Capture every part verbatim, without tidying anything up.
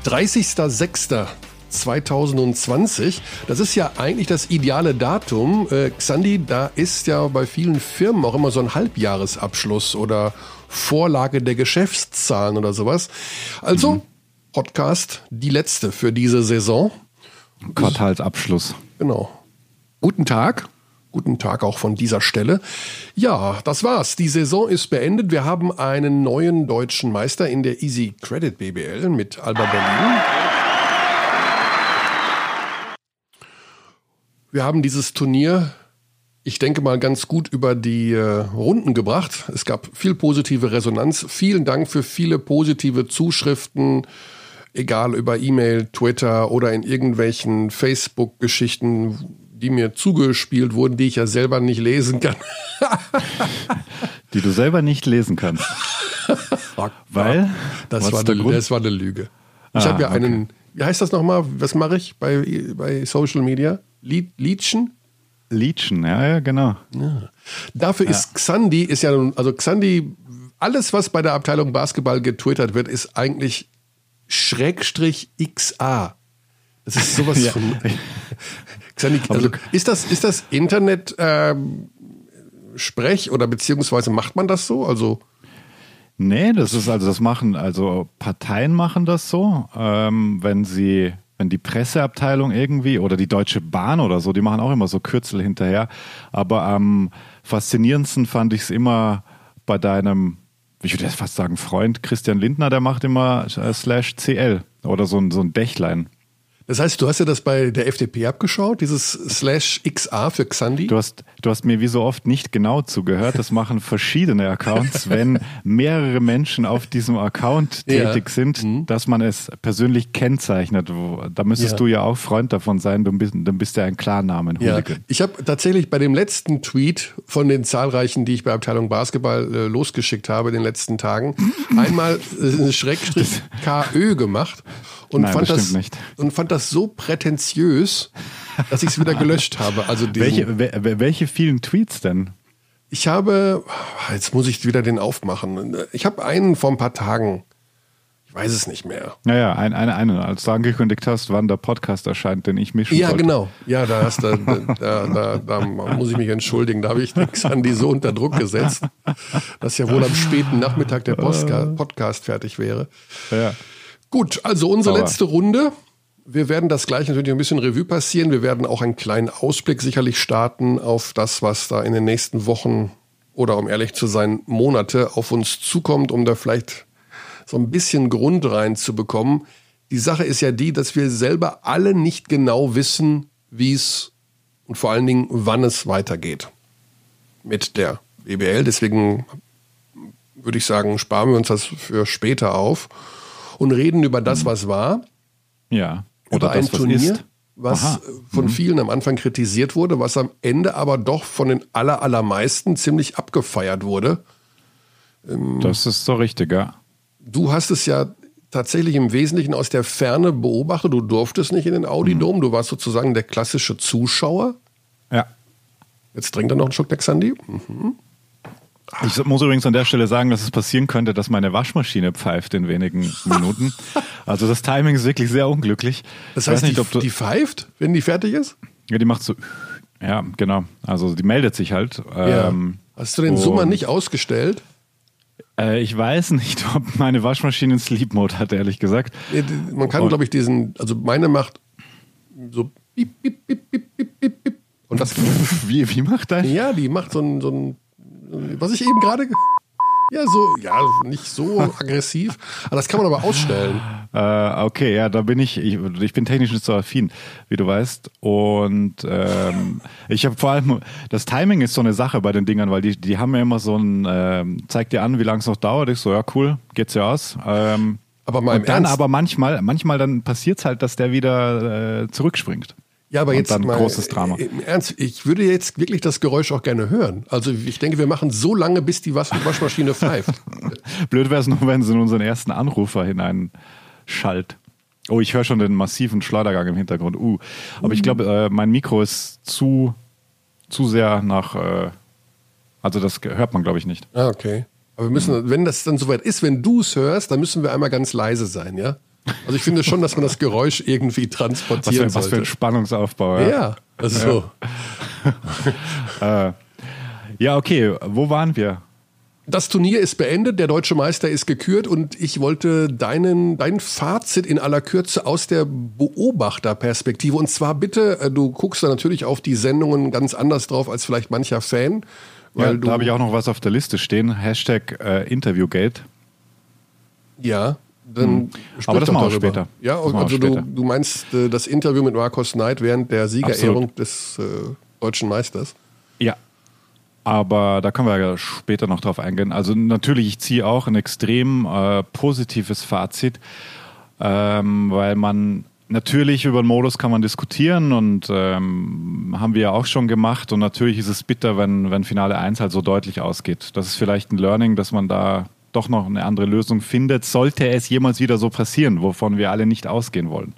dreißigster sechster zweitausendzwanzig. Das ist ja eigentlich das ideale Datum. Äh, Xandi, da ist ja bei vielen Firmen auch immer so ein Halbjahresabschluss oder Vorlage der Geschäftszahlen oder sowas. Also, mhm. Podcast, die letzte für diese Saison. Quartalsabschluss. Genau. Guten Tag. Guten Tag auch von dieser Stelle. Ja, das war's. Die Saison ist beendet. Wir haben einen neuen deutschen Meister in der Easy Credit B B L mit Alba Berlin. Wir haben dieses Turnier, ich denke mal, ganz gut über die äh, Runden gebracht. Es gab viel positive Resonanz. Vielen Dank für viele positive Zuschriften, egal über E-Mail, Twitter oder in irgendwelchen Facebook-Geschichten, die mir zugespielt wurden, die ich ja selber nicht lesen kann. Die du selber nicht lesen kannst. Weil? Das war, eine, das war eine Lüge. Ich ah, habe ja einen, okay. Wie heißt das nochmal? Was mache ich bei, bei Social Media? Leechen? Leechen, ja, ja, genau. Ja. Dafür ja. ist Xandi, ist ja, also Xandi, alles, was bei der Abteilung Basketball getwittert wird, ist eigentlich Schrägstrich X A. Das ist sowas ja. von. Xandi, also ist das, ist das Internet ähm, Sprech oder beziehungsweise macht man das so? Also. Nee, das ist also, das machen, also Parteien machen das so, ähm, wenn sie. Wenn die Presseabteilung irgendwie oder die Deutsche Bahn oder so, die machen auch immer so Kürzel hinterher. Aber am faszinierendsten fand ich es immer bei deinem, ich würde jetzt fast sagen Freund Christian Lindner, der macht immer äh, slash C L oder so ein, so ein Dächlein. Das heißt, du hast ja das bei der F D P abgeschaut, dieses slash X A für Xandi? Du hast, du hast mir wie so oft nicht genau zugehört. Das machen verschiedene Accounts, wenn mehrere Menschen auf diesem Account tätig ja. sind, mhm. dass man es persönlich kennzeichnet. Da müsstest ja. du ja auch Freund davon sein, du bist, dann bist du ja ein Klarnamen. Ja. Ich habe tatsächlich bei dem letzten Tweet von den zahlreichen, die ich bei Abteilung Basketball äh, losgeschickt habe in den letzten Tagen, einmal äh, Schrägstrich K Ö gemacht. Und, Nein, fand das das, nicht. und fand das so prätentiös, dass ich es wieder gelöscht habe. Also welche, welche vielen Tweets denn? Ich habe, jetzt muss ich wieder den aufmachen. Ich habe einen vor ein paar Tagen, ich weiß es nicht mehr. Naja, ein, eine, eine, als du angekündigt hast, wann der Podcast erscheint, den ich mischen Ja, sollte. genau. Ja, da, hast du, da, da, da muss ich mich entschuldigen. Da habe ich den Xandi so unter Druck gesetzt, dass ja wohl am späten Nachmittag der Postka- Podcast fertig wäre. Ja. Gut, also unsere Aber. letzte Runde. Wir werden das gleich natürlich ein bisschen Revue passieren. Wir werden auch einen kleinen Ausblick sicherlich starten auf das, was da in den nächsten Wochen oder, um ehrlich zu sein, Monate auf uns zukommt, um da vielleicht so ein bisschen Grund reinzubekommen. Die Sache ist ja die, dass wir selber alle nicht genau wissen, wie es und vor allen Dingen, wann es weitergeht mit der B B L. Deswegen würde ich sagen, sparen wir uns das für später auf. Und reden über das, was war. Ja. Oder über ein das, was Turnier, ist. was Aha. von mhm. vielen am Anfang kritisiert wurde, was am Ende aber doch von den aller, allermeisten ziemlich abgefeiert wurde. Das ist so richtig, ja. Du hast es ja tatsächlich im Wesentlichen aus der Ferne beobachtet. Du durftest nicht in den Audi-Dom. Mhm. Du warst sozusagen der klassische Zuschauer. Ja. Jetzt trinkt er noch einen Schluck der Xandi. Mhm. Ich muss übrigens an der Stelle sagen, dass es passieren könnte, dass meine Waschmaschine pfeift in wenigen Minuten. Also das Timing ist wirklich sehr unglücklich. Das heißt, nicht, die, ob du die pfeift, wenn die fertig ist? Ja, die macht so. Ja, genau. Also die meldet sich halt. Ja. Ähm, Hast du den Summer nicht ausgestellt? Äh, ich weiß nicht, ob meine Waschmaschine einen Sleep Mode hat, ehrlich gesagt. Ja, man kann, glaube ich, diesen, also meine macht so piep, piep, piep, piep, piep, piep, piep. Und das wie, wie macht das? Ja, die macht so ein, so ein was ich eben gerade, ja, so, ja, nicht so aggressiv, aber das kann man aber ausstellen. Äh, okay, ja, da bin ich, ich, ich bin technisch nicht so affin, wie du weißt. Und ähm, ich habe vor allem, das Timing ist so eine Sache bei den Dingern, weil die, die haben ja immer so ein, ähm, zeigt dir an, wie lange es noch dauert. Ich so, ja, cool, geht's ja aus. Ähm, aber mal im und dann Ernst? aber manchmal, manchmal dann passiert es halt, dass der wieder äh, zurückspringt. Ja, aber und jetzt dann mal, großes Drama. Im Ernst, ich würde jetzt wirklich das Geräusch auch gerne hören. Also ich denke, wir machen so lange, bis die Wasch- Waschmaschine pfeift. Blöd wäre es nur, wenn sie in unseren ersten Anrufer hineinschallt. Oh, ich höre schon den massiven Schleudergang im Hintergrund. Uh, aber ich glaube, äh, mein Mikro ist zu, zu sehr nach, äh, also das hört man, glaube ich, nicht. Ah, okay. Aber wir müssen, wenn das dann soweit ist, wenn du es hörst, dann müssen wir einmal ganz leise sein, ja? Also ich finde schon, dass man das Geräusch irgendwie transportieren was für, sollte. Was für ein Spannungsaufbau. Ja, ja also ja. äh, ja, okay, wo waren wir? Das Turnier ist beendet, der deutsche Meister ist gekürt und ich wollte deinen, dein Fazit in aller Kürze aus der Beobachterperspektive. Und zwar bitte, du guckst da natürlich auf die Sendungen ganz anders drauf als vielleicht mancher Fan. Weil ja, du, da habe ich auch noch was auf der Liste stehen, Hashtag äh, Interviewgate. Ja, dann hm. Aber das machen wir später. Ja, also du, du meinst äh, das Interview mit Markus Knight während der Siegerehrung Absolut. des äh, deutschen Meisters? Ja. Aber da können wir ja später noch drauf eingehen. Also natürlich, ich ziehe auch ein extrem äh, positives Fazit, ähm, weil man natürlich über den Modus kann man diskutieren und ähm, haben wir ja auch schon gemacht. Und natürlich ist es bitter, wenn, wenn Finale eins halt so deutlich ausgeht. Das ist vielleicht ein Learning, dass man da doch noch eine andere Lösung findet, sollte es jemals wieder so passieren, wovon wir alle nicht ausgehen wollen.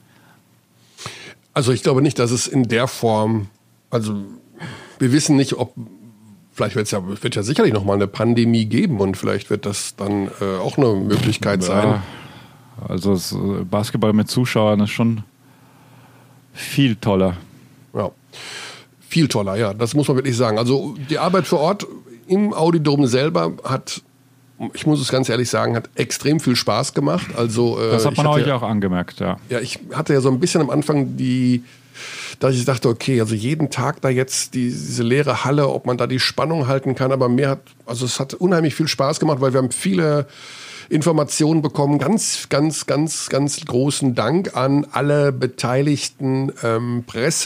Also ich glaube nicht, dass es in der Form, also wir wissen nicht, ob Vielleicht wird's ja, wird ja sicherlich noch mal eine Pandemie geben und vielleicht wird das dann äh, auch eine Möglichkeit ja, sein. Also das Basketball mit Zuschauern ist schon viel toller. Ja, viel toller, ja, das muss man wirklich sagen. Also die Arbeit vor Ort im Audidom selber hat, ich muss es ganz ehrlich sagen, hat extrem viel Spaß gemacht. Also, äh, das hat man euch ja auch angemerkt, ja. Ja, ich hatte ja so ein bisschen am Anfang die... dass ich dachte, okay, also jeden Tag da jetzt die, diese leere Halle, ob man da die Spannung halten kann, aber mir hat, also es hat unheimlich viel Spaß gemacht, weil wir haben viele Informationen bekommen. Ganz, ganz, ganz, ganz großen Dank an alle beteiligten ähm,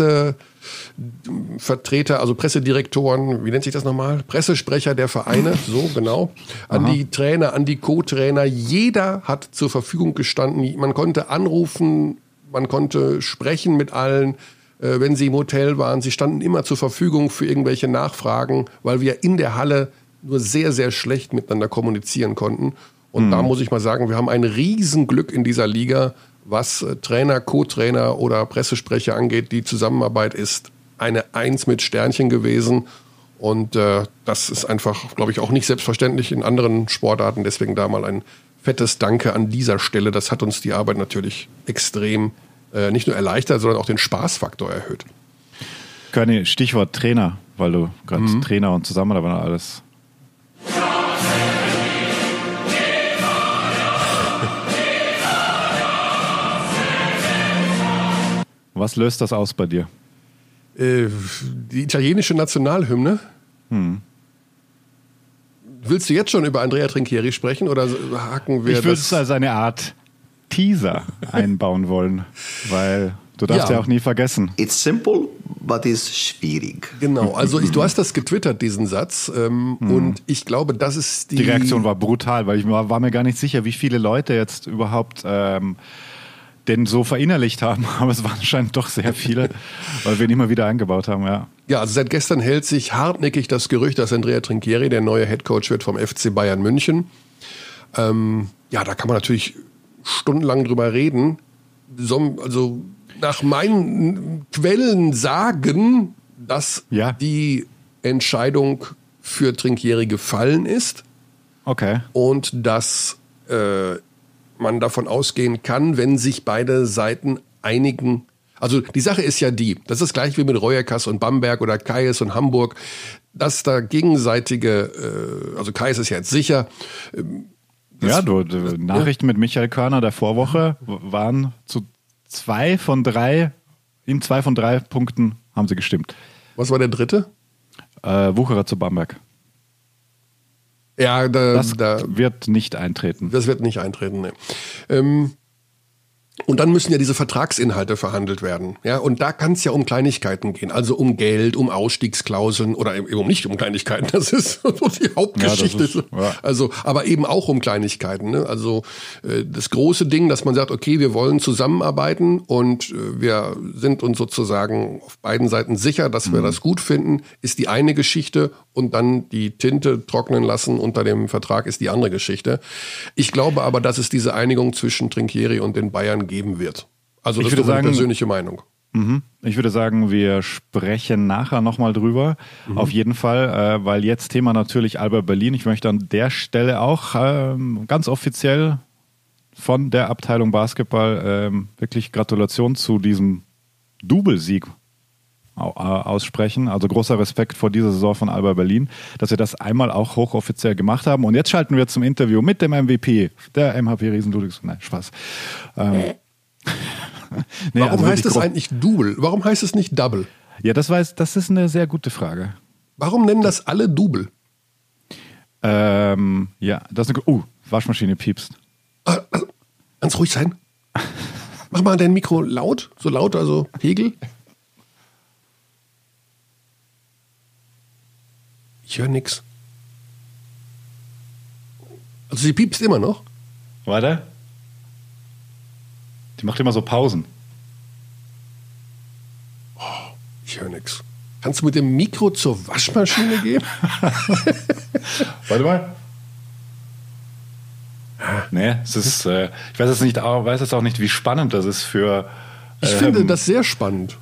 Pressevertreter, also Pressedirektoren, wie nennt sich das nochmal? Pressesprecher der Vereine, so genau. An Aha. die Trainer, an die Co-Trainer. Jeder hat zur Verfügung gestanden. Man konnte anrufen, man konnte sprechen mit allen, äh, wenn sie im Hotel waren. Sie standen immer zur Verfügung für irgendwelche Nachfragen, weil wir in der Halle nur sehr, sehr schlecht miteinander kommunizieren konnten. Und mhm. da muss ich mal sagen, wir haben ein Riesenglück in dieser Liga, was äh, Trainer, Co-Trainer oder Pressesprecher angeht. Die Zusammenarbeit ist eine Eins mit Sternchen gewesen. Und äh, das ist einfach, glaube ich, auch nicht selbstverständlich in anderen Sportarten. Deswegen da mal ein fettes Danke an dieser Stelle. Das hat uns die Arbeit natürlich extrem äh, nicht nur erleichtert, sondern auch den Spaßfaktor erhöht. Körny, Stichwort Trainer, weil du gerade mhm. Trainer und Zusammenarbeit und alles. Was löst das aus bei dir? Äh, die italienische Nationalhymne. Hm. Willst du jetzt schon über Andrea Trinchieri sprechen oder hacken wir Ich würde das? es als eine Art Teaser einbauen wollen, weil du darfst ja. ja auch nie vergessen. It's simple, but it's schwierig. Genau, also ich, du hast das getwittert, diesen Satz, ähm, hm. und ich glaube, das ist die... Die Reaktion war brutal, weil ich war, war mir gar nicht sicher, wie viele Leute jetzt überhaupt... Ähm, den so verinnerlicht haben, aber es waren anscheinend doch sehr viele, weil wir ihn immer wieder eingebaut haben, ja. Ja, also seit gestern hält sich hartnäckig das Gerücht, dass Andrea Trinchieri der neue Headcoach wird vom F C Bayern München. Ähm, ja, da kann man natürlich stundenlang drüber reden. So, also nach meinen Quellen sagen, dass ja. die Entscheidung für Trinchieri gefallen ist. Okay. Und dass äh, man davon ausgehen kann, wenn sich beide Seiten einigen. Also die Sache ist ja die, das ist gleich wie mit Reuerkas und Bamberg oder Kayes und Hamburg, dass da gegenseitige, äh, also Kayes ist ja jetzt sicher. Ähm, ja, du, du, äh, Nachrichten mit Michael Körner der Vorwoche waren zu zwei von drei, in zwei von drei Punkten haben sie gestimmt. Was war der dritte? Äh, Wucherer zu Bamberg. Ja, da, das da, wird nicht eintreten. Das wird nicht eintreten, ne. Ähm, und dann müssen ja diese Vertragsinhalte verhandelt werden. Ja, und da kann es ja um Kleinigkeiten gehen. Also um Geld, um Ausstiegsklauseln oder eben nicht um Kleinigkeiten. Das ist so die Hauptgeschichte. Ja, ist, ja. Also, aber eben auch um Kleinigkeiten. Ne? Also äh, das große Ding, dass man sagt, okay, wir wollen zusammenarbeiten und äh, wir sind uns sozusagen auf beiden Seiten sicher, dass wir mhm. das gut finden, ist die eine Geschichte. Und dann die Tinte trocknen lassen unter dem Vertrag ist die andere Geschichte. Ich glaube aber, dass es diese Einigung zwischen Trinchieri und den Bayern geben wird. Also das ich ist meine sagen, persönliche Meinung. Mhm. Ich würde sagen, wir sprechen nachher nochmal drüber. Mhm. Auf jeden Fall, äh, weil jetzt Thema natürlich Alba Berlin. Ich möchte an der Stelle auch äh, ganz offiziell von der Abteilung Basketball ähm, wirklich Gratulation zu diesem Doublesieg aussprechen. Also großer Respekt vor dieser Saison von Alba Berlin, dass wir das einmal auch hochoffiziell gemacht haben. Und jetzt schalten wir zum Interview mit dem M V P, der M H P Riesen Ludwigsburg. Nein, Spaß. Ähm, nee, Warum also heißt es gro- eigentlich Double? Warum heißt es nicht Double? Ja, das, weiß, das ist eine sehr gute Frage. Warum nennen das alle Double? Ähm, ja, das ist eine... Uh, Waschmaschine piepst. Ah, also, ganz ruhig sein. Mach mal dein Mikro laut, so laut, also Pegel. Ich höre nix. Also sie piepst immer noch. Warte. Die macht immer so Pausen. Ich höre nix. Kannst du mit dem Mikro zur Waschmaschine gehen? Warte mal. Nee, es ist, äh, ich weiß jetzt nicht, auch, weiß jetzt auch nicht, wie spannend das ist für. Ich ähm, finde das sehr spannend.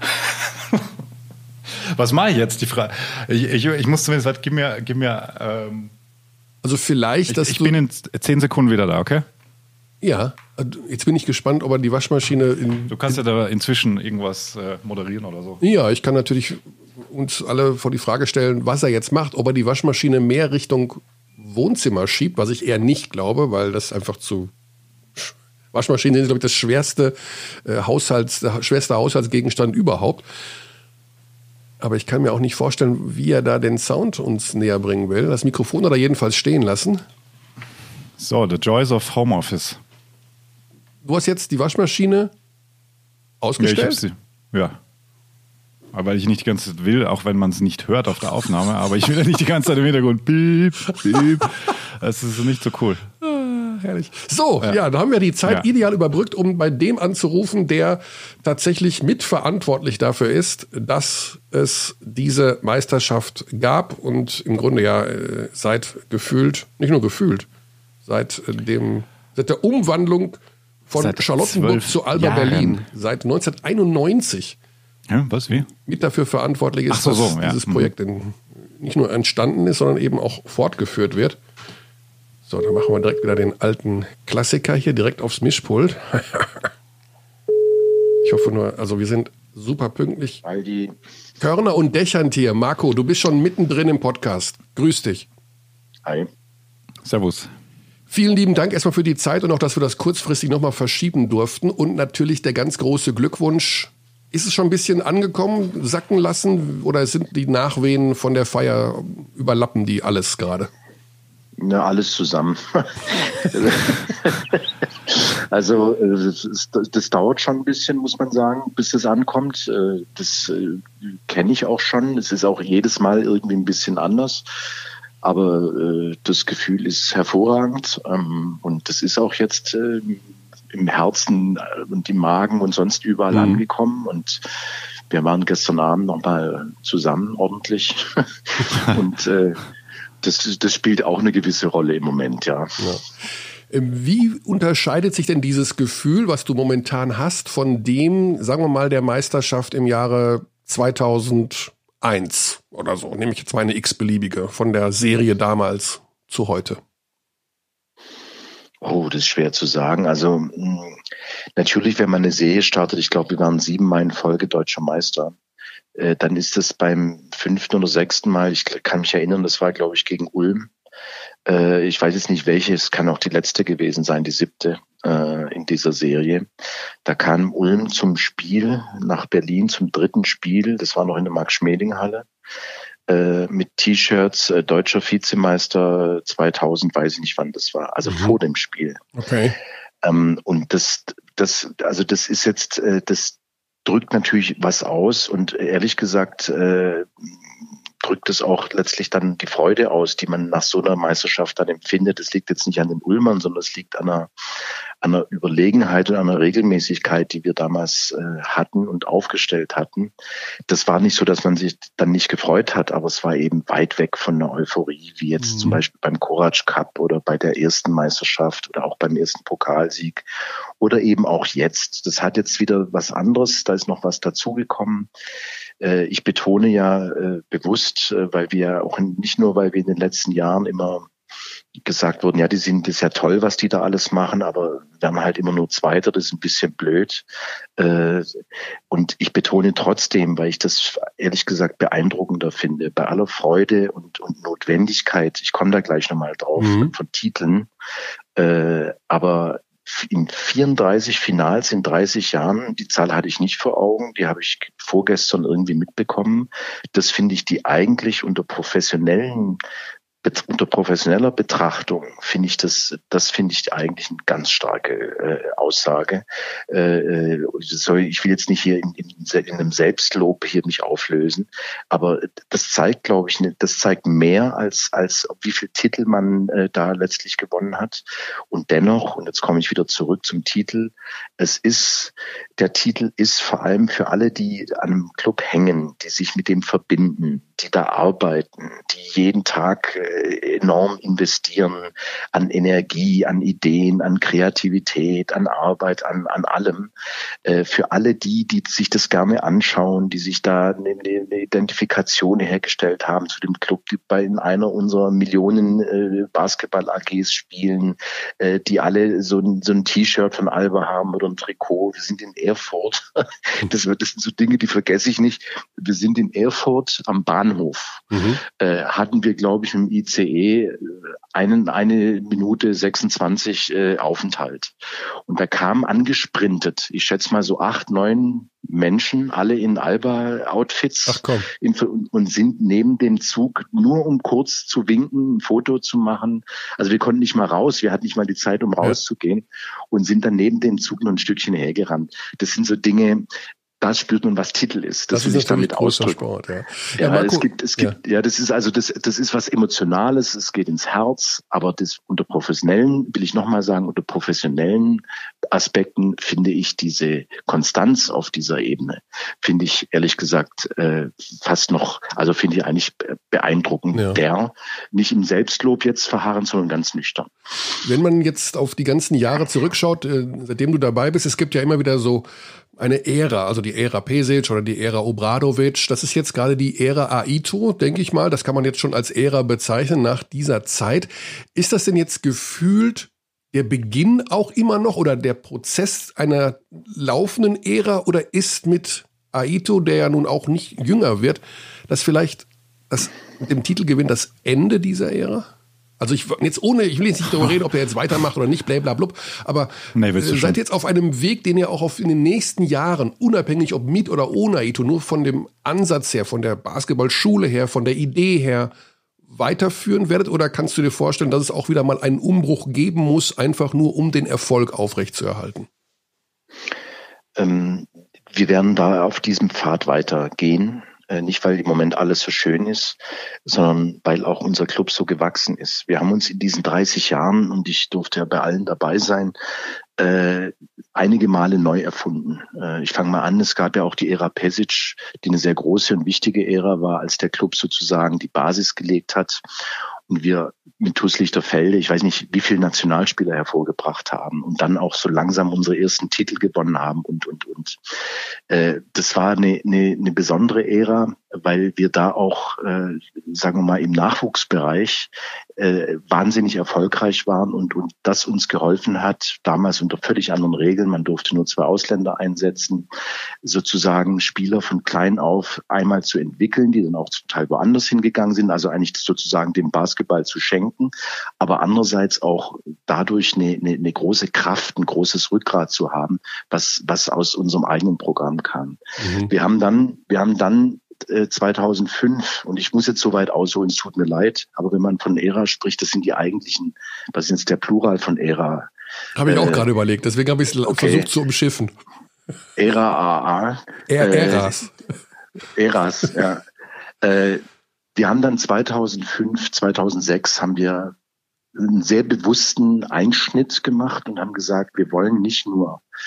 Was mache ich jetzt? Die Frage. Ich, ich, ich muss zumindest, warte, gib mir, gib mir. Ähm, Also vielleicht, dass ich ich du... bin in zehn Sekunden wieder da, okay? Ja, jetzt bin ich gespannt, ob er die Waschmaschine in... Du kannst ja da inzwischen irgendwas äh, moderieren oder so. Ja, ich kann natürlich uns alle vor die Frage stellen, was er jetzt macht, ob er die Waschmaschine mehr Richtung Wohnzimmer schiebt, was ich eher nicht glaube, weil das einfach zu... Waschmaschinen sind, glaube ich, das schwerste, äh, Haushalts, der schwerste Haushaltsgegenstand überhaupt. Aber ich kann mir auch nicht vorstellen, wie er da den Sound uns näher bringen will. Das Mikrofon hat er jedenfalls stehen lassen. So, the joys of Homeoffice. Du hast jetzt die Waschmaschine Ja, ich ausgestellt? hab sie. Ja. Aber weil ich nicht die ganze Zeit will, auch wenn man es nicht hört auf der Aufnahme, aber ich will ja nicht die ganze Zeit im Hintergrund piep, piep. Das ist nicht so cool. Herrlich. So, ja. Ja. da haben wir die Zeit Ja. ideal überbrückt, um bei dem anzurufen, der tatsächlich mitverantwortlich dafür ist, dass es diese Meisterschaft gab und im Grunde ja äh, seit gefühlt, nicht nur gefühlt, seit äh, dem, seit der Umwandlung von Seit Charlottenburg zwölf zu Alba Jahren. Berlin, seit neunzehnhunderteinundneunzig Ja, was, wie? mit dafür verantwortlich ist, Ach so, dass so, ja. dieses Mhm. Projekt in, nicht nur entstanden ist, sondern eben auch fortgeführt wird. So, dann machen wir direkt wieder den alten Klassiker hier direkt aufs Mischpult. Ich hoffe nur, also wir sind super pünktlich. Aldi. Körner und Dächerntier. Marco, du bist schon mittendrin im Podcast. Grüß dich. Hi. Servus. Vielen lieben Dank erstmal für die Zeit und auch, dass wir das kurzfristig nochmal verschieben durften. Und natürlich der ganz große Glückwunsch. Ist es schon ein bisschen angekommen, sacken lassen oder sind die Nachwehen von der Feier, überlappen die alles gerade? Na, alles zusammen. Also das, das dauert schon ein bisschen, muss man sagen, bis es ankommt. Das kenne ich auch schon. Es ist auch jedes Mal irgendwie ein bisschen anders. Aber das Gefühl ist hervorragend. Und das ist auch jetzt im Herzen und im Magen und sonst überall mhm. angekommen. Und wir waren gestern Abend noch mal zusammen ordentlich. Und äh, das, das spielt auch eine gewisse Rolle im Moment, ja. ja. Wie unterscheidet sich denn dieses Gefühl, was du momentan hast, von dem, sagen wir mal, der Meisterschaft im Jahre zweitausendeins oder so? Nehme ich jetzt mal eine x-beliebige von der Serie damals zu heute. Oh, das ist schwer zu sagen. Also mh, natürlich, wenn man eine Serie startet, ich glaube, wir waren siebenmal in Folge deutscher Meister, äh, dann ist es beim fünften oder sechsten Mal, ich kann mich erinnern, das war, glaube ich, gegen Ulm. Äh, ich weiß jetzt nicht welche, es kann auch die letzte gewesen sein, die siebte äh, in dieser Serie. Da kam Ulm zum Spiel nach Berlin, zum dritten Spiel, das war noch in der Max-Schmeling-Halle. Mit T-Shirts, äh, deutscher Vizemeister zweitausend, weiß ich nicht wann das war, also mhm. vor dem Spiel. Okay. Ähm, und das, das, also das ist jetzt, äh, das drückt natürlich was aus und ehrlich gesagt äh, drückt es auch letztlich dann die Freude aus, die man nach so einer Meisterschaft dann empfindet. Es liegt jetzt nicht an den Ulmern, sondern es liegt an einer, an einer Überlegenheit und an einer Regelmäßigkeit, die wir damals äh, hatten und aufgestellt hatten. Das war nicht so, dass man sich dann nicht gefreut hat, aber es war eben weit weg von einer Euphorie, wie jetzt mhm. zum Beispiel beim Korac Cup oder bei der ersten Meisterschaft oder auch beim ersten Pokalsieg oder eben auch jetzt. Das hat jetzt wieder was anderes, da ist noch was dazugekommen. Äh, ich betone ja äh, bewusst, äh, weil wir auch in, nicht nur, weil wir in den letzten Jahren immer gesagt wurden, ja, die sind, das ist ja toll, was die da alles machen, aber wir haben halt immer nur Zweiter, das ist ein bisschen blöd. Äh, und ich betone trotzdem, weil ich das ehrlich gesagt beeindruckender finde, bei aller Freude und, und Notwendigkeit, ich komme da gleich nochmal drauf, mhm. von, von Titeln, äh, aber in vierunddreißig Finals in dreißig Jahren, die Zahl hatte ich nicht vor Augen, die habe ich vorgestern irgendwie mitbekommen. Das finde ich die eigentlich unter professionellen unter professioneller Betrachtung finde ich das, das finde ich eigentlich eine ganz starke äh, Aussage. Äh, soll, ich will jetzt nicht hier in, in, in einem Selbstlob hier mich auflösen, aber das zeigt, glaube ich, das zeigt mehr als als wie viel Titel man äh, da letztlich gewonnen hat. Und dennoch, und jetzt komme ich wieder zurück zum Titel, es ist der Titel ist vor allem für alle, die an einem Club hängen, die sich mit dem verbinden, die da arbeiten, die jeden Tag enorm investieren an Energie, an Ideen, an Kreativität, an Arbeit, an, an allem. Für alle die, die sich das gerne anschauen, die sich da eine, eine Identifikation hergestellt haben zu dem Club, die bei einer unserer Millionen Basketball-A Gs spielen, die alle so ein, so ein T-Shirt von Alba haben oder ein Trikot. Wir sind in Erfurt. Das, das sind so Dinge, die vergesse ich nicht. Wir sind in Erfurt am Bahnhof. Mhm. Äh, hatten wir, glaube ich, mit dem I C E einen, eine Minute sechsundzwanzig äh, Aufenthalt. Und da kam angesprintet, ich schätze mal so acht, neun Menschen, alle in Alba-Outfits. Ach komm. In, und sind neben dem Zug, nur um kurz zu winken, ein Foto zu machen. Also wir konnten nicht mal raus, wir hatten nicht mal die Zeit, um rauszugehen, ja. Und sind dann neben dem Zug noch ein Stückchen hergerannt. Das sind so Dinge, da spürt man, was Titel ist. Das, das will ich damit ausdrücken. Sport, ja. Ja, ja, Marco, es gibt, es gibt, ja. ja, das ist also das, das ist was Emotionales. Es geht ins Herz. Aber das unter professionellen, will ich nochmal sagen, unter professionellen Aspekten finde ich diese Konstanz auf dieser Ebene, finde ich ehrlich gesagt äh, fast noch, also finde ich eigentlich beeindruckend. Ja. Der nicht im Selbstlob jetzt verharren, sondern ganz nüchtern. Wenn man jetzt auf die ganzen Jahre zurückschaut, äh, seitdem du dabei bist, es gibt ja immer wieder so eine Ära, also die Ära Pesic oder die Ära Obradovic. Das ist jetzt gerade die Ära Aito, denke ich mal. Das kann man jetzt schon als Ära bezeichnen nach dieser Zeit. Ist das denn jetzt gefühlt der Beginn auch immer noch oder der Prozess einer laufenden Ära oder ist mit Aito, der ja nun auch nicht jünger wird, das vielleicht das mit dem Titelgewinn das Ende dieser Ära? Also ich jetzt ohne, ich will jetzt nicht darüber reden, ob er jetzt weitermacht oder nicht, blablabla, aber nee, äh, seid jetzt auf einem Weg, den ihr auch auf in den nächsten Jahren, unabhängig ob mit oder ohne Aito, nur von dem Ansatz her, von der Basketballschule her, von der Idee her, weiterführen werdet? Oder kannst du dir vorstellen, dass es auch wieder mal einen Umbruch geben muss, einfach nur um den Erfolg aufrechtzuerhalten? Ähm, wir werden da auf diesem Pfad weitergehen. Nicht, weil im Moment alles so schön ist, sondern weil auch unser Club so gewachsen ist. Wir haben uns in diesen dreißig Jahren, und ich durfte ja bei allen dabei sein, äh, einige Male neu erfunden. Äh, ich fange mal an, es gab ja auch die Ära Pesic, die eine sehr große und wichtige Ära war, als der Club sozusagen die Basis gelegt hat. Und wir mit TuS Lichterfelde, ich weiß nicht, wie viele Nationalspieler hervorgebracht haben und dann auch so langsam unsere ersten Titel gewonnen haben und, und, und. Äh, das war eine, eine, eine besondere Ära, weil wir da auch, äh, sagen wir mal, im Nachwuchsbereich äh, wahnsinnig erfolgreich waren und, und das uns geholfen hat, damals unter völlig anderen Regeln, man durfte nur zwei Ausländer einsetzen, sozusagen Spieler von klein auf einmal zu entwickeln, die dann auch zum Teil woanders hingegangen sind, also eigentlich sozusagen dem Basketball zu schenken, aber andererseits auch dadurch eine, eine, eine große Kraft, ein großes Rückgrat zu haben, was, was aus unserem eigenen Programm kam. Mhm. Wir haben dann, wir haben dann zweitausendfünf, und ich muss jetzt so weit ausholen, es tut mir leid, aber wenn man von Ära spricht, das sind die eigentlichen, was ist jetzt der Plural von Ära? Habe ich auch äh, gerade überlegt, deswegen habe ich es okay. versucht zu umschiffen. Ära A A. Äras. Äh, Äras, ja. Äh, wir haben dann zweitausendfünf, zweitausendsechs haben wir einen sehr bewussten Einschnitt gemacht und haben gesagt, wir wollen nicht nur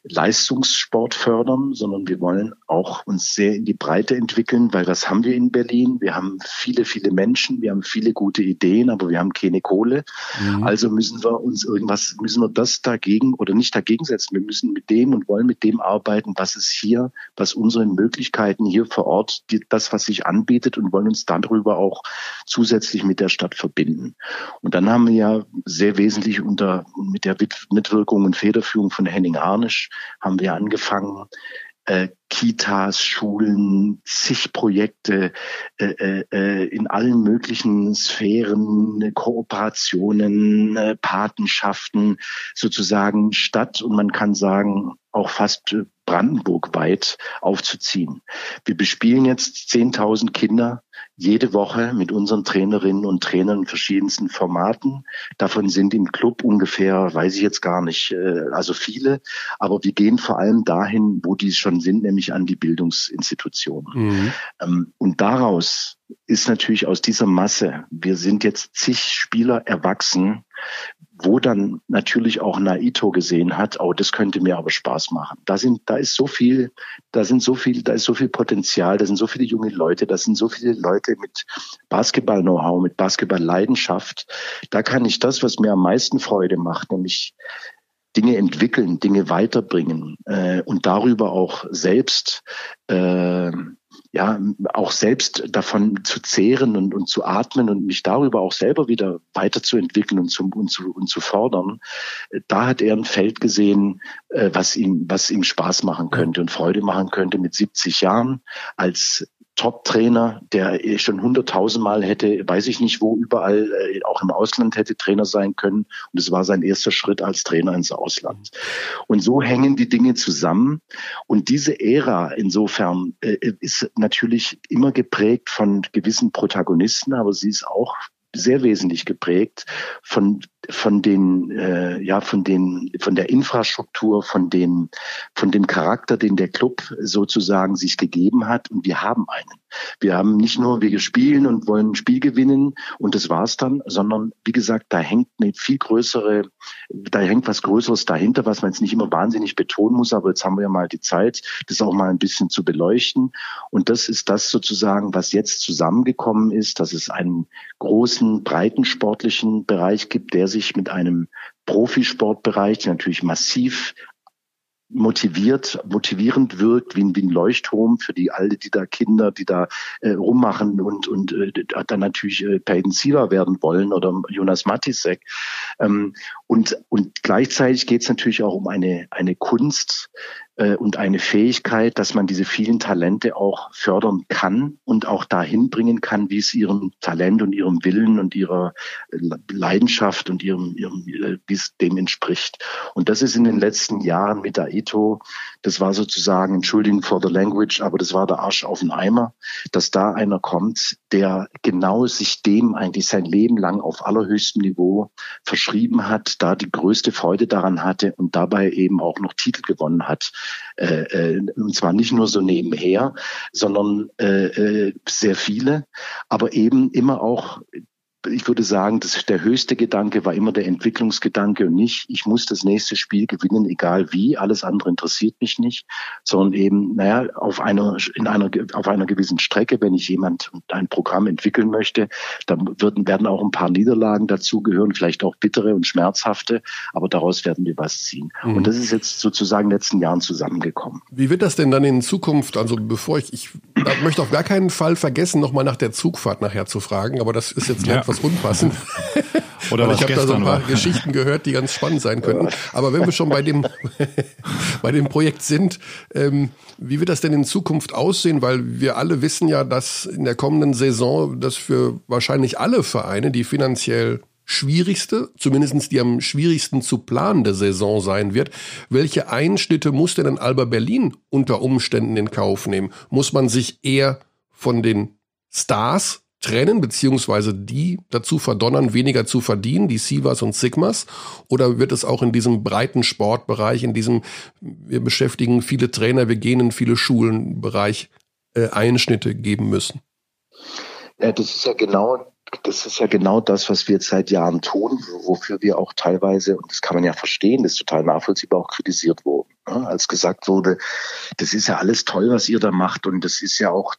Leistungssport fördern, sondern wir wollen auch uns sehr in die Breite entwickeln, weil was haben wir in Berlin? Wir haben viele, viele Menschen, wir haben viele gute Ideen, aber wir haben keine Kohle. Mhm. Also müssen wir uns irgendwas, müssen wir das dagegen oder nicht dagegen setzen. Wir müssen mit dem und wollen mit dem arbeiten, was es hier, was unsere Möglichkeiten hier vor Ort, die, das, was sich anbietet, und wollen uns darüber auch zusätzlich mit der Stadt verbinden. Und dann haben wir ja sehr wesentlich unter, mit der Mitwirkung und Federführung von Henning Harnisch haben wir angefangen, äh, Kitas, Schulen, zig Projekte äh, äh, in allen möglichen Sphären, Kooperationen, äh, Patenschaften, sozusagen Stadt und man kann sagen auch fast brandenburgweit aufzuziehen. Wir bespielen jetzt zehntausend Kinder jede Woche mit unseren Trainerinnen und Trainern in verschiedensten Formaten. Davon sind im Club ungefähr, weiß ich jetzt gar nicht, also viele. Aber wir gehen vor allem dahin, wo die schon sind, nämlich an die Bildungsinstitutionen. Mhm. Und daraus ist natürlich aus dieser Masse, wir sind jetzt zig Spieler erwachsen, wo dann natürlich auch Naito gesehen hat, oh, das könnte mir aber Spaß machen. Da sind, da ist so viel, da sind so viel, da ist so viel Potenzial, da sind so viele junge Leute, da sind so viele Leute mit Basketball-Know-how, mit Basketball-Leidenschaft. Da kann ich das, was mir am meisten Freude macht, nämlich Dinge entwickeln, Dinge weiterbringen äh, und darüber auch selbst äh, ja auch selbst davon zu zehren und, und zu atmen und mich darüber auch selber wieder weiterzuentwickeln und zu, und zu, und zu fördern. Da hat er ein Feld gesehen, äh, was ihm was ihm Spaß machen könnte und Freude machen könnte mit siebzig Jahren als Top-Trainer, der schon hunderttausend Mal hätte, weiß ich nicht wo, überall, äh, auch im Ausland hätte Trainer sein können. Und es war sein erster Schritt als Trainer ins Ausland. Und so hängen die Dinge zusammen. Und diese Ära insofern äh, ist natürlich immer geprägt von gewissen Protagonisten, aber sie ist auch sehr wesentlich geprägt von von den äh, ja von den von der Infrastruktur, von dem von dem Charakter, den der Club sozusagen sich gegeben hat, und wir haben einen. Wir haben nicht nur wir spielen und wollen ein Spiel gewinnen und das war's dann, sondern wie gesagt, da hängt eine viel größere, da hängt was Größeres dahinter, was man jetzt nicht immer wahnsinnig betonen muss, aber jetzt haben wir ja mal die Zeit, das auch mal ein bisschen zu beleuchten, und das ist das sozusagen, was jetzt zusammengekommen ist, dass es einen großen breitensportlichen Bereich gibt, der sich mit einem Profisportbereich, der natürlich massiv motiviert, motivierend wirkt, wie ein, wie ein Leuchtturm für die alle, die da Kinder, die da äh, rummachen und und äh, dann natürlich äh, Peyton Siever werden wollen oder Jonas Matisek. Ähm, und und gleichzeitig geht es natürlich auch um eine eine Kunst äh, und eine Fähigkeit, dass man diese vielen Talente auch fördern kann und auch dahin bringen kann, wie es ihrem Talent und ihrem Willen und ihrer Leidenschaft und ihrem, ihrem wie es dem entspricht. Und das ist in den letzten Jahren mit Aito, das war sozusagen, Entschuldigung for the language, aber das war der Arsch auf den Eimer, dass da einer kommt, der genau sich dem eigentlich sein Leben lang auf allerhöchstem Niveau verschrieben hat, da die größte Freude daran hatte und dabei eben auch noch Titel gewonnen hat. Äh, äh, und zwar nicht nur so nebenher, sondern äh, äh, sehr viele, aber eben immer auch, ich würde sagen, das, der höchste Gedanke war immer der Entwicklungsgedanke und nicht, ich muss das nächste Spiel gewinnen, egal wie, alles andere interessiert mich nicht, sondern eben, naja, auf einer, in einer, auf einer gewissen Strecke, wenn ich jemand ein Programm entwickeln möchte, dann würden, werden auch ein paar Niederlagen dazugehören, vielleicht auch bittere und schmerzhafte, aber daraus werden wir was ziehen. Mhm. Und das ist jetzt sozusagen in den letzten Jahren zusammengekommen. Wie wird das denn dann in Zukunft, also bevor ich, ich möchte auf gar keinen Fall vergessen, nochmal nach der Zugfahrt nachher zu fragen, aber das ist jetzt ja etwas unpassend. Oder was ich habe da so ein paar war. Geschichten gehört, die ganz spannend sein könnten. Aber wenn wir schon bei dem bei dem Projekt sind, ähm, wie wird das denn in Zukunft aussehen? Weil wir alle wissen ja, dass in der kommenden Saison das für wahrscheinlich alle Vereine die finanziell schwierigste, zumindest die am schwierigsten zu planende Saison sein wird. Welche Einschnitte muss denn Alba Berlin unter Umständen in Kauf nehmen? Muss man sich eher von den Stars trennen, beziehungsweise die dazu verdonnern, weniger zu verdienen, die Sievers und Sigmas? Oder wird es auch in diesem breiten Sportbereich, in diesem, wir beschäftigen viele Trainer, wir gehen in viele Schulen Bereich, äh, Einschnitte geben müssen? Ja, das ist ja genau Das ist ja genau das, was wir jetzt seit Jahren tun, wofür wir auch teilweise, und das kann man ja verstehen, das ist total nachvollziehbar, auch kritisiert wurden. Ja, als gesagt wurde, das ist ja alles toll, was ihr da macht und das ist ja auch,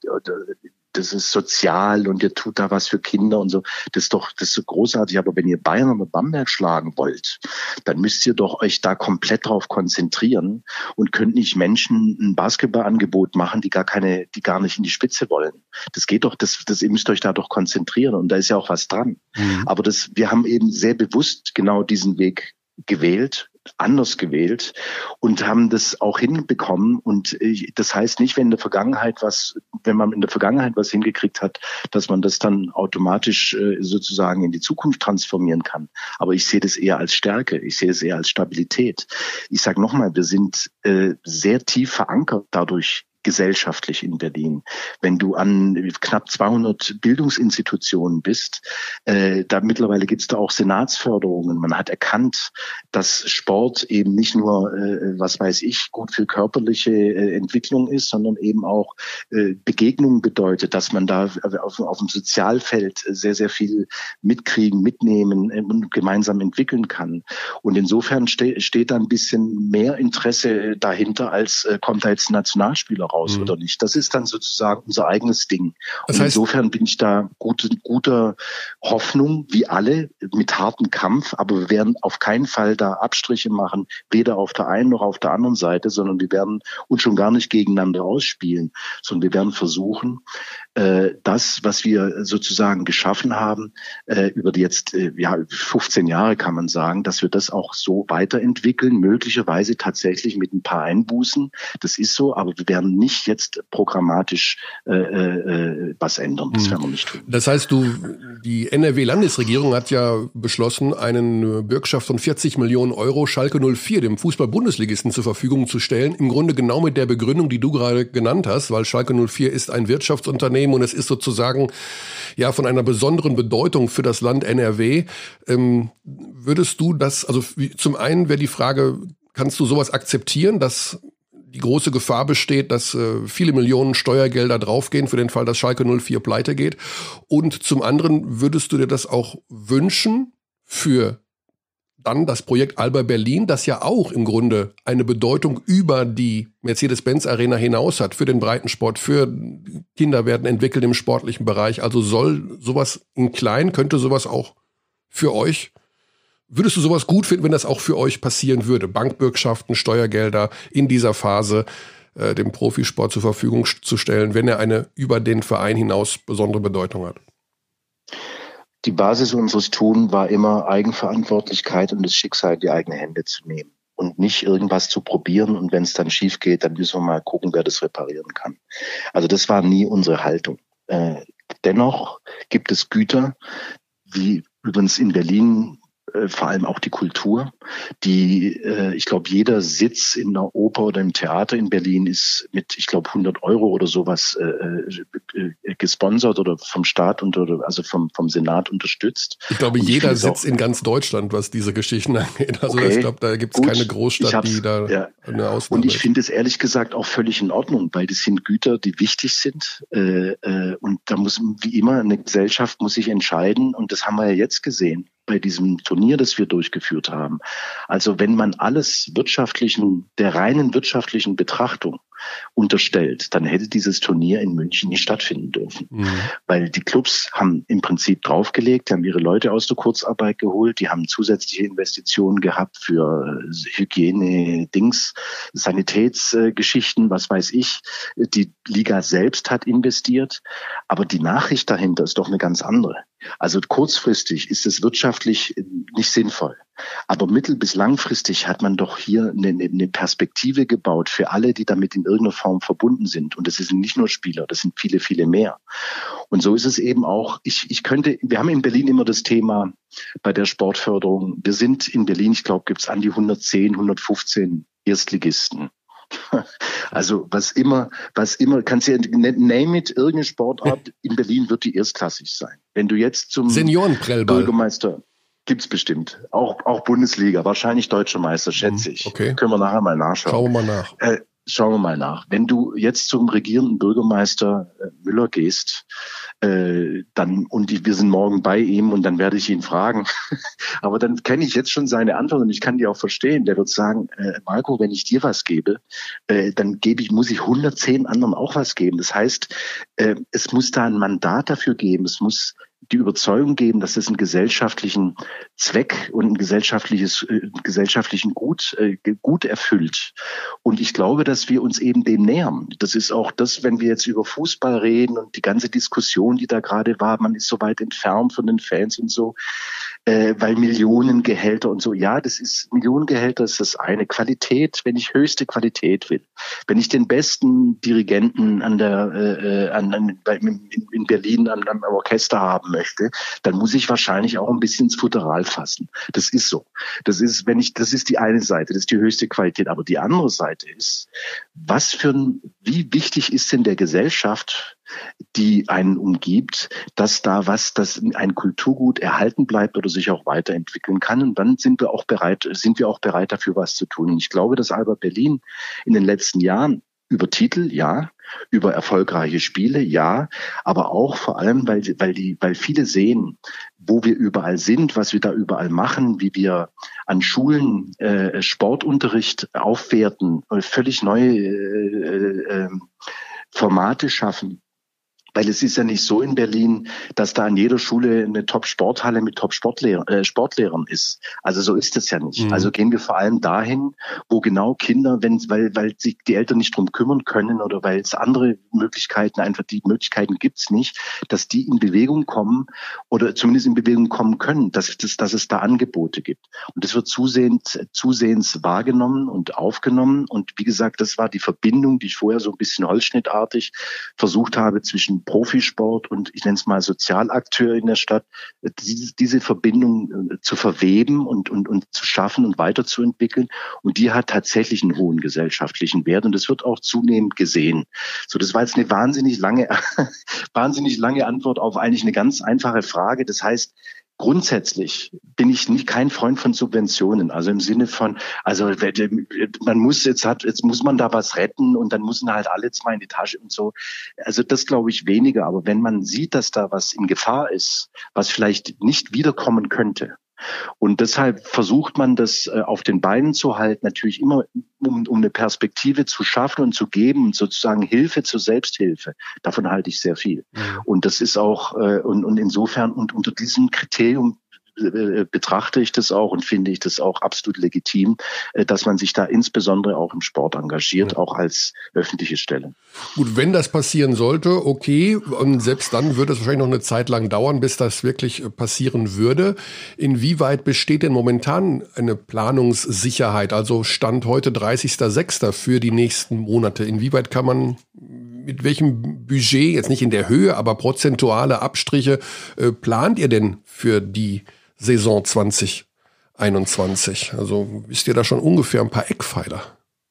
das ist sozial und ihr tut da was für Kinder und so. Das ist doch, das ist so großartig. Aber wenn ihr Bayern oder Bamberg schlagen wollt, dann müsst ihr doch euch da komplett drauf konzentrieren und könnt nicht Menschen ein Basketballangebot machen, die gar keine, die gar nicht in die Spitze wollen. Das geht doch, das, das, ihr müsst euch da doch konzentrieren und da ist ja auch was dran. Mhm. Aber das, wir haben eben sehr bewusst genau diesen Weg gewählt, anders gewählt und haben das auch hinbekommen. Und das heißt nicht, wenn in der Vergangenheit was, wenn man in der Vergangenheit was hingekriegt hat, dass man das dann automatisch sozusagen in die Zukunft transformieren kann. Aber ich sehe das eher als Stärke. Ich sehe es eher als Stabilität. Ich sage nochmal, wir sind äh, sehr tief verankert dadurch gesellschaftlich in Berlin. Wenn du an knapp zweihundert Bildungsinstitutionen bist, äh, da mittlerweile gibt es da auch Senatsförderungen. Man hat erkannt, dass Sport eben nicht nur, äh, was weiß ich, gut für körperliche äh, Entwicklung ist, sondern eben auch äh, Begegnung bedeutet, dass man da auf, auf dem Sozialfeld sehr, sehr viel mitkriegen, mitnehmen und gemeinsam entwickeln kann. Und insofern ste- steht da ein bisschen mehr Interesse dahinter, als äh, kommt da jetzt ein Nationalspieler raus mhm. oder nicht. Das ist dann sozusagen unser eigenes Ding. Das heißt, und insofern bin ich da gut, guter Hoffnung, wie alle, mit hartem Kampf, aber wir werden auf keinen Fall da Abstriche machen, weder auf der einen noch auf der anderen Seite, sondern wir werden uns schon gar nicht gegeneinander ausspielen, sondern wir werden versuchen, äh, das, was wir sozusagen geschaffen haben, äh, über die jetzt äh, ja, fünfzehn Jahre kann man sagen, dass wir das auch so weiterentwickeln, möglicherweise tatsächlich mit ein paar Einbußen. Das ist so, aber wir werden nicht jetzt programmatisch äh, äh, was ändern. Das werden wir nicht tun. Das heißt, du, die N R W-Landesregierung hat ja beschlossen, eine Bürgschaft von vierzig Millionen Euro Schalke null vier, dem Fußball-Bundesligisten, zur Verfügung zu stellen. Im Grunde genau mit der Begründung, die du gerade genannt hast, weil Schalke null vier ist ein Wirtschaftsunternehmen und es ist sozusagen ja von einer besonderen Bedeutung für das Land N R W. Ähm, würdest du das, also zum einen wäre die Frage, kannst du sowas akzeptieren, dass die große Gefahr besteht, dass äh, viele Millionen Steuergelder draufgehen für den Fall, dass Schalke null vier pleite geht? Und zum anderen, würdest du dir das auch wünschen für dann das Projekt Alba Berlin, das ja auch im Grunde eine Bedeutung über die Mercedes-Benz Arena hinaus hat, für den Breitensport, für Kinder werden entwickelt im sportlichen Bereich. Also soll sowas in klein, könnte sowas auch für euch, würdest du sowas gut finden, wenn das auch für euch passieren würde? Bankbürgschaften, Steuergelder in dieser Phase äh, dem Profisport zur Verfügung zu stellen, wenn er eine über den Verein hinaus besondere Bedeutung hat? Die Basis unseres Tun war immer Eigenverantwortlichkeit und das Schicksal in die eigenen Hände zu nehmen und nicht irgendwas zu probieren und wenn es dann schief geht, dann müssen wir mal gucken, wer das reparieren kann. Also das war nie unsere Haltung. Äh, dennoch gibt es Güter, wie übrigens in Berlin äh, vor allem auch die Kultur, die, äh, ich glaube, jeder Sitz in der Oper oder im Theater in Berlin ist mit, ich glaube, hundert Euro oder sowas äh, äh, gesponsert oder vom Staat und oder also vom vom Senat unterstützt. Ich glaube, und jeder ich Sitz in ganz Deutschland, was diese Geschichten angeht. Also okay, ich glaube, da gibt es keine Großstadt, die da ja. eine Ausnahme Und ich finde es ehrlich gesagt auch völlig in Ordnung, weil das sind Güter, die wichtig sind. Äh, äh, und da muss, wie immer, eine Gesellschaft muss sich entscheiden. Und das haben wir ja jetzt gesehen bei diesem Turnier, das wir durchgeführt haben. Also wenn man alles wirtschaftlichen, der reinen wirtschaftlichen Betrachtung unterstellt, dann hätte dieses Turnier in München nicht stattfinden dürfen. Mhm. Weil die Clubs haben im Prinzip draufgelegt, die haben ihre Leute aus der Kurzarbeit geholt, die haben zusätzliche Investitionen gehabt für Hygiene, Dings, Sanitätsgeschichten, was weiß ich. Die Liga selbst hat investiert, aber die Nachricht dahinter ist doch eine ganz andere. Also kurzfristig ist es wirtschaftlich nicht sinnvoll. Aber mittel- bis langfristig hat man doch hier eine, eine Perspektive gebaut für alle, die damit in irgendeiner Form verbunden sind. Und das sind nicht nur Spieler, das sind viele, viele mehr. Und so ist es eben auch, ich, ich könnte, wir haben in Berlin immer das Thema bei der Sportförderung, wir sind in Berlin, ich glaube, gibt es an die hundertzehn, hundertfünfzehn Erstligisten. Also was immer, was immer, kannst du ja name it, irgendeine Sportart in Berlin wird die erstklassig sein. Wenn du jetzt zum Seniorenprellball Bürgermeister, gibt's bestimmt, auch auch Bundesliga, wahrscheinlich Deutscher Meister, schätze ich. Okay. Können wir nachher mal nachschauen. Schauen wir mal nach. Äh, schauen wir mal nach. Wenn du jetzt zum regierenden Bürgermeister äh, Müller gehst, äh, dann und die, wir sind morgen bei ihm und dann werde ich ihn fragen. Aber dann kenne ich jetzt schon seine Antwort und ich kann die auch verstehen. Der wird sagen, äh, Marco, wenn ich dir was gebe, äh, dann gebe ich, muss ich hundertzehn anderen auch was geben. Das heißt, äh, es muss da ein Mandat dafür geben. Es muss die Überzeugung geben, dass es einen gesellschaftlichen Zweck und ein gesellschaftliches, äh, gesellschaftlichen Gut, äh, Gut erfüllt. Und ich glaube, dass wir uns eben dem nähern. Das ist auch das, wenn wir jetzt über Fußball reden und die ganze Diskussion, die da gerade war, man ist so weit entfernt von den Fans und so, äh, weil Millionengehälter und so. Ja, das ist, Millionengehälter ist das eine. Qualität, wenn ich höchste Qualität will, wenn ich den besten Dirigenten an der, äh, an, an, in, in Berlin am, am Orchester haben möchte, dann muss ich wahrscheinlich auch ein bisschen ins Futteral fassen. Das ist so. Das ist, wenn ich, das ist die eine Seite, das ist die höchste Qualität. Aber die andere Seite ist, was für ein, wie wichtig ist denn der Gesellschaft, die einen umgibt, dass da was, dass ein Kulturgut erhalten bleibt oder sich auch weiterentwickeln kann. Und dann sind wir auch bereit, sind wir auch bereit dafür, was zu tun. Und ich glaube, dass Alba Berlin in den letzten Jahren über Titel, ja, über erfolgreiche Spiele, ja, aber auch vor allem, weil, weil die, weil viele sehen, wo wir überall sind, was wir da überall machen, wie wir an Schulen äh, Sportunterricht aufwerten, völlig neue äh, äh, Formate schaffen. Weil es ist ja nicht so in Berlin, dass da an jeder Schule eine Top-Sporthalle mit Top-Sportlehrern äh, Sportlehrern ist. Also so ist es ja nicht. Mhm. Also gehen wir vor allem dahin, wo genau Kinder, wenn, weil, weil sich die Eltern nicht drum kümmern können oder weil es andere Möglichkeiten, einfach die Möglichkeiten gibt's nicht, dass die in Bewegung kommen oder zumindest in Bewegung kommen können, dass, dass, dass es da Angebote gibt. Und das wird zusehends, zusehends wahrgenommen und aufgenommen. Und wie gesagt, das war die Verbindung, die ich vorher so ein bisschen holzschnittartig versucht habe zwischen Profisport und ich nenne es mal Sozialakteur in der Stadt, diese, diese Verbindung zu verweben und, und, und zu schaffen und weiterzuentwickeln. Und die hat tatsächlich einen hohen gesellschaftlichen Wert und das wird auch zunehmend gesehen. So, das war jetzt eine wahnsinnig lange, wahnsinnig lange Antwort auf eigentlich eine ganz einfache Frage. Das heißt, grundsätzlich bin ich nicht kein Freund von Subventionen, also im Sinne von, also man muss jetzt hat, jetzt muss man da was retten und dann müssen halt alle jetzt mal in die Tasche und so. Also das glaube ich weniger, aber wenn man sieht, dass da was in Gefahr ist, was vielleicht nicht wiederkommen könnte, und deshalb versucht man das äh, auf den Beinen zu halten, natürlich immer, um, um eine Perspektive zu schaffen und zu geben und sozusagen Hilfe zur Selbsthilfe. Davon halte ich sehr viel. Mhm. Und das ist auch, äh, und, und insofern, und unter diesem Kriterium äh, betrachte ich das auch und finde ich das auch absolut legitim, äh, dass man sich da insbesondere auch im Sport engagiert, ja. Auch als öffentliche Stelle. Gut, wenn das passieren sollte, okay, und selbst dann würde es wahrscheinlich noch eine Zeit lang dauern, bis das wirklich passieren würde. Inwieweit besteht denn momentan eine Planungssicherheit, also Stand heute dreißigster sechster für die nächsten Monate? Inwieweit kann man, mit welchem Budget, jetzt nicht in der Höhe, aber prozentuale Abstriche, äh, plant ihr denn für die Saison zwanzig einundzwanzig? Also wisst ihr da schon ungefähr ein paar Eckpfeiler?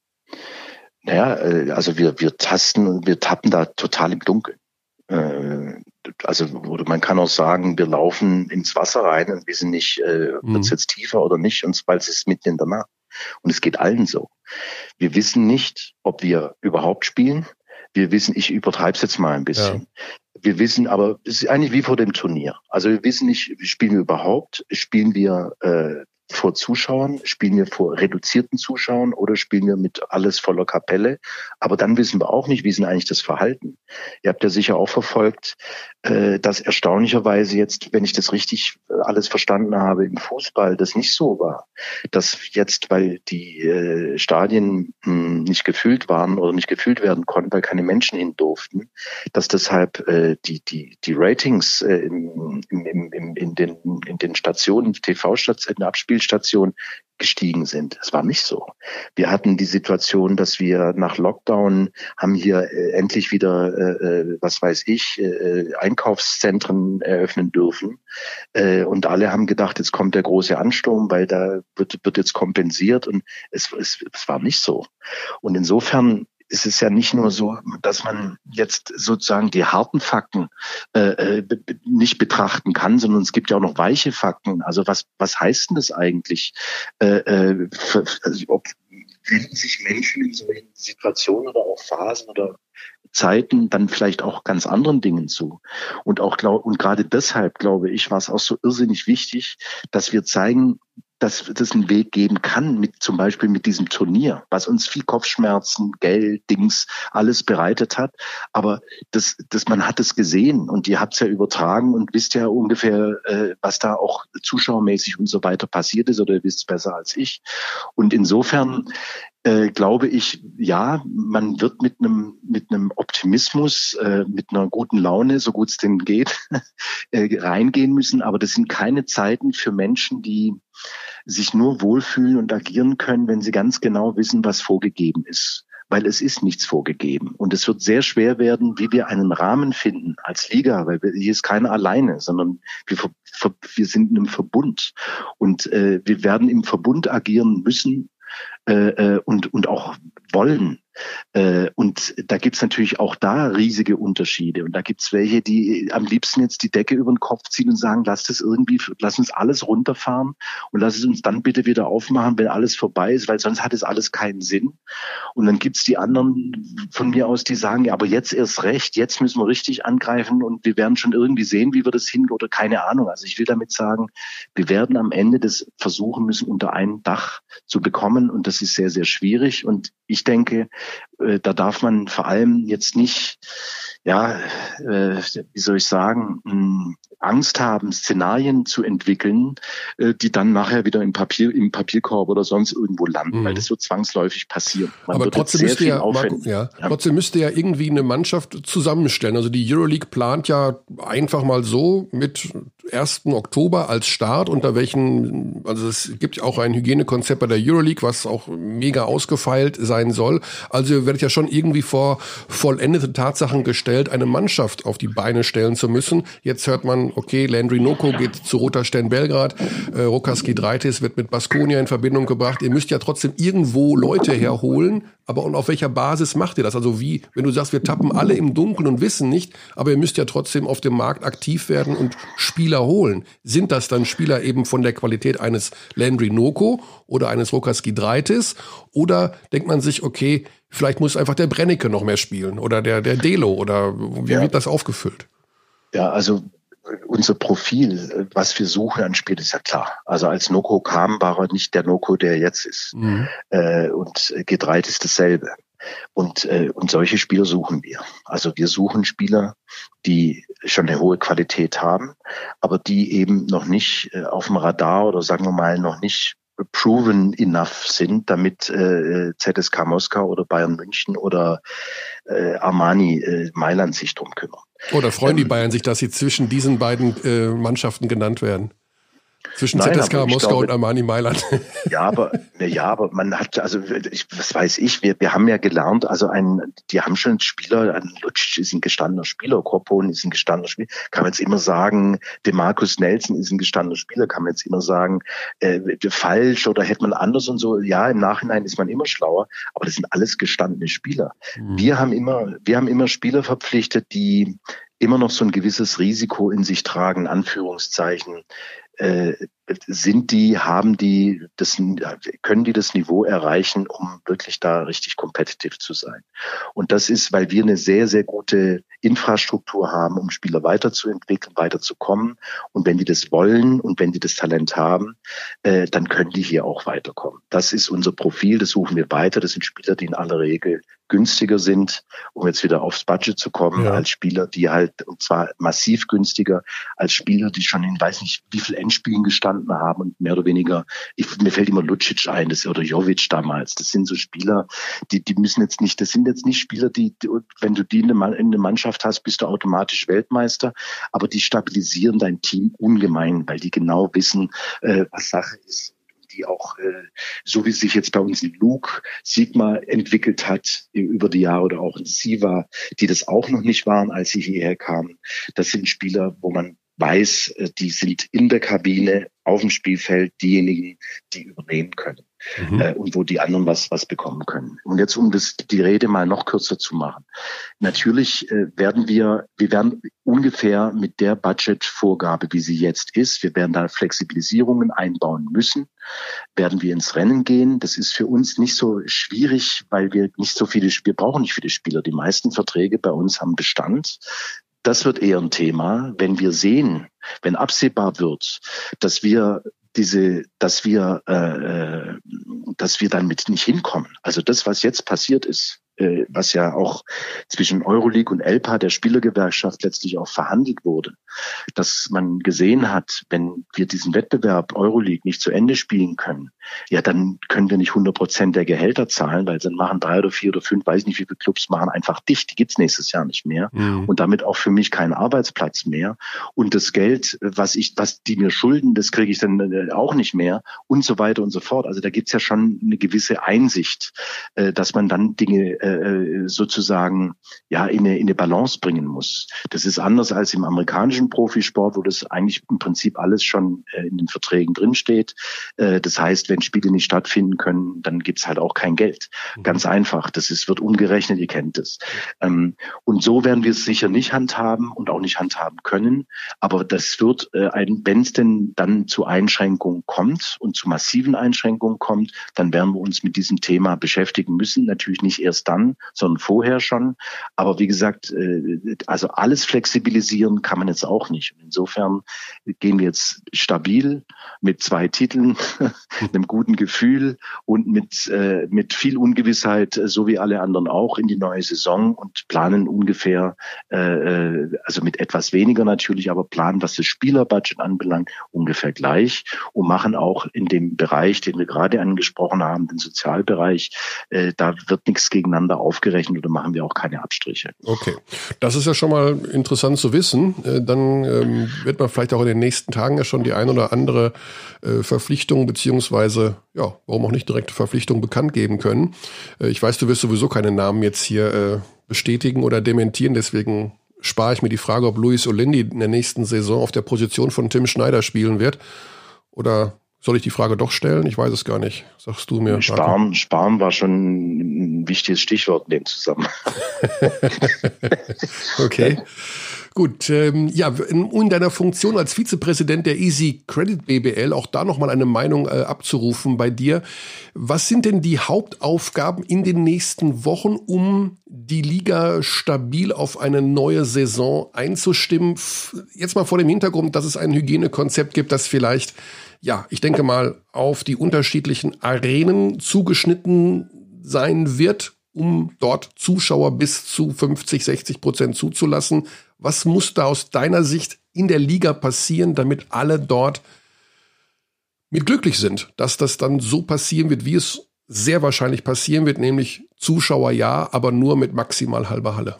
Naja, also wir, wir tasten und wir tappen da total im Dunkeln. Also oder man kann auch sagen, wir laufen ins Wasser rein und wissen nicht, äh, mhm. wird es jetzt tiefer oder nicht, und weil es ist mitten in der Nacht. Und es geht allen so. Wir wissen nicht, ob wir überhaupt spielen. Wir wissen, ich übertreibe es jetzt mal ein bisschen. Ja. Wir wissen aber, es ist eigentlich wie vor dem Turnier. Also wir wissen nicht, spielen wir überhaupt, spielen wir äh, vor Zuschauern, spielen wir vor reduzierten Zuschauern oder spielen wir mit alles voller Kapelle. Aber dann wissen wir auch nicht, wie ist denn eigentlich das Verhalten. Ihr habt ja sicher auch verfolgt, äh, dass erstaunlicherweise jetzt, wenn ich das richtig alles verstanden habe, im Fußball das nicht so war. Dass jetzt, weil die äh, Stadien mh, nicht gefüllt waren oder nicht gefüllt werden konnten, weil keine Menschen hin durften, dass deshalb äh, die die die Ratings äh, im, im, im, in den in den Stationen, T V-Stationen, Abspielstationen gestiegen sind. Das war nicht so. Wir hatten die Situation, dass wir nach Lockdown haben hier äh, endlich wieder, äh, was weiß ich, äh, Einkaufszentren eröffnen dürfen. Äh, und alle haben gedacht, jetzt kommt der große Ansturm, weil da wird, wird jetzt kompensiert. Und es, es, es war nicht so. Und insofern ist es ja nicht nur so, dass man jetzt sozusagen die harten Fakten äh, nicht betrachten kann, sondern es gibt ja auch noch weiche Fakten. Also was was heißt denn das eigentlich? Äh, für, also ob, wenden sich Menschen in solchen Situationen oder auch Phasen oder Zeiten dann vielleicht auch ganz anderen Dingen zu. Und auch glaub, und gerade deshalb, glaube ich, war es auch so irrsinnig wichtig, dass wir zeigen, dass es einen Weg geben kann, mit zum Beispiel mit diesem Turnier, was uns viel Kopfschmerzen, Geld, Dings, alles bereitet hat. Aber das, das man hat es gesehen und ihr habt es ja übertragen und wisst ja ungefähr, äh, was da auch zuschauermäßig und so weiter passiert ist, oder ihr wisst es besser als ich. Und insofern äh, glaube ich, ja, man wird mit einem mit einem Optimismus, äh, mit einer guten Laune, so gut es denn geht, äh, reingehen müssen. Aber das sind keine Zeiten für Menschen, die sich nur wohlfühlen und agieren können, wenn sie ganz genau wissen, was vorgegeben ist. Weil es ist nichts vorgegeben. Und es wird sehr schwer werden, wie wir einen Rahmen finden als Liga, weil wir, hier ist keiner alleine, sondern wir, wir sind in einem Verbund. Und äh, wir werden im Verbund agieren müssen äh, und, und auch wollen. Äh, und da gibt's natürlich auch da riesige Unterschiede. Und da gibt's welche, die am liebsten jetzt die Decke über den Kopf ziehen und sagen, lass das irgendwie, lass uns alles runterfahren und lass es uns dann bitte wieder aufmachen, wenn alles vorbei ist, weil sonst hat es alles keinen Sinn. Und dann gibt's die anderen von mir aus, die sagen, ja, aber jetzt erst recht, jetzt müssen wir richtig angreifen und wir werden schon irgendwie sehen, wie wir das hin oder keine Ahnung. Also ich will damit sagen, wir werden am Ende das versuchen müssen, unter ein Dach zu bekommen und das ist sehr, sehr schwierig. Und ich denke, da darf man vor allem jetzt nicht, ja, äh, wie soll ich sagen, mh, Angst haben, Szenarien zu entwickeln, äh, die dann nachher wieder im Papier, im Papierkorb oder sonst irgendwo landen, mhm. weil das wird zwangsläufig passieren. Man Aber trotzdem müsste ja, Marco, ja, ja, trotzdem müsste ja irgendwie eine Mannschaft zusammenstellen. Also die Euroleague plant ja einfach mal so mit ersten Oktober als Start, unter welchen, also es gibt ja auch ein Hygienekonzept bei der Euroleague, was auch mega ausgefeilt sein soll. Also ihr werdet ja schon irgendwie vor vollendete Tatsachen gestellt, eine Mannschaft auf die Beine stellen zu müssen. Jetzt hört man, okay, Landry Nnoko geht zu Roter Stern Belgrad, äh, Rokas Giedraitis wird mit Baskonia in Verbindung gebracht. Ihr müsst ja trotzdem irgendwo Leute herholen, aber und auf welcher Basis macht ihr das? Also wie, wenn du sagst, wir tappen alle im Dunkeln und wissen nicht, aber ihr müsst ja trotzdem auf dem Markt aktiv werden und Spieler holen. Sind das dann Spieler eben von der Qualität eines Landry Nnoko oder eines Rokas Giedraitis? Oder denkt man sich, okay, vielleicht muss einfach der Brennecke noch mehr spielen oder der, der Delo oder wie ja. wird das aufgefüllt? Ja, also unser Profil, was wir suchen an Spiel, ist ja klar. Also als Nnoko kam, war er nicht der Nnoko, der jetzt ist. Mhm. Äh, und Giedraitis ist dasselbe. Und, äh, und solche Spieler suchen wir. Also wir suchen Spieler, die schon eine hohe Qualität haben, aber die eben noch nicht äh, auf dem Radar oder sagen wir mal noch nicht proven enough sind, damit äh, Z S K Moskau oder Bayern München oder äh, Armani äh, Mailand sich drum kümmern. Oder freuen ähm, die Bayern sich, dass sie zwischen diesen beiden äh, Mannschaften genannt werden? Zwischen Nein, Z S K Moskau glaube, und Armani Mailand. Ja, aber ja, aber man hat also, ich, was weiß ich, wir wir haben ja gelernt, also ein, die haben schon Spieler, ein Lucic ist ein gestandener Spieler, Korpon ist ein gestandener Spieler, kann man jetzt immer sagen, DeMarcus Nelson ist ein gestandener Spieler, kann man jetzt immer sagen, äh, falsch oder hätte man anders und so. Ja, im Nachhinein ist man immer schlauer, aber das sind alles gestandene Spieler. Mhm. Wir haben immer, wir haben immer Spieler verpflichtet, die immer noch so ein gewisses Risiko in sich tragen, Anführungszeichen. Äh, sind die, haben die, das, können die das Niveau erreichen, um wirklich da richtig competitive zu sein? Und das ist, weil wir eine sehr, sehr gute Infrastruktur haben, um Spieler weiterzuentwickeln, weiterzukommen. Und wenn die das wollen und wenn die das Talent haben, äh, dann können die hier auch weiterkommen. Das ist unser Profil, das suchen wir weiter. Das sind Spieler, die in aller Regel günstiger sind, um jetzt wieder aufs Budget zu kommen, ja. als Spieler, die halt, und zwar massiv günstiger, als Spieler, die schon in, weiß nicht, wie viel Endspielen gestanden haben und mehr oder weniger, ich, mir fällt immer Lucic ein, das, oder Jovic damals, das sind so Spieler, die, die müssen jetzt nicht, das sind jetzt nicht Spieler, die, die wenn du die in der Mannschaft hast, bist du automatisch Weltmeister, aber die stabilisieren dein Team ungemein, weil die genau wissen, äh, was Sache ist. Die auch, äh, so wie sich jetzt bei uns ein Luke Sigma entwickelt hat über die Jahre oder auch ein Siva, die das auch noch nicht waren, als sie hierher kamen. Das sind Spieler, wo man weiß, äh, die sind in der Kabine, auf dem Spielfeld diejenigen, die übernehmen können. mhm. äh, und wo die anderen was was bekommen können. Und jetzt, um das die Rede mal noch kürzer zu machen. Natürlich äh, werden wir, wir werden ungefähr mit der Budgetvorgabe, wie sie jetzt ist, wir werden da Flexibilisierungen einbauen müssen, werden wir ins Rennen gehen. Das ist für uns nicht so schwierig, weil wir nicht so viele, wir brauchen nicht viele Spieler. Die meisten Verträge bei uns haben Bestand. Das wird eher ein Thema, wenn wir sehen, wenn absehbar wird, dass wir diese, dass wir, äh, dass wir damit nicht hinkommen. Also das, was jetzt passiert ist, äh, was ja auch zwischen Euroleague und E L P A, der Spielergewerkschaft, letztlich auch verhandelt wurde, dass man gesehen hat, wenn wir diesen Wettbewerb Euroleague nicht zu Ende spielen können, ja, dann können wir nicht hundert Prozent der Gehälter zahlen, weil dann machen drei oder vier oder fünf, weiß nicht wie viele Clubs, machen einfach dicht. Die gibt's nächstes Jahr nicht mehr. Mhm. Und damit auch für mich keinen Arbeitsplatz mehr. Und das Geld, was ich, was die mir schulden, das kriege ich dann auch nicht mehr und so weiter und so fort. Also da gibt's ja schon eine gewisse Einsicht, dass man dann Dinge sozusagen ja in eine, in eine Balance bringen muss. Das ist anders als im amerikanischen Profisport, wo das eigentlich im Prinzip alles schon in den Verträgen drinsteht. Das heißt, wenn Spiele nicht stattfinden können, dann gibt's halt auch kein Geld. Mhm. Ganz einfach. Das ist, wird umgerechnet, ihr kennt es. Und so werden wir es sicher nicht handhaben und auch nicht handhaben können. Aber das wird, wenn es denn dann zu Einschränkungen kommt und zu massiven Einschränkungen kommt, dann werden wir uns mit diesem Thema beschäftigen müssen. Natürlich nicht erst dann, sondern vorher schon. Aber wie gesagt, also alles flexibilisieren kann man jetzt auch nicht. Und insofern gehen wir jetzt stabil mit zwei Titeln, einem guten Gefühl und mit, mit viel Ungewissheit, so wie alle anderen auch, in die neue Saison und planen ungefähr, also mit etwas weniger natürlich, aber planen, was das Spielerbudget anbelangt, ungefähr gleich und machen auch in dem Bereich, den wir gerade angesprochen haben, den Sozialbereich, da wird nichts gegeneinander aufgerechnet oder machen wir auch keine Abstriche. Okay, das ist ja schon mal interessant zu wissen. Dann ähm, wird man vielleicht auch in den nächsten Tagen ja schon die ein oder andere äh, Verpflichtung beziehungsweise, ja, warum auch nicht direkte Verpflichtung bekannt geben können. Äh, ich weiß, du wirst sowieso keine Namen jetzt hier äh, bestätigen oder dementieren, deswegen spare ich mir die Frage, ob Luis Olindi in der nächsten Saison auf der Position von Tim Schneider spielen wird. Oder soll ich die Frage doch stellen? Ich weiß es gar nicht. Sagst du mir. Sparen, Sparen war schon ein wichtiges Stichwort in dem Zusammenhang. Okay. Gut, ähm, ja, in, in deiner Funktion als Vizepräsident der Easy Credit B B L, auch da nochmal eine Meinung äh, abzurufen bei dir. Was sind denn die Hauptaufgaben in den nächsten Wochen, um die Liga stabil auf eine neue Saison einzustimmen? Jetzt mal vor dem Hintergrund, dass es ein Hygienekonzept gibt, das vielleicht, ja, ich denke mal, auf die unterschiedlichen Arenen zugeschnitten sein wird, um dort Zuschauer bis zu fünfzig, sechzig Prozent zuzulassen. Was muss da aus deiner Sicht in der Liga passieren, damit alle dort mit glücklich sind, dass das dann so passieren wird, wie es sehr wahrscheinlich passieren wird, nämlich Zuschauer ja, aber nur mit maximal halber Halle?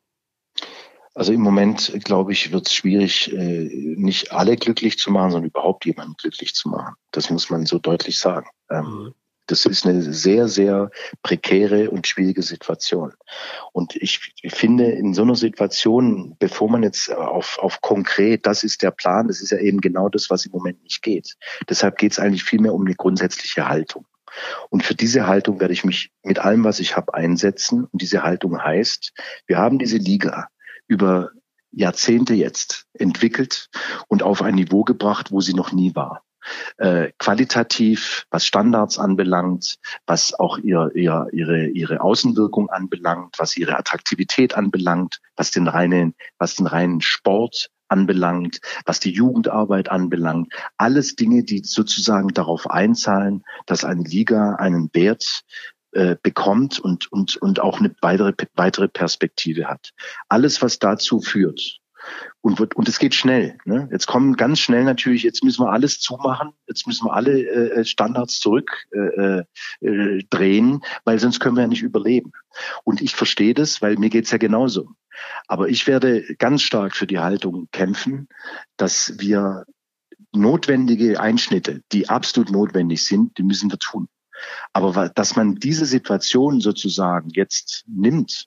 Also im Moment, glaube ich, wird es schwierig, nicht alle glücklich zu machen, sondern überhaupt jemanden glücklich zu machen. Das muss man so deutlich sagen. Mhm. Das ist eine sehr, sehr prekäre und schwierige Situation. Und ich finde, in so einer Situation, bevor man jetzt auf, auf konkret, das ist der Plan, das ist ja eben genau das, was im Moment nicht geht. Deshalb geht es eigentlich vielmehr um eine grundsätzliche Haltung. Und für diese Haltung werde ich mich mit allem, was ich habe, einsetzen. Und diese Haltung heißt, wir haben diese Liga über Jahrzehnte jetzt entwickelt und auf ein Niveau gebracht, wo sie noch nie war. Äh, qualitativ, was Standards anbelangt, was auch ihr, ihr, ihre, ihre Außenwirkung anbelangt, was ihre Attraktivität anbelangt, was den reinen, was den reinen Sport anbelangt, was die Jugendarbeit anbelangt. Alles Dinge, die sozusagen darauf einzahlen, dass eine Liga einen Wert äh, bekommt und, und, und auch eine weitere, weitere Perspektive hat. Alles, was dazu führt, Und, wird, und es geht schnell. Ne? Jetzt kommen ganz schnell natürlich, jetzt müssen wir alles zumachen, jetzt müssen wir alle äh, Standards zurückdrehen, äh, äh, drehen, weil sonst können wir ja nicht überleben. Und ich verstehe das, weil mir geht's ja genauso. Aber ich werde ganz stark für die Haltung kämpfen, dass wir notwendige Einschnitte, die absolut notwendig sind, die müssen wir tun. Aber dass man diese Situation sozusagen jetzt nimmt,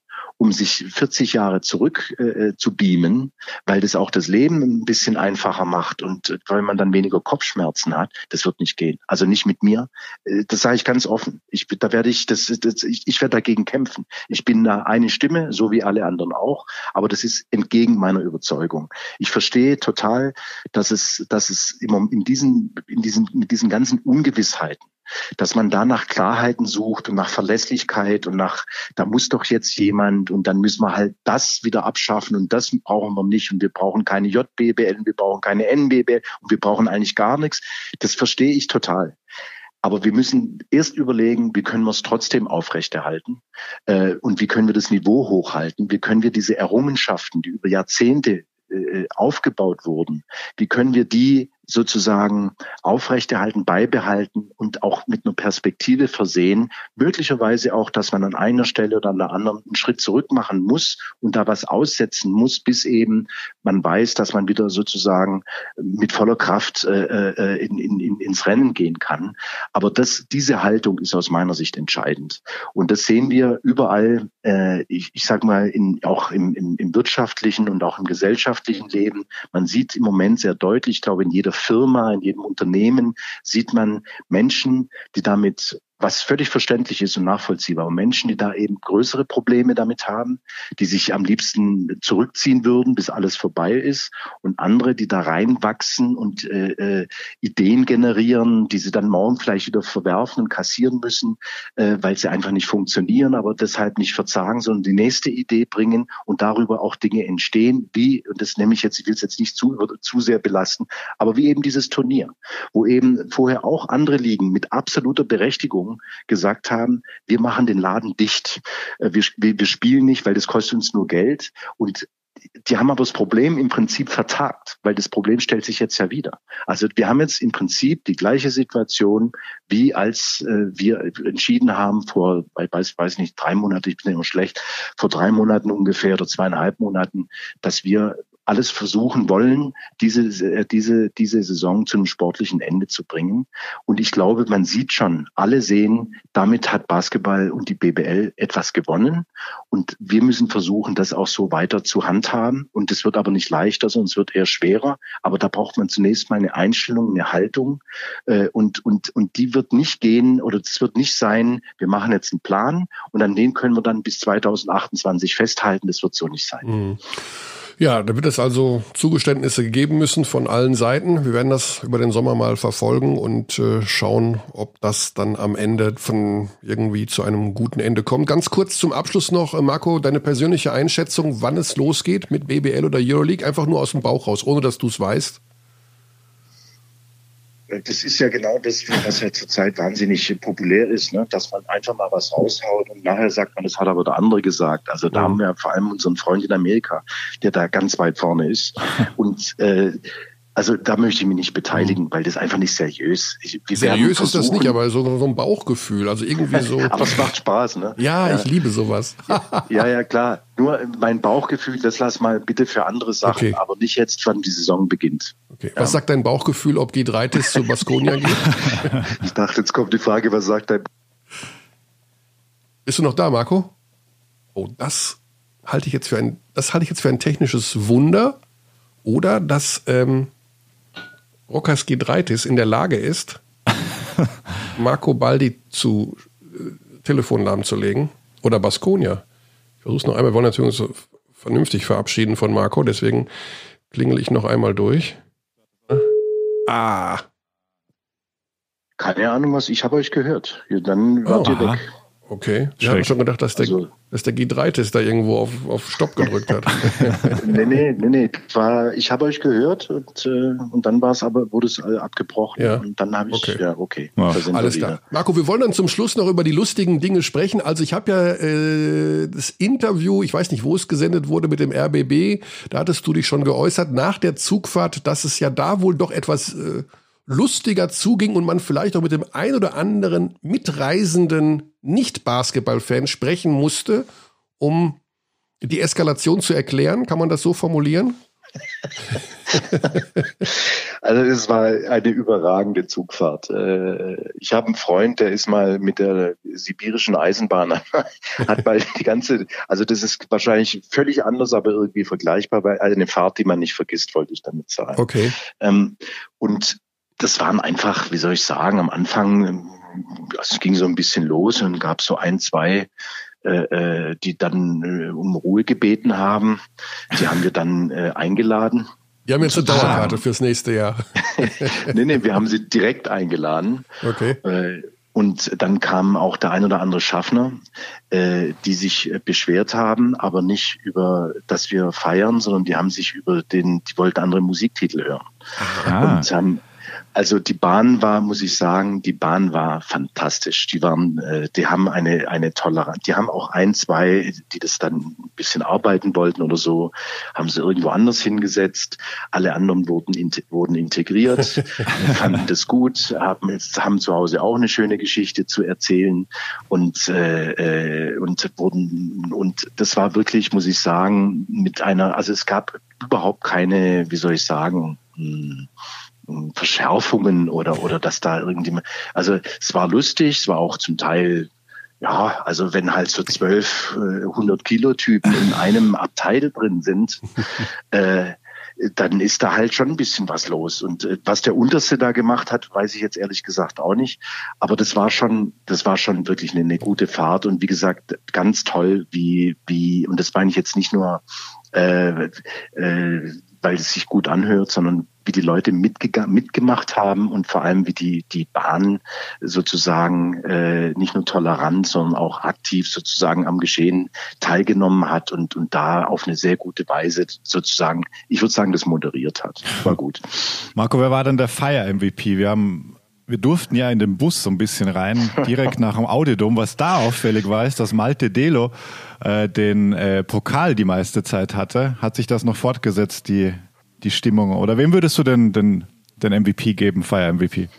um sich vierzig Jahre zurück äh, zu beamen, weil das auch das Leben ein bisschen einfacher macht und äh, weil man dann weniger Kopfschmerzen hat, das wird nicht gehen. Also nicht mit mir. Äh, das sage ich ganz offen. Ich, da werde ich, das, das, ich, ich werde dagegen kämpfen. Ich bin da eine Stimme, so wie alle anderen auch, aber das ist entgegen meiner Überzeugung. Ich verstehe total, dass es, dass es immer in diesen, in diesen, mit diesen ganzen Ungewissheiten, dass man da nach Klarheiten sucht und nach Verlässlichkeit und nach, da muss doch jetzt jemand und dann müssen wir halt das wieder abschaffen und das brauchen wir nicht und wir brauchen keine J B B L, wir brauchen keine N B B L und wir brauchen eigentlich gar nichts. Das verstehe ich total. Aber wir müssen erst überlegen, wie können wir es trotzdem aufrechterhalten äh, und wie können wir das Niveau hochhalten, wie können wir diese Errungenschaften, die über Jahrzehnte äh, aufgebaut wurden, wie können wir die sozusagen aufrechterhalten, beibehalten und auch mit einer Perspektive versehen. Möglicherweise auch, dass man an einer Stelle oder an der anderen einen Schritt zurück machen muss und da was aussetzen muss, bis eben man weiß, dass man wieder sozusagen mit voller Kraft äh, in, in, ins Rennen gehen kann. Aber das, diese Haltung ist aus meiner Sicht entscheidend. Und das sehen wir überall, äh, ich, ich sage mal, in, auch im, im, im wirtschaftlichen und auch im gesellschaftlichen Leben. Man sieht im Moment sehr deutlich, ich glaube, in jeder Firma, in jedem Unternehmen sieht man Menschen, die damit, was völlig verständlich ist und nachvollziehbar, aber Menschen, die da eben größere Probleme damit haben, die sich am liebsten zurückziehen würden, bis alles vorbei ist, und andere, die da reinwachsen und äh, äh, Ideen generieren, die sie dann morgen vielleicht wieder verwerfen und kassieren müssen, äh, weil sie einfach nicht funktionieren, aber deshalb nicht verzagen, sondern die nächste Idee bringen und darüber auch Dinge entstehen, wie, und das nehme ich jetzt, ich will es jetzt nicht zu, zu sehr belasten, aber wie eben dieses Turnier, wo eben vorher auch andere Ligen mit absoluter Berechtigung gesagt haben, wir machen den Laden dicht. Wir, wir, wir spielen nicht, weil das kostet uns nur Geld. Und die haben aber das Problem im Prinzip vertagt, weil das Problem stellt sich jetzt ja wieder. Also wir haben jetzt im Prinzip die gleiche Situation, wie als äh, wir entschieden haben vor, weiß, weiß nicht, drei Monate, ich bin ja immer schlecht, vor drei Monaten ungefähr oder zweieinhalb Monaten, dass wir alles versuchen wollen, diese, diese, diese Saison zu einem sportlichen Ende zu bringen. Und ich glaube, man sieht schon, alle sehen, damit hat Basketball und die B B L etwas gewonnen. Und wir müssen versuchen, das auch so weiter zu handhaben. Und es wird aber nicht leichter, sondern es wird eher schwerer. Aber da braucht man zunächst mal eine Einstellung, eine Haltung. Und, und, und die wird nicht gehen, oder es wird nicht sein, wir machen jetzt einen Plan und an den können wir dann bis zweitausendachtundzwanzig festhalten. Das wird so nicht sein. Mhm. Ja, da wird es also Zugeständnisse gegeben müssen von allen Seiten. Wir werden das über den Sommer mal verfolgen und äh, schauen, ob das dann am Ende von irgendwie zu einem guten Ende kommt. Ganz kurz zum Abschluss noch, äh, Marco, deine persönliche Einschätzung, wann es losgeht mit B B L oder Euroleague, einfach nur aus dem Bauch raus, ohne dass du es weißt. Das ist ja genau das, was ja zurzeit wahnsinnig populär ist, ne? Dass man einfach mal was raushaut und nachher sagt man, das hat aber der andere gesagt. Also da mhm. haben wir vor allem unseren Freund in Amerika, der da ganz weit vorne ist. Und äh, also da möchte ich mich nicht beteiligen, weil das einfach nicht seriös ist. Seriös ist das nicht, aber so, so ein Bauchgefühl, also irgendwie so. Aber es macht Spaß, ne? Ja, ja. Ich liebe sowas. ja, ja, klar. Nur mein Bauchgefühl, das lass mal bitte für andere Sachen, okay. aber nicht jetzt, wann die Saison beginnt. Okay. Was ja. sagt dein Bauchgefühl, ob Giedraitis zu Baskonia geht? Ich dachte, jetzt kommt die Frage, was sagt dein... Bist du noch da, Marco? Oh, das halte ich jetzt für ein, das halte ich jetzt für ein technisches Wunder. Oder dass ähm, Rokas Giedraitis in der Lage ist, Marco Baldi zu äh, Telefon lahmzulegen. Oder Baskonia. Ich versuche es noch einmal. Wir wollen natürlich uns vernünftig verabschieden von Marco. Deswegen klingel ich noch einmal durch. Ah. Keine Ahnung was. Ich habe euch gehört. Ja, dann wart oh, ihr weg. Okay. Ich habe schon gedacht, dass der, also, dass der Giedraitis da irgendwo auf, auf Stopp gedrückt hat. nee, nee, nee, nee. War, ich habe euch gehört und, äh, und dann war es aber, wurde es äh, abgebrochen. Ja. Und dann habe ich, okay. ja, okay. Ja. Alles klar. Marco, wir wollen dann zum Schluss noch über die lustigen Dinge sprechen. Also ich habe ja äh, das Interview, ich weiß nicht, wo es gesendet wurde, mit dem R B B, da hattest du dich schon geäußert, nach der Zugfahrt, dass es ja da wohl doch etwas äh, lustiger zuging und man vielleicht auch mit dem ein oder anderen mitreisenden Nicht-Basketball-Fan sprechen musste, um die Eskalation zu erklären. Kann man das so formulieren? Also es war eine überragende Zugfahrt. Ich habe einen Freund, der ist mal mit der sibirischen Eisenbahn, hat mal die ganze, also das ist wahrscheinlich völlig anders, aber irgendwie vergleichbar, weil also eine Fahrt, die man nicht vergisst, wollte ich damit sagen. Okay. Und das waren einfach, wie soll ich sagen, am Anfang, es ging so ein bisschen los und gab so ein, zwei, äh, die dann äh, um Ruhe gebeten haben. Die haben wir dann äh, eingeladen. Die haben jetzt eine Dauerkarte fürs nächste Jahr. nee, nee, wir haben sie direkt eingeladen. Okay. Äh, und dann kam auch der ein oder andere Schaffner, äh, die sich äh, beschwert haben, aber nicht über, dass wir feiern, sondern die haben sich über den, die wollten andere Musiktitel hören. Ah. Und haben Also die Bahn war, muss ich sagen, die Bahn war fantastisch. Die waren, äh, die haben eine eine Toleranz. Die haben auch ein, zwei, die das dann ein bisschen arbeiten wollten oder so, haben sie irgendwo anders hingesetzt. Alle anderen wurden wurden integriert, fanden das gut, haben jetzt haben zu Hause auch eine schöne Geschichte zu erzählen und äh, und wurden und das war wirklich, muss ich sagen, mit einer. Also es gab überhaupt keine, wie soll ich sagen, Hm, Verschärfungen oder oder dass da irgendjemand, also es war lustig, es war auch zum Teil, ja, also wenn halt so zwölf hundert Kilo Typen in einem Abteil drin sind, äh, dann ist da halt schon ein bisschen was los. Und äh, was der Unterste da gemacht hat, weiß ich jetzt ehrlich gesagt auch nicht. Aber das war schon, das war schon wirklich eine, eine gute Fahrt und wie gesagt ganz toll, wie wie und das meine ich jetzt nicht nur, äh, äh, weil es sich gut anhört, sondern wie die Leute mitgega- mitgemacht haben und vor allem wie die die Bahn sozusagen äh, nicht nur tolerant, sondern auch aktiv sozusagen am Geschehen teilgenommen hat und und da auf eine sehr gute Weise sozusagen, ich würde sagen, das moderiert hat. War gut. Marco, wer war denn der Fire-M V P? Wir haben Wir durften ja in den Bus so ein bisschen rein, direkt nach dem Audiodom. Was da auffällig war, ist, dass Malte Delo äh, den äh, Pokal die meiste Zeit hatte. Hat sich das noch fortgesetzt, die die Stimmung? Oder wem würdest du denn den, den M V P geben, Fire-M V P?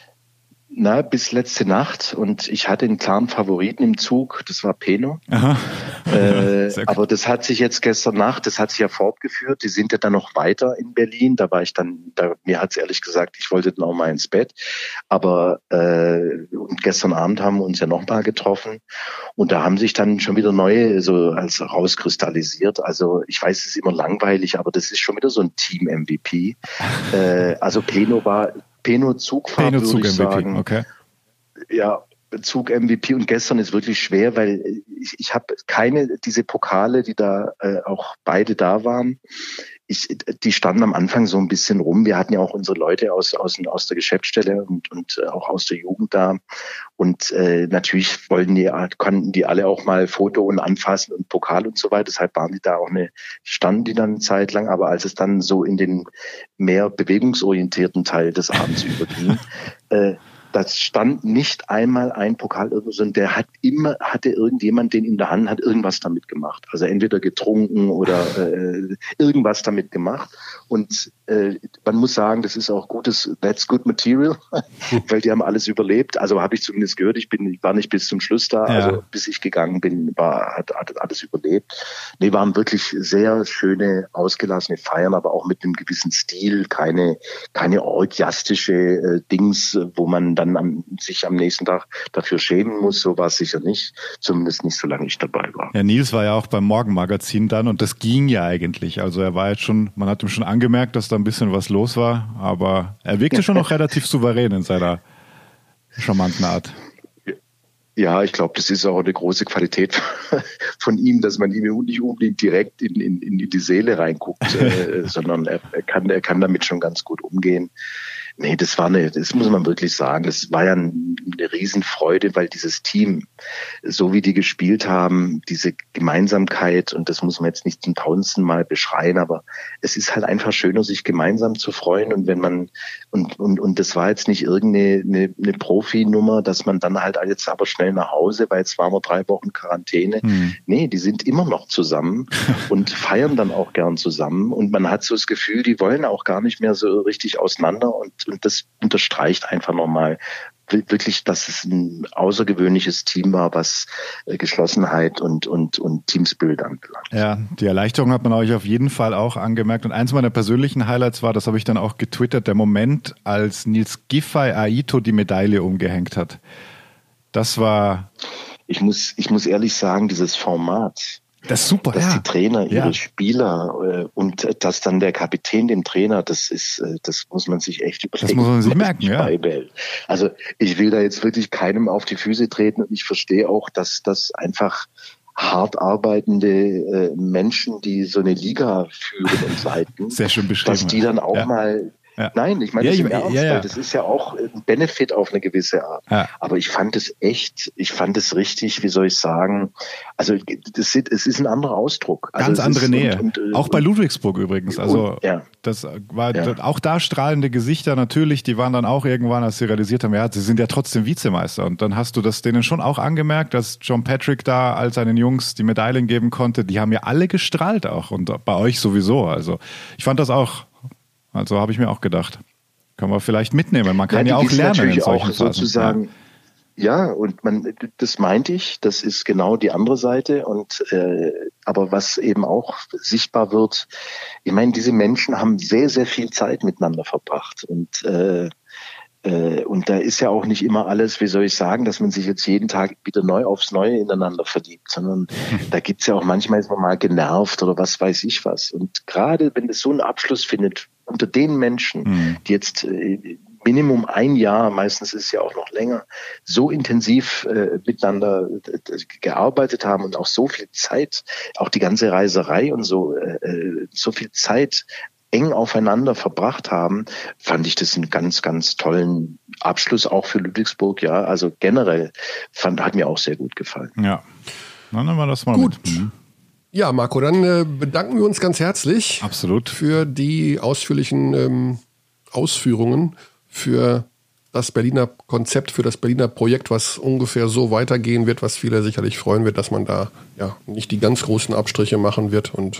Na, bis letzte Nacht und ich hatte einen klaren Favoriten im Zug, das war Peno. Aha. Äh, aber das hat sich jetzt gestern Nacht, das hat sich ja fortgeführt, die sind ja dann noch weiter in Berlin, da war ich dann, da, mir hat's ehrlich gesagt, ich wollte dann auch mal ins Bett, aber äh, und gestern Abend haben wir uns ja nochmal getroffen und da haben sich dann schon wieder neue so als rauskristallisiert, also ich weiß, es ist immer langweilig, aber das ist schon wieder so ein Team-M V P. äh, also Peno war Peno Zugfahrt, Peno würde Zug ich M V P, sagen. okay. Ja, Zug M V P und gestern ist wirklich schwer, weil ich, ich habe keine, diese Pokale, die da äh, auch beide da waren, ich, die standen am Anfang so ein bisschen rum. Wir hatten ja auch unsere Leute aus aus, aus der Geschäftsstelle und, und äh, auch aus der Jugend da. Und äh, natürlich wollten die, konnten die alle auch mal Foto und anfassen und Pokal und so weiter. Deshalb waren die da auch eine, standen die dann eine Zeit lang. Aber als es dann so in den mehr bewegungsorientierten Teil des Abends überging, äh, das stand nicht einmal ein Pokal irgendwo, sondern der hat immer, hatte irgendjemand den in der Hand, hat irgendwas damit gemacht. Also entweder getrunken oder äh, irgendwas damit gemacht. Und äh, man muss sagen, das ist auch gutes, that's good material, weil die haben alles überlebt. Also habe ich zumindest gehört, ich bin, ich war nicht bis zum Schluss da, ja. Also bis ich gegangen bin, war, hat, hat alles überlebt. Nee, waren wirklich sehr schöne, ausgelassene Feiern, aber auch mit einem gewissen Stil, keine, keine orgiastische äh, Dings, wo man dann am, sich am nächsten Tag dafür schämen muss, so war es sicher nicht, zumindest nicht, solange ich dabei war. Ja, Nils war ja auch beim Morgenmagazin dann und das ging ja eigentlich. Also er war jetzt schon, man hat ihm schon angemerkt, dass da ein bisschen was los war, aber er wirkte schon noch relativ souverän in seiner charmanten Art. Ja, ich glaube, das ist auch eine große Qualität von ihm, dass man ihm nicht unbedingt direkt in, in, in die Seele reinguckt, äh, sondern er, er, kann, er kann damit schon ganz gut umgehen. Nee, das war eine, das muss man wirklich sagen, das war ja eine Riesenfreude, weil dieses Team, so wie die gespielt haben, diese Gemeinsamkeit, und das muss man jetzt nicht zum tausendsten Mal beschreien, aber es ist halt einfach schöner, sich gemeinsam zu freuen, und wenn man, und, und, und das war jetzt nicht irgendeine eine, eine Profi-Nummer, dass man dann halt jetzt aber schnell nach Hause, weil jetzt waren wir drei Wochen Quarantäne. Hm. Nee, die sind immer noch zusammen und feiern dann auch gern zusammen, und man hat so das Gefühl, die wollen auch gar nicht mehr so richtig auseinander, und Und das unterstreicht einfach nochmal, wirklich, dass es ein außergewöhnliches Team war, was äh, Geschlossenheit und, und, und Teamspirit anbelangt. Ja, die Erleichterung hat man euch auf jeden Fall auch angemerkt. Und eins meiner persönlichen Highlights war, das habe ich dann auch getwittert, der Moment, als Nils Giffey Aito die Medaille umgehängt hat. Das war... Ich muss, ich muss ehrlich sagen, dieses Format, das ist super, dass ja. die Trainer ihre ja. Spieler äh, und äh, dass dann der Kapitän dem Trainer, das ist, äh, das muss man sich echt überlegen. Das muss man sich merken, ja. Beibehält. Also ich will da jetzt wirklich keinem auf die Füße treten und ich verstehe auch, dass das einfach hart arbeitende äh, Menschen, die so eine Liga führen und leiten, sehr schön beschrieben, dass die dann auch ja. mal Ja. Nein, ich meine ja, das im ja, Ernst, ja, ja. weil das ist ja auch ein Benefit auf eine gewisse Art. Ja. Aber ich fand es echt, ich fand es richtig, wie soll ich sagen, also das ist, es ist ein anderer Ausdruck. Also Ganz andere ist, Nähe. Und, und, auch bei Ludwigsburg übrigens. Also und, ja. das war ja. auch da strahlende Gesichter natürlich, die waren dann auch irgendwann, als sie realisiert haben, ja, sie sind ja trotzdem Vizemeister. Und dann hast du das denen schon auch angemerkt, dass John Patrick da all seinen Jungs die Medaillen geben konnte. Die haben ja alle gestrahlt auch und bei euch sowieso. Also ich fand das auch, also habe ich mir auch gedacht. Kann man vielleicht mitnehmen. Man kann ja, ja auch lernen natürlich in solchen auch Phasen. sozusagen. Ja. ja, und man, das meinte ich. Das ist genau die andere Seite. Und äh, aber was eben auch sichtbar wird, ich meine, diese Menschen haben sehr, sehr viel Zeit miteinander verbracht und äh, äh, und da ist ja auch nicht immer alles, wie soll ich sagen, dass man sich jetzt jeden Tag wieder neu aufs Neue ineinander verliebt, sondern da gibt's ja auch manchmal ist man mal genervt oder was weiß ich was. Und gerade wenn es so einen Abschluss findet unter den Menschen, mhm. die jetzt äh, Minimum ein Jahr, meistens ist es ja auch noch länger, so intensiv äh, miteinander äh, gearbeitet haben und auch so viel Zeit, auch die ganze Reiserei und so, äh, so viel Zeit eng aufeinander verbracht haben, fand ich das einen ganz, ganz tollen Abschluss auch für Ludwigsburg. Ja, also generell fand, hat mir auch sehr gut gefallen. Ja, dann nehmen wir das mal gut. mit. Mhm. Ja, Marco, dann äh, bedanken wir uns ganz herzlich. Absolut. Für die ausführlichen ähm, Ausführungen, für das Berliner Konzept, für das Berliner Projekt, was ungefähr so weitergehen wird, was viele sicherlich freuen wird, dass man da ja nicht die ganz großen Abstriche machen wird und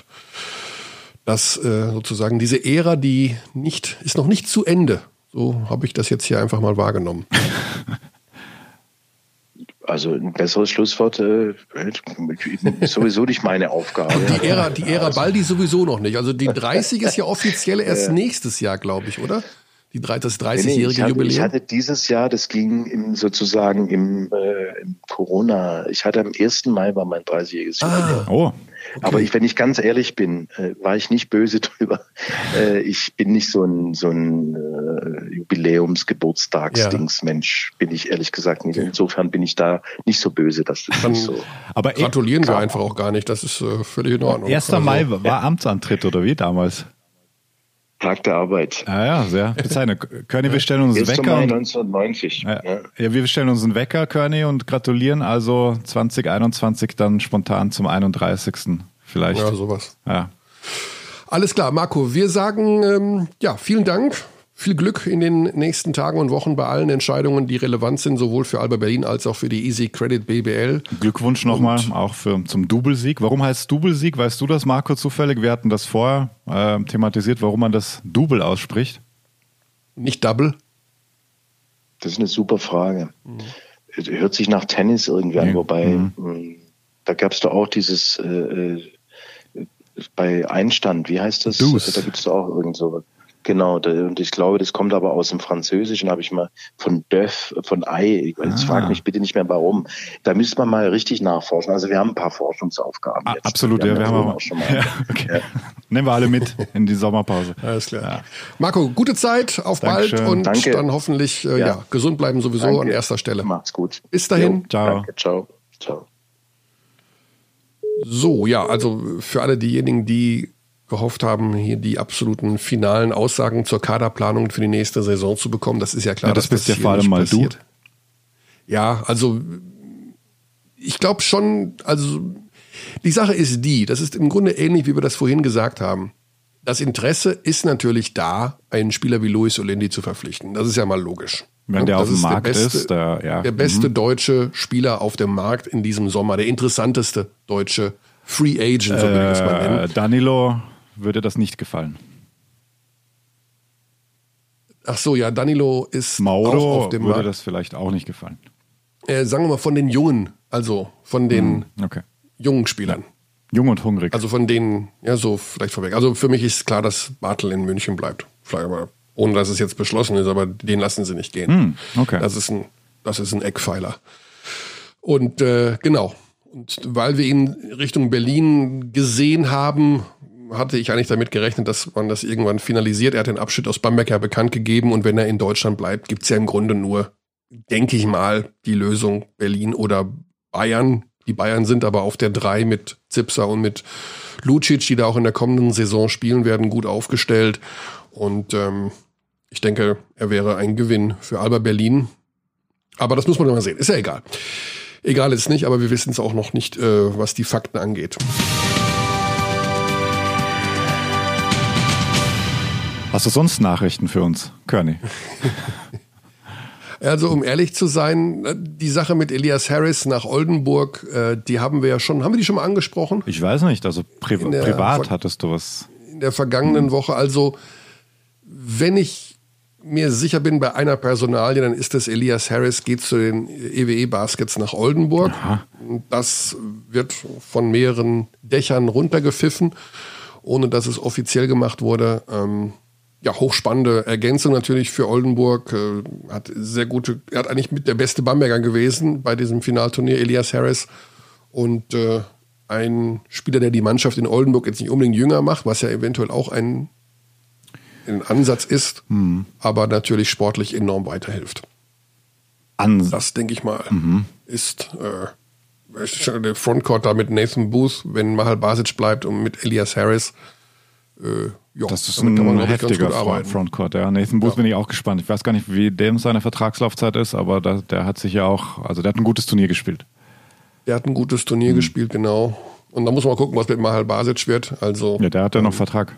dass äh, sozusagen diese Ära, die nicht, ist noch nicht zu Ende. So habe ich das jetzt hier einfach mal wahrgenommen. Also ein besseres Schlusswort äh, ist sowieso nicht meine Aufgabe. Und die Ära, die Ära Baldi sowieso noch nicht. Also die dreißig ist ja offiziell erst nächstes Jahr, glaube ich, oder? Die, das dreißigjährige ich hatte, Jubiläum. Ich hatte dieses Jahr, das ging im, sozusagen im, äh, im Corona, ich hatte am ersten Mai war mein dreißigjähriges Jubiläum. Ah, oh. Okay. Aber ich, wenn ich ganz ehrlich bin, äh, war ich nicht böse drüber. Äh, ich bin nicht so ein, so ein äh, Jubiläums-Geburtstagsdings-Mensch, bin ich ehrlich gesagt nicht. Insofern bin ich da nicht so böse, dass das Dann nicht so. Aber gratulieren wir einfach auch gar nicht. Das ist äh, völlig in Ordnung. erster Also, Mai war Amtsantritt oder wie damals? Tag der Arbeit. Ah ja, sehr bezeichnend. Körny, wir stellen uns einen erster Wecker. Mai Und, neunzehnhundneunzig. ja, ja, wir stellen uns einen Wecker, Körny, und gratulieren also zwanzig einundzwanzig dann spontan zum einunddreißigsten vielleicht. Ja, sowas. Ja. Alles klar, Marco, wir sagen ähm, ja, vielen Dank. Viel Glück in den nächsten Tagen und Wochen bei allen Entscheidungen, die relevant sind, sowohl für Alba Berlin als auch für die Easy Credit B B L. Glückwunsch nochmal auch für, zum Doublesieg. Warum heißt es Doublesieg? Weißt du das, Marco, zufällig? Wir hatten das vorher äh, thematisiert, warum man das Double ausspricht. Nicht Double? Das ist eine super Frage. Mhm. Hört sich nach Tennis irgendwie an, ja. wobei mhm. da gab es doch auch dieses äh, bei Einstand, wie heißt das? Deuce. Da gibt es auch irgend sowas. Genau, und ich glaube, das kommt aber aus dem Französischen, habe ich mal von Döff, von Ei, jetzt ah. frag mich bitte nicht mehr warum. Da müsste man mal richtig nachforschen. Also wir haben ein paar Forschungsaufgaben ah, jetzt. Absolut, wir ja, wir haben auch schon mal. Ja, okay. Ja. Nehmen wir alle mit in die Sommerpause. Alles klar. Ja. Marco, gute Zeit, auf Dankeschön. bald und Danke. dann hoffentlich äh, ja. Ja, gesund bleiben sowieso Danke. an erster Stelle. Macht's gut. Bis dahin. Jo, ciao. Danke, ciao. Ciao. So, ja, also für alle diejenigen, die gehofft haben, hier die absoluten finalen Aussagen zur Kaderplanung für die nächste Saison zu bekommen. Das ist ja klar, ja, das dass bist das ja vor allem mal passiert. Du. Ja, also ich glaube schon, also die Sache ist die, das ist im Grunde ähnlich, wie wir das vorhin gesagt haben. Das Interesse ist natürlich da, einen Spieler wie Luis Olendi zu verpflichten. Das ist ja mal logisch. Wenn der das auf dem Markt der beste, ist, der, ja. der beste mhm. deutsche Spieler auf dem Markt in diesem Sommer, der interessanteste deutsche Free Agent, so würde ich es mal nennen. Danilo würde das nicht gefallen. Ach so, ja, Danilo ist Mauro auch auf dem würde Markt. das vielleicht auch nicht gefallen. Äh, sagen wir mal von den Jungen, also von den Hm, okay. jungen Spielern. Jung und hungrig. Also von denen, ja, so vielleicht vorweg. Also für mich ist klar, dass Bartel in München bleibt. Vielleicht aber, ohne dass es jetzt beschlossen ist, aber den lassen sie nicht gehen. Hm, okay. Das ist ein, das ist ein Eckpfeiler. Und äh, genau. Und weil wir ihn Richtung Berlin gesehen haben, hatte ich eigentlich damit gerechnet, dass man das irgendwann finalisiert. Er hat den Abschied aus Bamberg ja bekannt gegeben und wenn er in Deutschland bleibt, gibt's ja im Grunde nur, denke ich mal, die Lösung Berlin oder Bayern. Die Bayern sind aber auf der drei mit Zipser und mit Lucic, die da auch in der kommenden Saison spielen werden, gut aufgestellt. Und ähm, ich denke, er wäre ein Gewinn für Alba Berlin. Aber das muss man mal sehen. Ist ja egal. Egal ist nicht, aber wir wissen es auch noch nicht, äh, was die Fakten angeht. Hast du sonst Nachrichten für uns, Körny? Also um ehrlich zu sein, die Sache mit Elias Harris nach Oldenburg, äh, die haben wir ja schon, haben wir die schon mal angesprochen? Ich weiß nicht, also pri In der privat Ver- hattest du was. In der vergangenen Woche. Also wenn ich mir sicher bin bei einer Personalie, dann ist es Elias Harris, geht zu den E W E Baskets nach Oldenburg. Aha. Das wird von mehreren Dächern runtergepfiffen, ohne dass es offiziell gemacht wurde. Ähm, ja, hochspannende Ergänzung natürlich für Oldenburg. Äh, hat sehr gute, er hat eigentlich mit der beste Bamberger gewesen bei diesem Finalturnier, Elias Harris. Und äh, ein Spieler, der die Mannschaft in Oldenburg jetzt nicht unbedingt jünger macht, was ja eventuell auch ein, ein Ansatz ist, mhm. aber natürlich sportlich enorm weiterhilft. Ansatz. Das, denke ich mal, mhm. ist äh, der Frontcourt da mit Nathan Booth, wenn Mahal Basic bleibt und mit Elias Harris. Äh, ja, das ist damit kann man, ein glaub ich, ganz heftiger gut arbeiten. Frontcourt. Ja. Nathan Booth Ja. bin ich auch gespannt. Ich weiß gar nicht, wie dem seine Vertragslaufzeit ist, aber da, der hat sich ja auch, also der hat ein gutes Turnier gespielt. Der hat ein gutes Turnier Mhm. gespielt, genau. Und da muss man gucken, was mit Mahal Basic wird. Also, Ja, der hat ja noch Vertrag.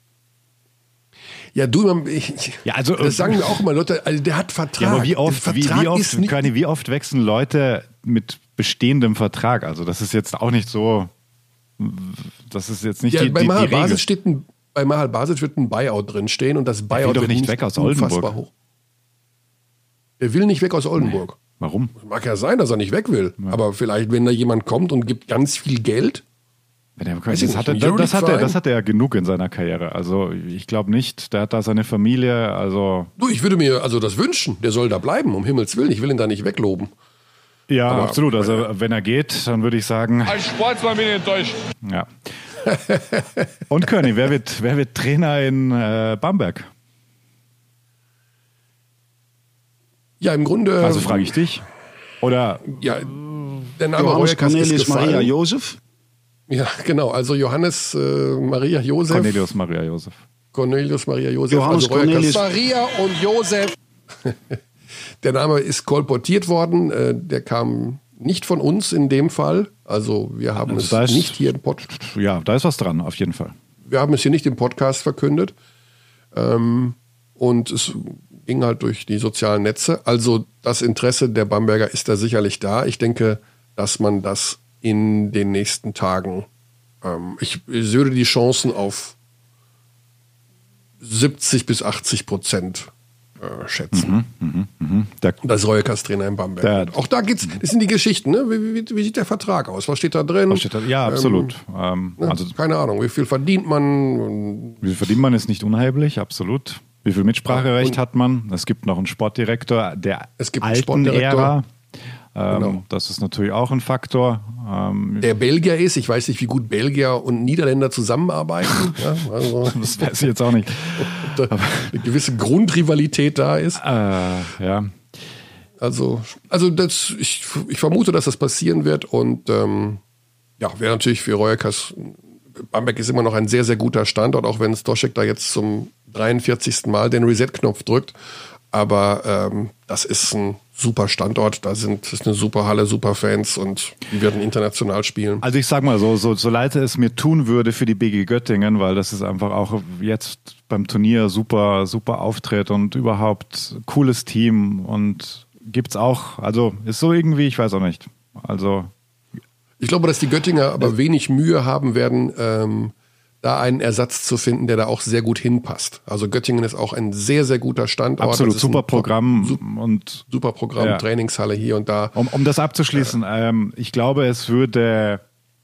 ja, du, ich, ich, Ja, also, das sagen wir auch immer Leute, also der hat Vertrag. Ja, aber wie Der oft, wie, Vertrag wie, ist oft nicht, Körny, wie oft wechseln Leute mit bestehendem Vertrag? Also das ist jetzt auch nicht so, das ist jetzt nicht ja, die, bei die, die Mahal Regel. Basic steht ein, bei Mahal Basic wird ein Buyout drin stehen und das Buyout will doch wird nicht weg aus unfassbar Oldenburg. hoch. Der will nicht weg aus Oldenburg. Warum? Mag ja sein, dass er nicht weg will. Ja. Aber vielleicht, wenn da jemand kommt und gibt ganz viel Geld. Ja, der, Weiß ich das, nicht, hat er, ein das, hat er, Euroleague-Verein? das hat er ja genug in seiner Karriere. Also ich glaube nicht, der hat da seine Familie, also Du, ich würde mir also das wünschen. Der soll da bleiben, um Himmels Willen. Ich will ihn da nicht wegloben. ja, Aber- absolut. Also wenn er geht, dann würde ich sagen, Als Sportsmann bin ich enttäuscht. ja. Und Körny, wer wird, wer wird Trainer in äh, Bamberg? Ja, im Grunde. Also frage ich dich. Oder Ja, der Name Johannes Reuerkas ist Cornelius gefallen. Maria Josef. Ja, genau. Also Johannes äh, Maria Josef. Cornelius Maria Josef. Cornelius Maria Josef. Johannes also Reuerkas. Cornelius- Maria und Josef. Der Name ist kolportiert worden. Äh, der kam nicht von uns in dem Fall. Also wir haben Also es da ist- nicht hier im Pod Ja, da ist was dran, auf jeden Fall. wir haben es hier nicht im Podcast verkündet. Ähm, und es ging halt durch die sozialen Netze. Also das Interesse der Bamberger ist da sicherlich da. Ich denke, dass man das in den nächsten Tagen, ähm, ich, ich würde die Chancen auf siebzig bis achtzig Prozent äh, schätzen. Der, Das Reuerkas Trainer in Bamberg. Der- wird. Auch da geht's, das sind die Geschichten, ne? Wie, wie, wie sieht der Vertrag aus? Was steht da drin? was steht da? Ja, absolut. Ähm, Ne? also Keine Ahnung, wie viel verdient man? wie viel verdient man, ist nicht unerheblich, absolut. Wie viel Mitspracherecht Und- hat man? Es gibt noch einen Sportdirektor der Es gibt einen alten Sportdirektor. Ära. Ähm, Genau. Das ist natürlich auch ein Faktor. Ähm, Der Belgier ist, ich weiß nicht, wie gut Belgier und Niederländer zusammenarbeiten. Ja, also, das weiß ich jetzt auch nicht. da eine gewisse Grundrivalität da ist. Äh, ja. Also, also das, ich, ich vermute, dass das passieren wird. Und ähm, ja, wäre natürlich für Reuerkas, Bamberg ist immer noch ein sehr, sehr guter Standort, auch wenn Stoschek da jetzt zum dreiundvierzigsten Mal den Reset-Knopf drückt. Aber ähm, das ist ein super Standort, da sind, das ist eine super Halle, super Fans und die werden international spielen. Also ich sag mal so, so, so leid es mir tun würde für die B G Göttingen, weil das ist einfach auch jetzt beim Turnier super, super Auftritt und überhaupt cooles Team und gibt's auch, also ist so irgendwie, ich weiß auch nicht. Also Ich glaube, dass die Göttinger aber wenig Mühe haben werden, ähm, da einen Ersatz zu finden, der da auch sehr gut hinpasst. Also Göttingen ist auch ein sehr, sehr guter Standort. Absolut, super Programm. Super, und super Programm, ja. Trainingshalle hier und da. Um, um das abzuschließen, Ja. ähm, ich glaube, es würde,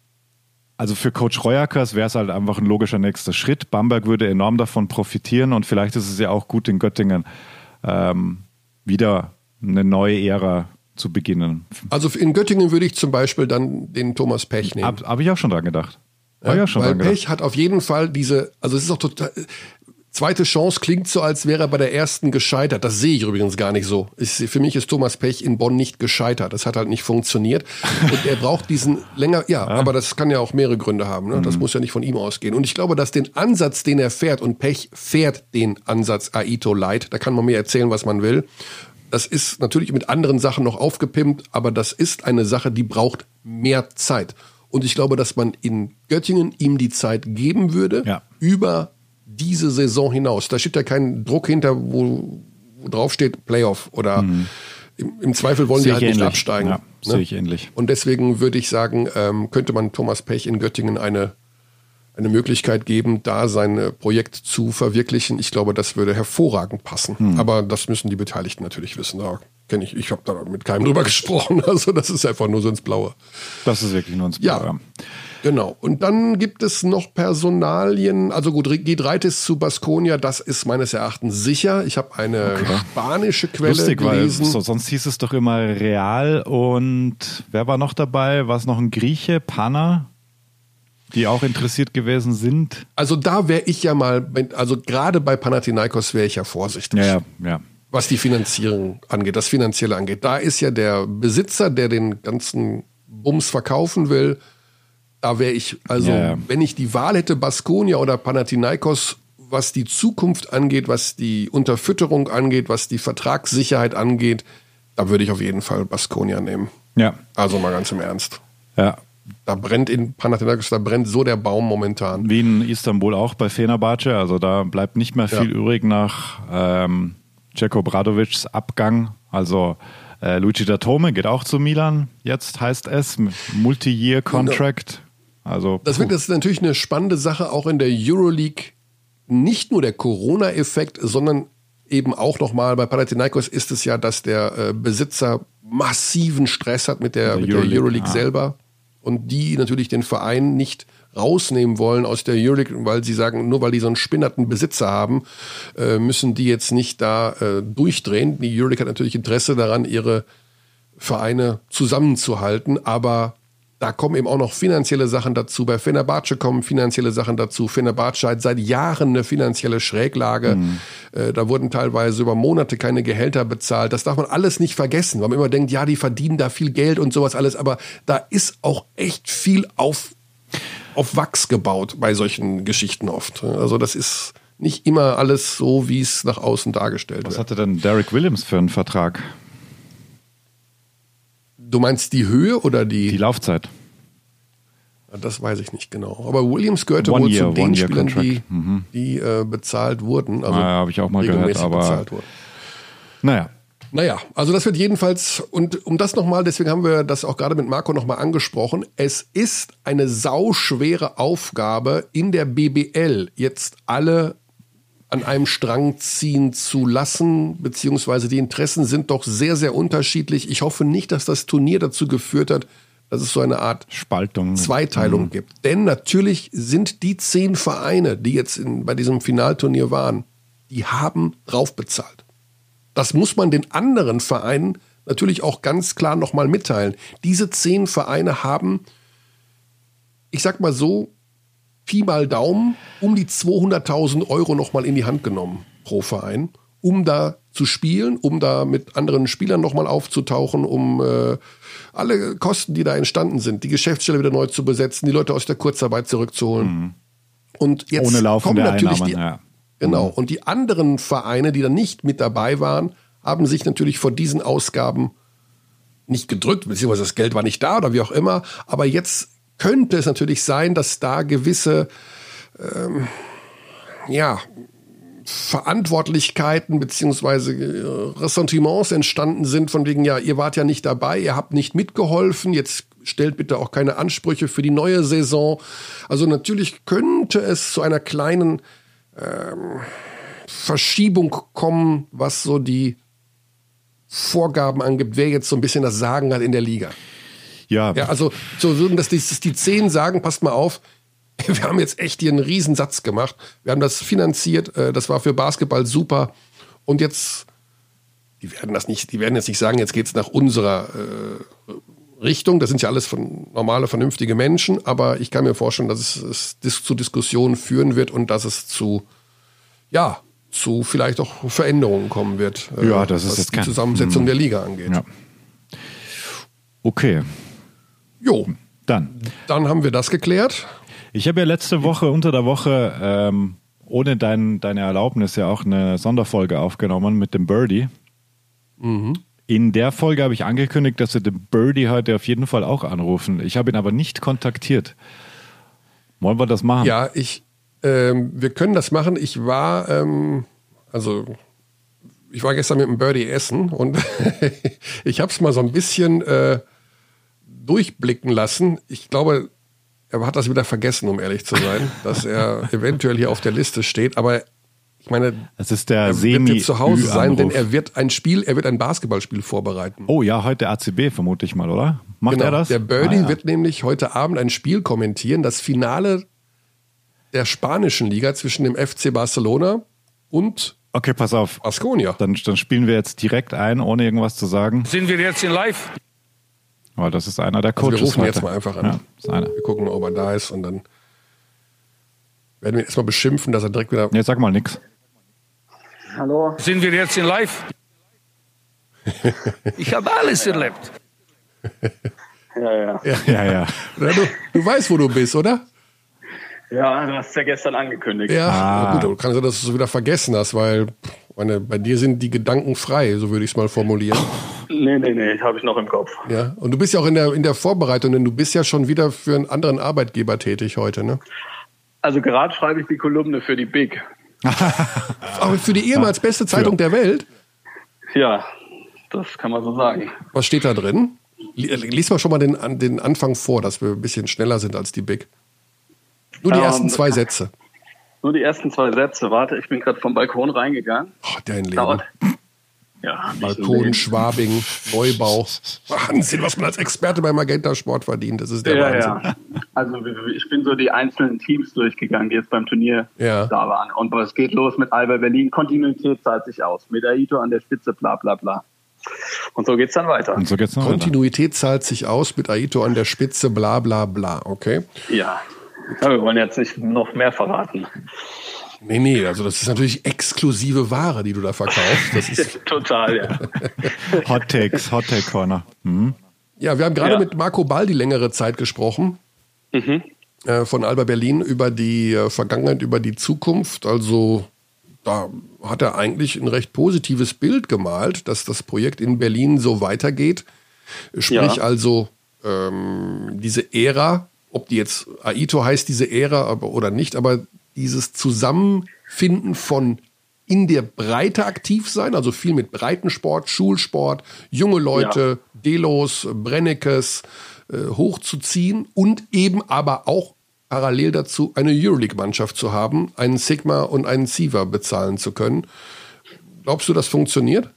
also für Coach Rojakers wäre es halt einfach ein logischer nächster Schritt. Bamberg würde enorm davon profitieren und vielleicht ist es ja auch gut in Göttingen ähm, wieder eine neue Ära zu beginnen. Also in Göttingen würde ich zum Beispiel dann den Thomas Pech nehmen. Habe hab ich auch schon dran gedacht. Ja, ja, schon weil dran Pech gedacht. hat auf jeden Fall diese, also es ist auch total, zweite Chance klingt so, als wäre er bei der ersten gescheitert. Das sehe ich übrigens gar nicht so. Ich, für mich ist Thomas Pech in Bonn nicht gescheitert. Das hat halt nicht funktioniert. Und er braucht diesen länger, ja, ja. aber das kann ja auch mehrere Gründe haben. Ne? Das mhm. muss ja nicht von ihm ausgehen. Und ich glaube, dass den Ansatz, den er fährt, und Pech fährt den Ansatz Aito Light, da kann man mir erzählen, was man will. Das ist natürlich mit anderen Sachen noch aufgepimpt, aber das ist eine Sache, die braucht mehr Zeit. Und ich glaube, dass man in Göttingen ihm die Zeit geben würde, ja. über diese Saison hinaus. Da steht ja kein Druck hinter, wo, wo drauf steht Playoff oder mhm. im, im Zweifel wollen sehe die halt nicht ähnlich. absteigen. Ja, ne? Sehe ich ähnlich. Und deswegen würde ich sagen, ähm, könnte man Thomas Pech in Göttingen eine, eine Möglichkeit geben, da sein Projekt zu verwirklichen. Ich glaube, das würde hervorragend passen. Mhm. Aber das müssen die Beteiligten natürlich wissen. Da kenne ich, ich habe da mit keinem drüber gesprochen. Also das ist einfach nur so ins Blaue. Das ist wirklich nur ins Blaue. Ja, genau. Und dann gibt es noch Personalien. Also gut, geht Reites zu Baskonia, das ist meines Erachtens sicher. Ich habe eine okay. spanische Quelle Lustig, gelesen. Weil so, sonst hieß es doch immer Real und wer war noch dabei? War es noch ein Grieche, Pana? Die auch interessiert gewesen sind? Also da wäre ich ja mal, also gerade bei Panathinaikos wäre ich ja vorsichtig. Ja, ja, ja. Was die Finanzierung angeht, das Finanzielle angeht. Da ist ja der Besitzer, der den ganzen Bums verkaufen will. Da wäre ich, also ja, ja. wenn ich die Wahl hätte, Baskonia oder Panathinaikos, was die Zukunft angeht, was die Unterfütterung angeht, was die Vertragssicherheit angeht, da würde ich auf jeden Fall Baskonia nehmen. Ja. Also mal ganz im Ernst. Ja. Da brennt in Panathinaikos, da brennt so der Baum momentan. Wie in Istanbul auch bei Fenerbahce, also da bleibt nicht mehr viel ja. übrig nach ähm, Đeko Obradovics Abgang. Also äh, Luigi Datome geht auch zu Milan, jetzt heißt es, Multi-Year-Contract. Also, das wird jetzt natürlich eine spannende Sache, auch in der Euroleague. Nicht nur der Corona-Effekt, sondern eben auch nochmal bei Panathinaikos ist es ja, dass der äh, Besitzer massiven Stress hat mit der, der mit Euroleague, der Euroleague ah. selber. Und die natürlich den Verein nicht rausnehmen wollen aus der Euroleague, weil sie sagen, nur weil die so einen spinnerten Besitzer haben, äh, müssen die jetzt nicht da äh, durchdrehen. Die Euroleague hat natürlich Interesse daran, ihre Vereine zusammenzuhalten, aber da kommen eben auch noch finanzielle Sachen dazu. Bei Fenerbahce kommen finanzielle Sachen dazu. Fenerbahce hat seit Jahren eine finanzielle Schräglage. Mhm. Äh, da wurden teilweise über Monate keine Gehälter bezahlt. Das darf man alles nicht vergessen, weil man immer denkt, ja, die verdienen da viel Geld und sowas alles. Aber da ist auch echt viel auf, auf Wachs gebaut bei solchen Geschichten oft. Also das ist nicht immer alles so, wie es nach außen dargestellt wird. Was hatte denn Derek Williams für einen Vertrag? Du meinst die Höhe oder die... Die Laufzeit. Das weiß ich nicht genau. Aber Williams gehörte one wohl year, zu den Spielern, contract. die, mhm. die äh, bezahlt wurden. Also ah, ja, habe ich auch mal gehört, aber bezahlt wurden. Naja. Naja, also das wird jedenfalls, und um das nochmal, deswegen haben wir das auch gerade mit Marco nochmal angesprochen, es ist eine sauschwere Aufgabe in der B B L, jetzt alle an einem Strang ziehen zu lassen, beziehungsweise die Interessen sind doch sehr, sehr unterschiedlich. Ich hoffe nicht, dass das Turnier dazu geführt hat, dass es so eine Art Spaltung, Zweiteilung mhm. gibt. Denn natürlich sind die zehn Vereine, die jetzt in, bei diesem Finalturnier waren, die haben drauf bezahlt. Das muss man den anderen Vereinen natürlich auch ganz klar nochmal mitteilen. Diese zehn Vereine haben, ich sag mal so, Pi mal Daumen, um die zweihunderttausend Euro nochmal in die Hand genommen pro Verein, um da zu spielen, um da mit anderen Spielern nochmal aufzutauchen, um äh, alle Kosten, die da entstanden sind, die Geschäftsstelle wieder neu zu besetzen, die Leute aus der Kurzarbeit zurückzuholen. Mhm. Und jetzt Ohne laufende kommen natürlich Einnahmen, die, ja. Genau, Mhm. und die anderen Vereine, die dann nicht mit dabei waren, haben sich natürlich vor diesen Ausgaben nicht gedrückt, beziehungsweise das Geld war nicht da oder wie auch immer, aber jetzt könnte es natürlich sein, dass da gewisse ähm, ja, Verantwortlichkeiten beziehungsweise äh, Ressentiments entstanden sind, von wegen, ja, ihr wart ja nicht dabei, ihr habt nicht mitgeholfen, jetzt stellt bitte auch keine Ansprüche für die neue Saison. Also natürlich könnte es zu einer kleinen ähm, Verschiebung kommen, was so die Vorgaben angibt, wer jetzt so ein bisschen das Sagen hat in der Liga. Ja. Ja, also so würden das die, die Zehn sagen, passt mal auf, wir haben jetzt echt hier einen Riesensatz gemacht. Wir haben das finanziert, äh, das war für Basketball super. Und jetzt, die werden das nicht, die werden jetzt nicht sagen, jetzt geht's nach unserer äh, Richtung. Das sind ja alles von normale, vernünftige Menschen, aber ich kann mir vorstellen, dass es, es dis- zu Diskussionen führen wird und dass es zu, ja, zu vielleicht auch Veränderungen kommen wird, äh, Ja, das ist was jetzt die kein- Zusammensetzung hm. der Liga angeht. Ja. Okay, Jo, dann. dann haben wir das geklärt. Ich habe ja letzte Woche, unter der Woche, ähm, ohne dein, deine Erlaubnis ja auch eine Sonderfolge aufgenommen mit dem Birdie. Mhm. In der Folge habe ich angekündigt, dass wir den Birdie heute auf jeden Fall auch anrufen. Ich habe ihn aber nicht kontaktiert. Wollen wir das machen? Ja, ich, ähm, wir können das machen. Ich war, ähm, also ich war gestern mit dem Birdie essen und ich habe es mal so ein bisschen äh, durchblicken lassen. Ich glaube, er hat das wieder vergessen, um ehrlich zu sein, dass er eventuell hier auf der Liste steht. Aber ich meine, Das ist der er Semi wird jetzt zu Hause sein, denn Ü-Anruf. er wird ein Spiel, er wird ein Basketballspiel vorbereiten. Oh ja, heute A C B vermute ich mal, oder? Macht Genau, er das? der Birdie Ah, ja. wird nämlich heute Abend ein Spiel kommentieren, das Finale der spanischen Liga zwischen dem F C Barcelona und Okay, pass auf. Baskonia. Dann, dann spielen wir jetzt direkt ein, ohne irgendwas zu sagen. Sind wir jetzt in live? Aber das ist einer der Also Coaches wir rufen heute. jetzt mal einfach an. Ja, ist einer. Wir gucken mal, ob er da ist und dann werden wir ihn erstmal beschimpfen, dass er direkt wieder... Nee, sag mal nix. Hallo. Sind wir jetzt in live? Ich habe alles erlebt. Ja, ja. Ja, Ja, ja. ja, du, du weißt, wo du bist, oder? Ja, du hast ja gestern angekündigt. Ja, Ah. gut, du kannst ja, dass du es wieder vergessen hast, weil meine, bei dir sind die Gedanken frei, so würde ich es mal formulieren. Nee, nee, nee, habe ich noch im Kopf. Ja, und du bist ja auch in der, in der Vorbereitung, denn du bist ja schon wieder für einen anderen Arbeitgeber tätig heute, ne? Also gerade schreibe ich die Kolumne für die Big. Aber für die ehemals beste Zeitung der Welt, Ja, das kann man so sagen. was steht da drin? Lies mal schon mal den, an- den Anfang vor, dass wir ein bisschen schneller sind als die Big. Nur die Ähm, ersten zwei Sätze. Nur die ersten zwei Sätze. Warte, ich bin gerade vom Balkon reingegangen. Oh, dein Leben. Dauert. Ja, nicht ein Balkon, Leben. Schwabing, Neubau. Wahnsinn, was man als Experte beim Magenta Sport verdient. Das ist der Ja, Wahnsinn. ja. Also ich bin so die einzelnen Teams durchgegangen, die jetzt beim Turnier Ja. da waren. Und es geht los mit Alba Berlin. Kontinuität zahlt sich aus. Mit Aito an der Spitze, bla bla bla. Und so geht's dann weiter. Und so geht's noch weiter. Kontinuität zahlt sich aus mit Aito an der Spitze, bla bla bla. Okay. Ja. Ja, wir wollen jetzt nicht noch mehr verraten. Nee, nee, also das ist natürlich exklusive Ware, die du da verkaufst. Das ist, Total, ja. Hot Takes, Hot Take Corner. Mhm. ja, wir haben gerade Ja. mit Marco Baldi längere Zeit gesprochen. Mhm. äh, von Alba Berlin über die äh, Vergangenheit, über die Zukunft. Also da hat er eigentlich ein recht positives Bild gemalt, dass das Projekt in Berlin so weitergeht. Sprich Ja. also ähm, diese Ära, ob die jetzt Aito heißt, diese Ära aber, oder nicht, aber dieses Zusammenfinden von in der Breite aktiv sein, also viel mit Breitensport, Schulsport, junge Leute, Delos, Brennekes äh, hochzuziehen und eben aber auch parallel dazu eine Euroleague-Mannschaft zu haben, einen Sigma und einen Siva bezahlen zu können. Glaubst du, das funktioniert?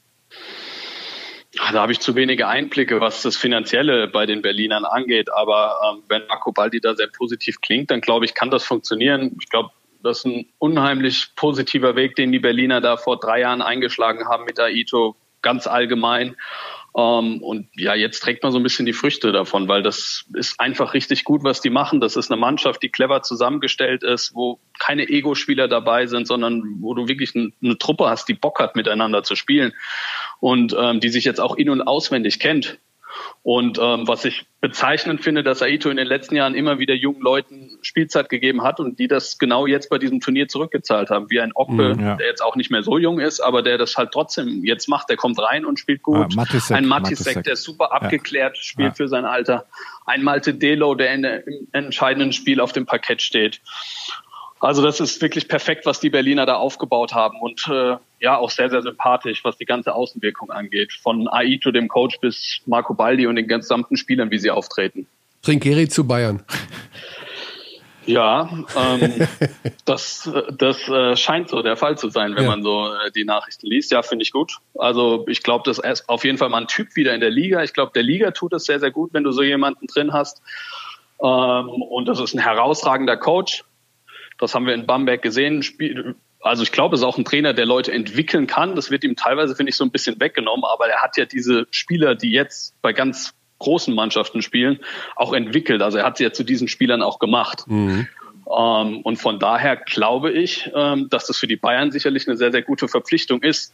Da habe ich zu wenige Einblicke, was das Finanzielle bei den Berlinern angeht. Aber ähm, wenn Marco Baldi da sehr positiv klingt, dann glaube ich, kann das funktionieren. Ich glaube, das ist ein unheimlich positiver Weg, den die Berliner da vor drei Jahren eingeschlagen haben mit Aito, ganz allgemein. Ähm, und ja, jetzt trägt man so ein bisschen die Früchte davon, weil das ist einfach richtig gut, was die machen. Das ist eine Mannschaft, die clever zusammengestellt ist, wo keine Ego-Spieler dabei sind, sondern wo du wirklich eine, eine Truppe hast, die Bock hat, miteinander zu spielen und ähm, die sich jetzt auch in- und auswendig kennt. Und ähm, was ich bezeichnend finde, dass Aito in den letzten Jahren immer wieder jungen Leuten Spielzeit gegeben hat und die das genau jetzt bei diesem Turnier zurückgezahlt haben. Wie ein Okpe, Mhm, ja. der jetzt auch nicht mehr so jung ist, aber der das halt trotzdem jetzt macht. Der kommt rein und spielt gut. Ah, Matisek, ein Matisek, Matisek. der super abgeklärt spielt Ja. für sein Alter. Ein Malte Delo, der in der, im entscheidenden Spiel auf dem Parkett steht. Also das ist wirklich perfekt, was die Berliner da aufgebaut haben und äh, ja auch sehr, sehr sympathisch, was die ganze Außenwirkung angeht. Von Aito, dem Coach, bis Marco Baldi und den gesamten Spielern, wie sie auftreten. Trinkieri zu Bayern. Ja, ähm, das, das äh, scheint so der Fall zu sein, wenn ja. man so äh, die Nachrichten liest. Ja, finde ich gut. Also ich glaube, das ist auf jeden Fall mal ein Typ wieder in der Liga. Ich glaube, der Liga tut es sehr, sehr gut, wenn du so jemanden drin hast. Ähm, und das ist ein herausragender Coach. Das haben wir in Bamberg gesehen. Also ich glaube, es ist auch ein Trainer, der Leute entwickeln kann. Das wird ihm teilweise, finde ich, so ein bisschen weggenommen. Aber er hat ja diese Spieler, die jetzt bei ganz großen Mannschaften spielen, auch entwickelt. Also er hat sie ja zu diesen Spielern auch gemacht. Mhm. Ähm, und von daher glaube ich, ähm, dass das für die Bayern sicherlich eine sehr, sehr gute Verpflichtung ist.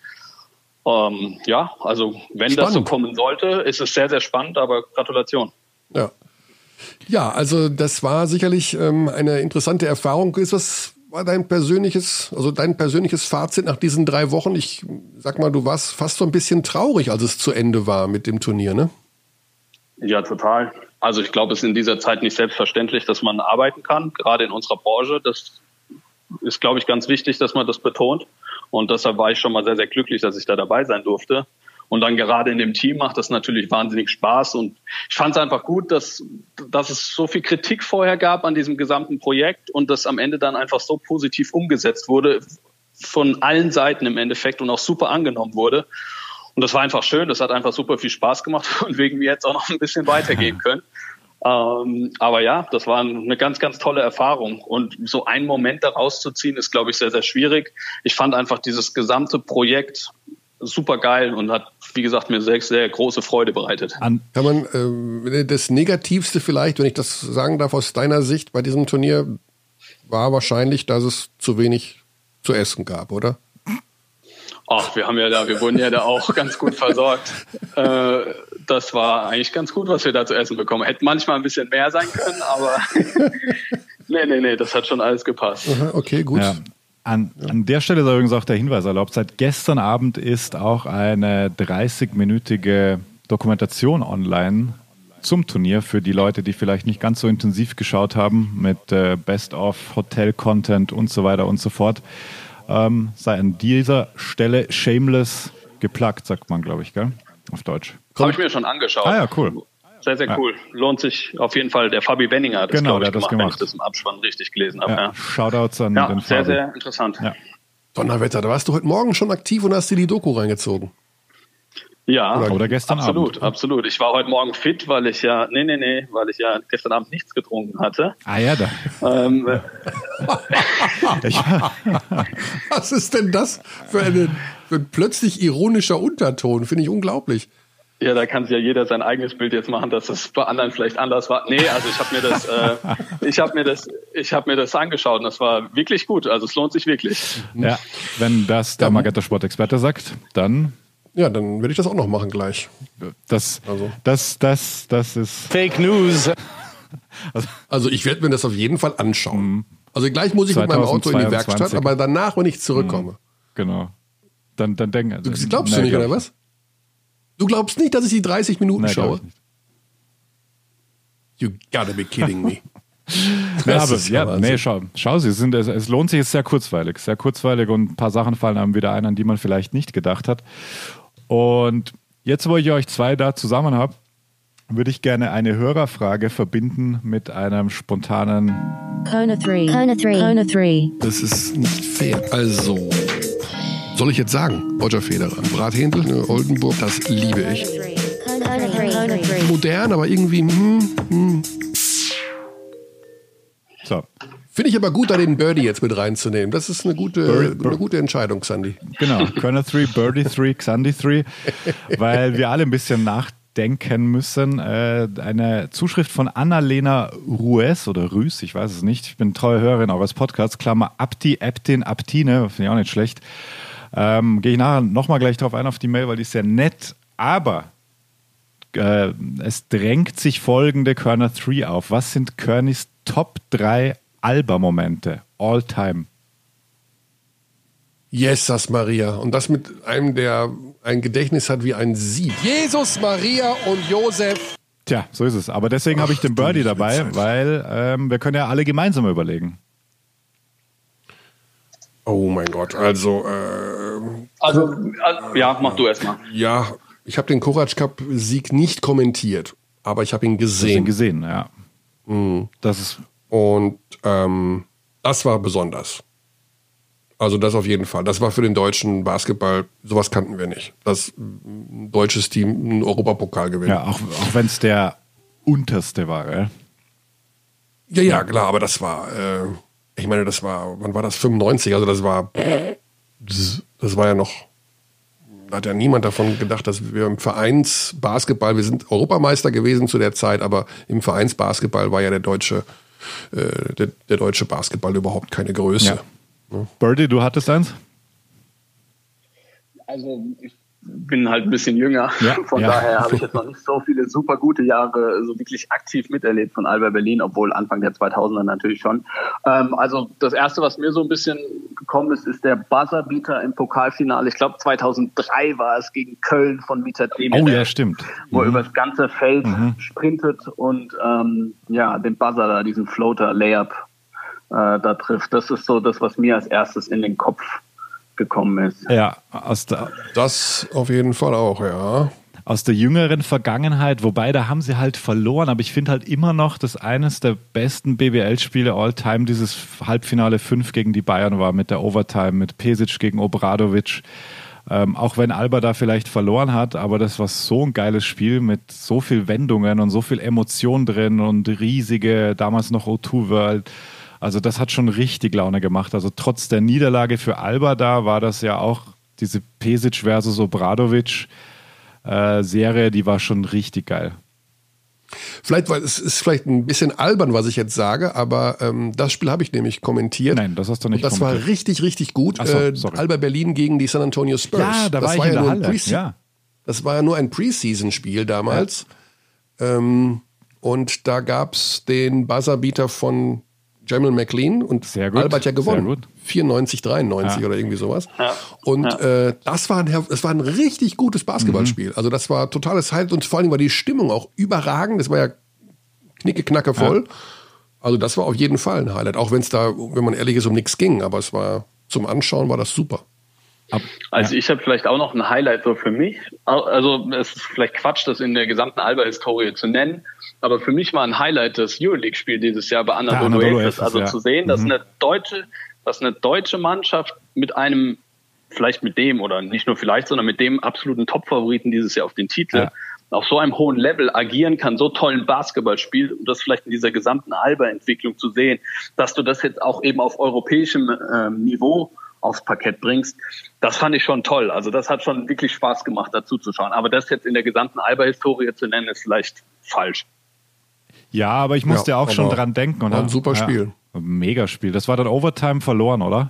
Ähm, ja, also wenn spannend. Das so kommen sollte, ist es sehr, sehr spannend. Aber Gratulation. Ja. Ja, also das war sicherlich ähm, eine interessante Erfahrung. Ist was war dein persönliches, also dein persönliches Fazit nach diesen drei Wochen? Ich sag mal, du warst fast so ein bisschen traurig, als es zu Ende war mit dem Turnier, ne? Ja, total. Also ich glaube, es ist in dieser Zeit nicht selbstverständlich, dass man arbeiten kann, gerade in unserer Branche. Das ist, glaube ich, ganz wichtig, dass man das betont. Und deshalb war ich schon mal sehr, sehr glücklich, dass ich da dabei sein durfte. Und dann gerade in dem Team macht das natürlich wahnsinnig Spaß. Und ich fand es einfach gut, dass, dass es so viel Kritik vorher gab an diesem gesamten Projekt und das am Ende dann einfach so positiv umgesetzt wurde, von allen Seiten im Endeffekt und auch super angenommen wurde. Und das war einfach schön, das hat einfach super viel Spaß gemacht und wegen mir jetzt auch noch ein bisschen weitergehen können. Ähm, aber ja, das war eine ganz, ganz tolle Erfahrung. Und so einen Moment da rauszuziehen, ist, glaube ich, sehr, sehr schwierig. Ich fand einfach dieses gesamte Projekt super geil und hat, wie gesagt, mir sehr, sehr große Freude bereitet. Kann man äh, das Negativste vielleicht, wenn ich das sagen darf, aus deiner Sicht bei diesem Turnier, war wahrscheinlich, dass es zu wenig zu essen gab, oder? Ach, wir haben ja da, wir wurden ja da auch ganz gut versorgt. Äh, das war eigentlich ganz gut, was wir da zu essen bekommen. Hätte manchmal ein bisschen mehr sein können, aber nee, nee, nee, das hat schon alles gepasst. Aha, okay, gut. Ja. An, an der Stelle ist übrigens auch der Hinweis erlaubt. Seit gestern Abend ist auch eine dreißig-minütige Dokumentation online zum Turnier für die Leute, die vielleicht nicht ganz so intensiv geschaut haben mit äh, Best-of, Hotel-Content und so weiter und so fort. Ähm, sei an dieser Stelle shameless geplagt, sagt man, glaube ich, gell? Auf Deutsch. Habe ich mir schon angeschaut. Ah ja, cool. Sehr, sehr cool. Ja. Lohnt sich auf jeden Fall. Der Fabi Benninger hat das, genau, glaube ich, der hat gemacht, das gemacht, wenn ich das im Abspann richtig gelesen habe. Ja. Ja. Shoutouts an ja, den sehr, Fabi. sehr interessant. Ja. Donnerwetter, da warst du heute Morgen schon aktiv und hast dir die Doku reingezogen. Ja, oder, oder gestern absolut, Abend. absolut. Ich war heute Morgen fit, weil ich ja, nee, nee, nee, weil ich ja gestern Abend nichts getrunken hatte. Ah ja, da. Ähm, Was ist denn das für, eine, für ein plötzlich ironischer Unterton? Finde ich unglaublich. Ja, da kann sich ja jeder sein eigenes Bild jetzt machen, dass es bei anderen vielleicht anders war. Nee, also ich habe mir das, äh, ich habe mir das, ich habe mir das angeschaut und das war wirklich gut. Also es lohnt sich wirklich. Ja, wenn das der Magenta Sport-Experte sagt, dann. Ja, dann werde ich das auch noch machen gleich. Das, also. das, das, das ist Fake News. Also, also ich werde mir das auf jeden Fall anschauen. Mhm. Also gleich muss ich mit meinem Auto in die Werkstatt, aber danach, wenn ich zurückkomme. Mhm. Genau. Dann, dann denken. Du glaubst nee, du nicht, oder was? Du glaubst nicht, dass ich die dreißig Minuten nee, schaue? You gotta be kidding me. Ja, aber, ja, nee, schau, schau Sie, es, sind, es, es lohnt sich, es ist sehr kurzweilig. Sehr kurzweilig und ein paar Sachen fallen einem wieder ein, an die man vielleicht nicht gedacht hat. Und jetzt, wo ich euch zwei da zusammen habe, würde ich gerne eine Hörerfrage verbinden mit einem spontanen Kona drei. Kona drei. Kona drei. Das ist nicht fair. Also, soll ich jetzt sagen, Roger Federer, Brathändel, Oldenburg, das liebe ich. Kona drei. Kona drei. Modern, aber irgendwie, hm, hm. So. Finde ich aber gut, da den Birdie jetzt mit reinzunehmen. Das ist eine gute, Bird, Bird. Eine gute Entscheidung, Xandi. Genau, Kona drei, Birdie drei, Xandi drei, weil wir alle ein bisschen nachdenken müssen. Äh, eine Zuschrift von Annalena Ruiz oder Rüß, ich weiß es nicht. Ich bin treue Hörerin eures Podcasts, Klammer Abdi, Abtin, Abtine, finde ich auch nicht schlecht. Ähm, Gehe ich nachher nochmal gleich drauf ein auf die Mail, weil die ist sehr nett. Aber äh, es drängt sich folgende Kona drei auf. Was sind Körnis Top drei Alba-Momente all time? Jesus Maria. Und das mit einem, der ein Gedächtnis hat wie ein Sieb. Jesus Maria und Josef. Tja, so ist es. Aber deswegen habe ich den Birdie dabei, weil ähm, wir können ja alle gemeinsam überlegen. Oh mein Gott, also äh, Also, äh, ja, mach du erst mal. ja, ich habe den Korac Cup Sieg nicht kommentiert, aber ich habe ihn Hast du gesehen. ihn gesehen, ja. Mhm. Das ist, Und ähm, das war besonders. Also das auf jeden Fall. Das war für den deutschen Basketball, sowas kannten wir nicht. Dass ein deutsches Team einen Europapokal gewinnt. ja, auch, auch wenn es der unterste war, gell? Ja, ja, klar, aber das war, äh, ich meine, das war, wann war das? fünfundneunzig, also das war, das war ja noch, da hat ja niemand davon gedacht, dass wir im Vereinsbasketball, wir sind Europameister gewesen zu der Zeit, aber im Vereinsbasketball war ja der deutsche, äh, der, der deutsche Basketball überhaupt keine Größe. Ja. Birdie, du hattest eins? Also ich bin halt ein bisschen jünger, Ja, von ja. daher habe ich jetzt noch nicht so viele super gute Jahre so wirklich aktiv miterlebt von Alba Berlin, obwohl Anfang der zweitausender natürlich schon. Ähm, also das Erste, was mir so ein bisschen gekommen ist, ist der Buzzerbeater im Pokalfinale. Ich glaube zweitausenddrei war es gegen Köln von Mita Demir, Oh ja, stimmt. wo er Mhm. über das ganze Feld Mhm. sprintet und ähm, ja den Buzzer da, diesen Floater Layup äh, da trifft. Das ist so das, was mir als erstes in den Kopf gekommen ist. Ja, aus der, Das auf jeden Fall auch, ja. aus der jüngeren Vergangenheit, wobei da haben sie halt verloren, aber ich finde halt immer noch, dass eines der besten B B L-Spiele all time dieses Halbfinale fünf gegen die Bayern war, mit der Overtime, mit Pesic gegen Obradovic. Ähm, auch wenn Alba da vielleicht verloren hat, aber das war so ein geiles Spiel mit so viel Wendungen und so viel Emotion drin und riesige, damals noch O zwei World. Also das hat schon richtig Laune gemacht. Also trotz der Niederlage für Alba da war das ja auch diese Pesic versus Obradovic äh, Serie, die war schon richtig geil. Vielleicht, weil es ist vielleicht ein bisschen albern, was ich jetzt sage, aber ähm, das Spiel habe ich nämlich kommentiert. Nein, das hast du nicht Und das war kommentiert. richtig, richtig gut. Ach so, äh, sorry. Alba Berlin gegen die San Antonio Spurs. Ja, da das war ich war in ja der nur ein Halle. Preseason. Ja. Das war ja nur ein Preseason-Spiel damals. Ähm, und da gab es den Buzzerbeater von Jamal McLean und Sehr gut, Alba hat ja gewonnen. sehr gut. vierundneunzig, dreiundneunzig Ja. oder irgendwie sowas. Ja. Und Ja. Äh, das war ein, her- es war ein richtig gutes Basketballspiel. Mhm. Also das war totales Highlight und vor allem war die Stimmung auch überragend. Das war ja knicke, knacke voll. Also das war auf jeden Fall ein Highlight. Auch wenn es da, wenn man ehrlich ist, um nichts ging. Aber es war, zum Anschauen war das super. Ab, Also ja. ich habe vielleicht auch noch ein Highlight so für mich. Also es ist vielleicht Quatsch, das in der gesamten Alba-Historie zu nennen, aber für mich war ein Highlight das Euroleague-Spiel dieses Jahr bei Anadolu Anadolu Efes. Efes, Also ja. zu sehen, dass Mhm. eine deutsche, dass eine deutsche Mannschaft mit einem, vielleicht mit dem oder nicht nur vielleicht, sondern mit dem absoluten Top-Favoriten dieses Jahr auf den Titel, Ja. auf so einem hohen Level agieren kann, so tollen Basketball spielt und das vielleicht in dieser gesamten Alba-Entwicklung zu sehen, dass du das jetzt auch eben auf europäischem ähm, Niveau aufs Parkett bringst, das fand ich schon toll. Also das hat schon wirklich Spaß gemacht, dazu zu schauen. Aber das jetzt in der gesamten Alba-Historie zu nennen, ist vielleicht falsch. ja, aber ich musste Ja, ja, auch schon aber dran denken. war Oder? ein super Spiel. Ja, Megaspiel. Das war dann Overtime verloren, oder?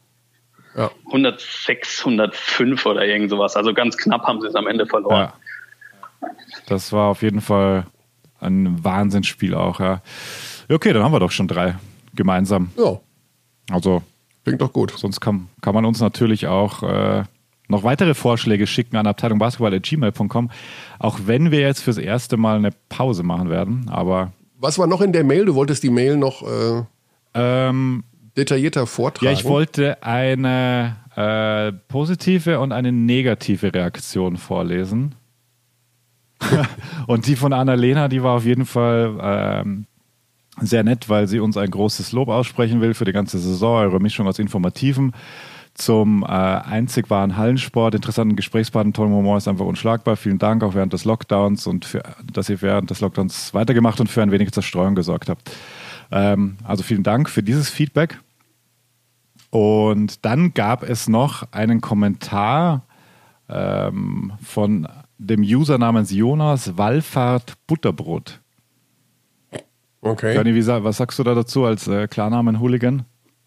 Ja. hundertsechs, hundertfünf oder irgend sowas. Also ganz knapp haben sie es am Ende verloren. Ja. Das war auf jeden Fall ein Wahnsinnsspiel auch, ja. Ja, okay, dann haben wir doch schon drei gemeinsam. Ja, Also klingt doch gut. sonst kann, kann man uns natürlich auch äh, noch weitere Vorschläge schicken an abteilung basketball at gmail punkt com, auch wenn wir jetzt fürs erste Mal eine Pause machen werden. Aber Was war noch in der Mail? Du wolltest die Mail noch äh, ähm, detaillierter vortragen. ja, ich wollte eine äh, positive und eine negative Reaktion vorlesen. Und die von Annalena, die war auf jeden Fall ähm, sehr nett, weil sie uns ein großes Lob aussprechen will für die ganze Saison, eure Mischung aus Informativen zum äh, einzig wahren Hallensport, interessanten Gesprächspartner, tollen Humor ist einfach unschlagbar. Vielen Dank auch während des Lockdowns und für, dass ihr während des Lockdowns weitergemacht und für ein wenig Zerstreuung gesorgt habt. Ähm, also vielen Dank für dieses Feedback. Und dann gab es noch einen Kommentar ähm, von dem User namens Jonas Wallfahrt Butterbrot. Okay. Johnny, wie, sa- was sagst du da dazu als äh, Klarnamen-Hooligan?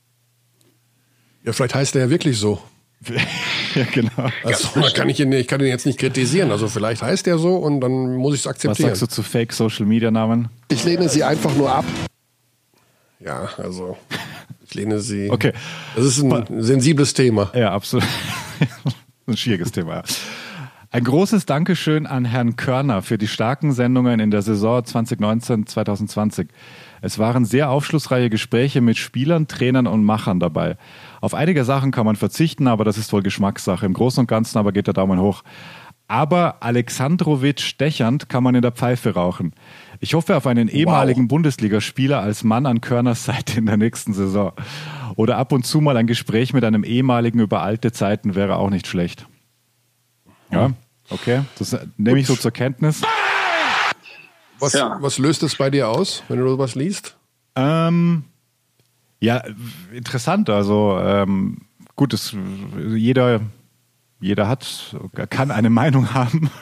Ja, vielleicht heißt er ja wirklich so. Ja, genau. Also, da kann ich, ihn, ich kann ihn jetzt nicht kritisieren. Also vielleicht heißt er so und dann muss ich es Was akzeptieren. sagst du zu Fake-Social-Media-Namen? Ich lehne sie einfach nur ab. Ja, also ich lehne sie. Okay. Das ist ein sensibles Thema. Ja, absolut. Ein schwieriges Thema. Ja. Ein großes Dankeschön an Herrn Körner für die starken Sendungen in der Saison zwanzig neunzehn zwanzig zwanzig. Es waren sehr aufschlussreiche Gespräche mit Spielern, Trainern und Machern dabei. Auf einige Sachen kann man verzichten, aber das ist wohl Geschmackssache. Im Großen und Ganzen aber geht der Daumen hoch. Aber Alexandrowitsch stechend kann man in der Pfeife rauchen. Ich hoffe auf einen ehemaligen wow. Bundesligaspieler als Mann an Körners Seite in der nächsten Saison. Oder ab und zu mal ein Gespräch mit einem ehemaligen über alte Zeiten wäre auch nicht schlecht. Ja, okay. Das nehme ich so zur Kenntnis. Was, ja. was löst es bei dir aus, wenn du sowas liest? Ähm, ja, interessant. Also ähm, gut, es, jeder... Jeder hat, kann eine Meinung haben.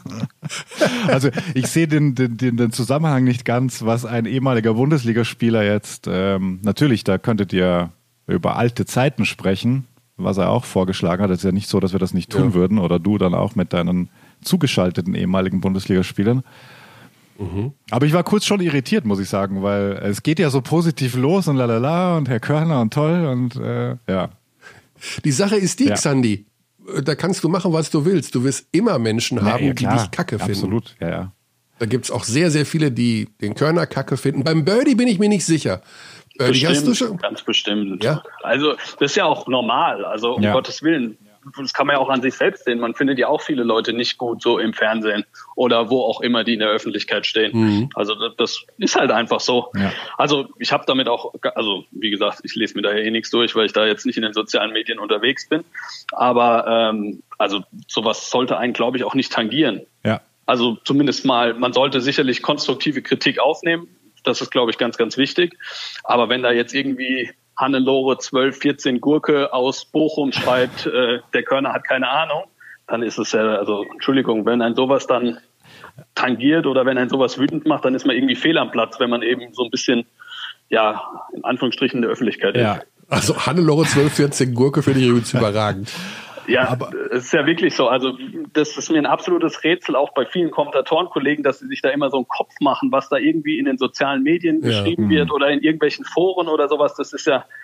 Also ich sehe den, den, den Zusammenhang nicht ganz, was ein ehemaliger Bundesligaspieler jetzt, ähm, natürlich, da könntet ihr über alte Zeiten sprechen, was er auch vorgeschlagen hat. Es ist ja nicht so, dass wir das nicht tun ja. würden oder du dann auch mit deinen zugeschalteten ehemaligen Bundesligaspielern. Mhm. Aber ich war kurz schon irritiert, muss ich sagen, weil es geht ja so positiv los und lalala und Herr Körner und toll und äh, ja. Die Sache ist die, ja. Xandi. Da kannst du machen, was du willst. Du wirst immer Menschen ja, haben, ja, die dich kacke finden. Absolut, ja, ja. Da gibt es auch sehr, sehr viele, die den Körner kacke finden. Beim Birdie bin ich mir nicht sicher. Birdie, bestimmt, hast du schon? Ganz bestimmt. Ja? Also das ist ja auch normal. Also um ja. Gottes Willen. Das kann man ja auch an sich selbst sehen. Man findet ja auch viele Leute nicht gut so im Fernsehen oder wo auch immer die in der Öffentlichkeit stehen. Mhm. Also das, das ist halt einfach so. Ja. Also ich habe damit auch, also wie gesagt, ich lese mir da ja eh nichts durch, weil ich da jetzt nicht in den sozialen Medien unterwegs bin. Aber ähm, also sowas sollte einen, glaube ich, auch nicht tangieren. Ja. Also zumindest mal, man sollte sicherlich konstruktive Kritik aufnehmen. Das ist, glaube ich, ganz, ganz wichtig. Aber wenn da jetzt irgendwie Hannelore zwölf, vierzehn Gurke aus Bochum schreibt, äh, der Körner hat keine Ahnung, dann ist es ja, also Entschuldigung, wenn ein sowas dann tangiert oder wenn ein sowas wütend macht, dann ist man irgendwie fehl am Platz, wenn man eben so ein bisschen, ja, in Anführungsstrichen in der Öffentlichkeit ja. ist. Also Hannelore zwölf, vierzehn Gurke finde ich übrigens überragend. Ja, aber es ist ja wirklich so. Also das ist mir ein absolutes Rätsel, auch bei vielen Kommentatorenkollegen, dass sie sich da immer so einen Kopf machen, was da irgendwie in den sozialen Medien ja. geschrieben wird oder in irgendwelchen Foren oder sowas. Das ist ja,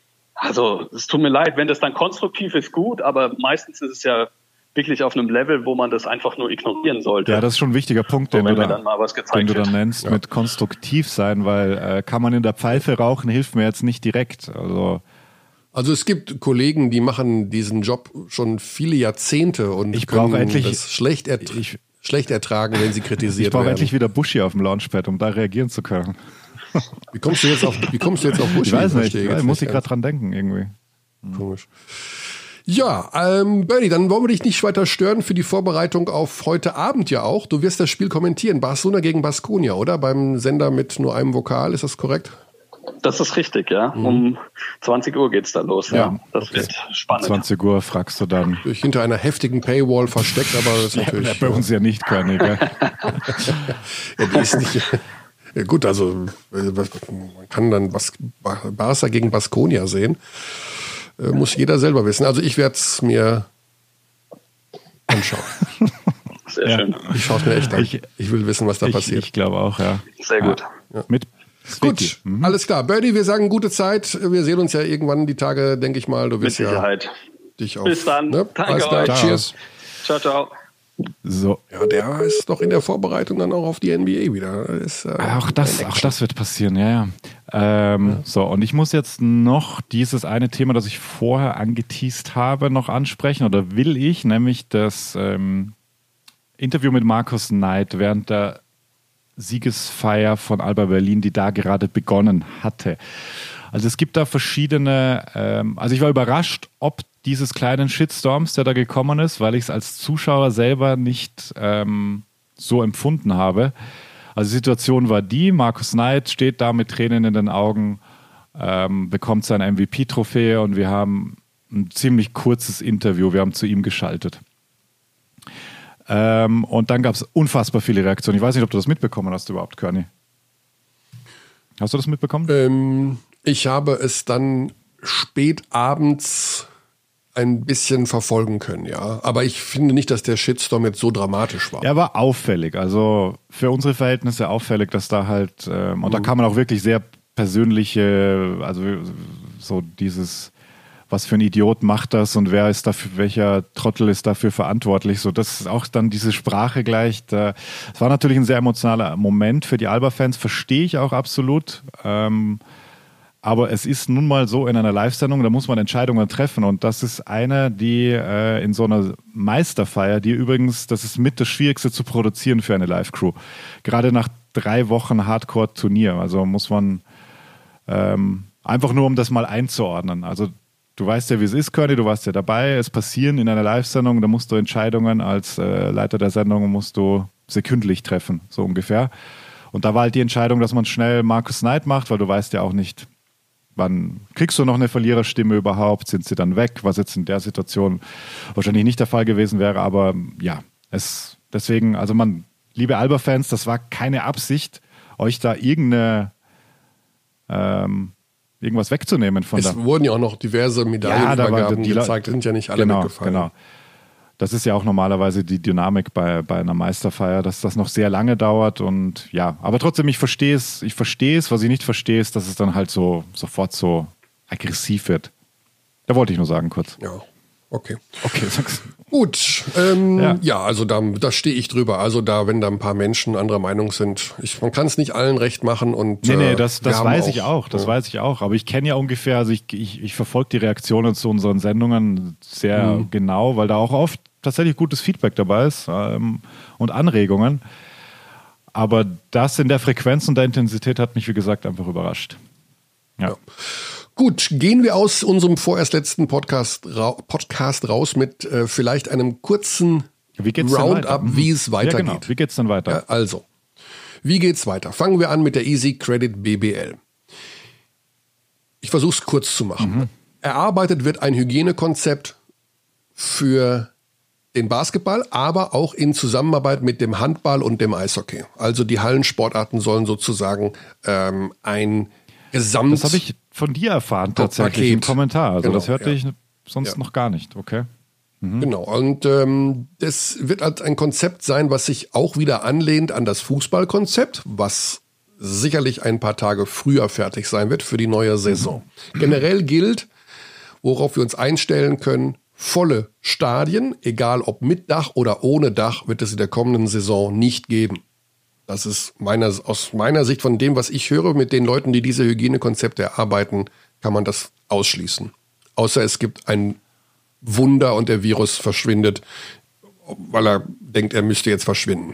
also es tut mir leid, wenn das dann konstruktiv ist, gut, aber meistens ist es ja wirklich auf einem Level, wo man das einfach nur ignorieren sollte. Ja, das ist schon ein wichtiger Punkt, so, den, du da, dann mal was den du dann wird. nennst, ja. mit konstruktiv sein, weil äh, kann man in der Pfeife rauchen, hilft mir jetzt nicht direkt. Also Also es gibt Kollegen, die machen diesen Job schon viele Jahrzehnte und ich können endlich, das schlecht, ert ich, schlecht ertragen, wenn sie kritisiert ich brauche werden. endlich wieder Buschi auf dem Launchpad, um da reagieren zu können. Wie kommst du jetzt auf, wie kommst du jetzt auf Buschi? Ich weiß nicht, ich ich muss ich gerade dran denken irgendwie. Komisch. Ja, ähm, Bernie, dann wollen wir dich nicht weiter stören für die Vorbereitung auf heute Abend ja auch. Du wirst das Spiel kommentieren, Barcelona gegen Baskonia, oder? Beim Sender mit nur einem Vokal, ist das korrekt? Das ist richtig, ja. Mhm. Um zwanzig Uhr geht's da los. Ja, ja. Das okay. wird spannend. zwanzig Uhr fragst du dann. Durch hinter einer heftigen Paywall versteckt, aber das ist natürlich... Ja, bei uns ja nicht, König. Ja, die ist nicht... Ja, gut, also man kann dann Bas- Barca gegen Baskonia sehen. Äh, muss jeder selber wissen. Also ich werde es mir anschauen. Sehr ja. schön. Ich schaue es mir echt an. Ich, ich will wissen, was da ich, passiert. Ich glaube auch, ja. Sehr gut. Ja. Mit Gut, mhm. alles klar. Birdie, wir sagen gute Zeit. Wir sehen uns ja irgendwann die Tage, denke ich mal. Du wirst Mit Sicherheit. Ja dich auf. Bis dann. Ne? Danke alles klar. euch. Cheers. Ciao, ciao. So. Ja, der ist noch in der Vorbereitung dann auch auf die N B A wieder. Ist, äh, auch, das, auch das wird passieren, ja, ja. Ähm, ja. So, und ich muss jetzt noch dieses eine Thema, das ich vorher angeteast habe, noch ansprechen, oder will ich, nämlich das ähm, Interview mit Markus Knight während der Siegesfeier von Alba Berlin, die da gerade begonnen hatte. Also es gibt da verschiedene, ähm, also ich war überrascht, ob dieses kleinen Shitstorms, der da gekommen ist, weil ich es als Zuschauer selber nicht ähm, so empfunden habe. Also die Situation war die, Markus Knight steht da mit Tränen in den Augen, ähm, bekommt seine M V P-Trophäe und wir haben ein ziemlich kurzes Interview, wir haben zu ihm geschaltet. Ähm, und dann gab es unfassbar viele Reaktionen. Ich weiß nicht, ob du das mitbekommen hast überhaupt, Körny. Hast du das mitbekommen? Ähm, ich habe es dann spät abends ein bisschen verfolgen können, ja. Aber ich finde nicht, dass der Shitstorm jetzt so dramatisch war. Er war auffällig. Also für unsere Verhältnisse auffällig, dass da halt, ähm, und mhm. da kann man auch wirklich sehr persönliche, also so dieses, was für ein Idiot macht das und wer ist dafür, welcher Trottel ist dafür verantwortlich. So, das ist auch dann diese Sprache gleich. Es war natürlich ein sehr emotionaler Moment für die Alba-Fans, verstehe ich auch absolut. Ähm, aber es ist nun mal so in einer Live-Sendung, da muss man Entscheidungen treffen und das ist eine, die äh, in so einer Meisterfeier, die übrigens, das ist mit das Schwierigste zu produzieren für eine Live-Crew. Gerade nach drei Wochen Hardcore-Turnier, also muss man ähm, einfach nur, um das mal einzuordnen. Also du weißt ja, wie es ist, Körny, du warst ja dabei. Es passieren in einer Live-Sendung, da musst du Entscheidungen als äh, Leiter der Sendung musst du sekündlich treffen, so ungefähr. Und da war halt die Entscheidung, dass man schnell Markus Knight macht, weil du weißt ja auch nicht, wann kriegst du noch eine Verliererstimme überhaupt, sind sie dann weg, was jetzt in der Situation wahrscheinlich nicht der Fall gewesen wäre. Aber ja, es deswegen, also man, liebe Alba-Fans, das war keine Absicht, euch da irgendeine ähm, irgendwas wegzunehmen von es der... wurden ja auch noch diverse Medaillenübergaben ja, gezeigt, die sind ja nicht alle genau, mitgefallen. Genau. Das ist ja auch normalerweise die Dynamik bei, bei einer Meisterfeier, dass das noch sehr lange dauert und ja, aber trotzdem, ich verstehe es, ich verstehe es, was ich nicht verstehe, ist, dass es dann halt so sofort so aggressiv wird. Da wollte ich nur sagen kurz. Ja, okay. Okay, sag's. Gut, ähm, ja. Ja. ja, also da, da stehe ich drüber. Also da, wenn da ein paar Menschen anderer Meinung sind, ich, man kann es nicht allen recht machen und Nee, nee, äh, das, wir das haben weiß ich auch, das ja. weiß ich auch. Aber ich kenne ja ungefähr, also ich, ich, ich verfolge die Reaktionen zu unseren Sendungen sehr Mhm. genau, weil da auch oft tatsächlich gutes Feedback dabei ist ähm, und Anregungen. Aber das in der Frequenz und der Intensität hat mich, wie gesagt, einfach überrascht. Ja. Ja. Gut, gehen wir aus unserem vorerst letzten Podcast, ra Podcast raus mit äh, vielleicht einem kurzen Wie geht's denn Roundup, weiter? Mhm. wie es Ja, weitergeht. genau. Wie geht's denn weiter? Ja, also, wie geht's weiter? Fangen wir an mit der Easy Credit B B L. Ich versuche es kurz zu machen. Mhm. Erarbeitet wird ein Hygienekonzept für den Basketball, aber auch in Zusammenarbeit mit dem Handball und dem Eishockey. Also die Hallensportarten sollen sozusagen ähm, ein Gesamt... Das habe ich von dir erfahren tatsächlich Paket. im Kommentar. Also Genau, das hörte ja. ich sonst Ja. noch gar nicht. Okay. Genau, und ähm, das wird halt ein Konzept sein, was sich auch wieder anlehnt an das Fußballkonzept, was sicherlich ein paar Tage früher fertig sein wird für die neue Saison. Generell gilt, worauf wir uns einstellen können, volle Stadien, egal ob mit Dach oder ohne Dach, wird es in der kommenden Saison nicht geben. Das ist meiner, aus meiner Sicht von dem, was ich höre, mit den Leuten, die diese Hygienekonzepte erarbeiten, kann man das ausschließen. Außer es gibt ein Wunder und der Virus verschwindet, weil er denkt, er müsste jetzt verschwinden.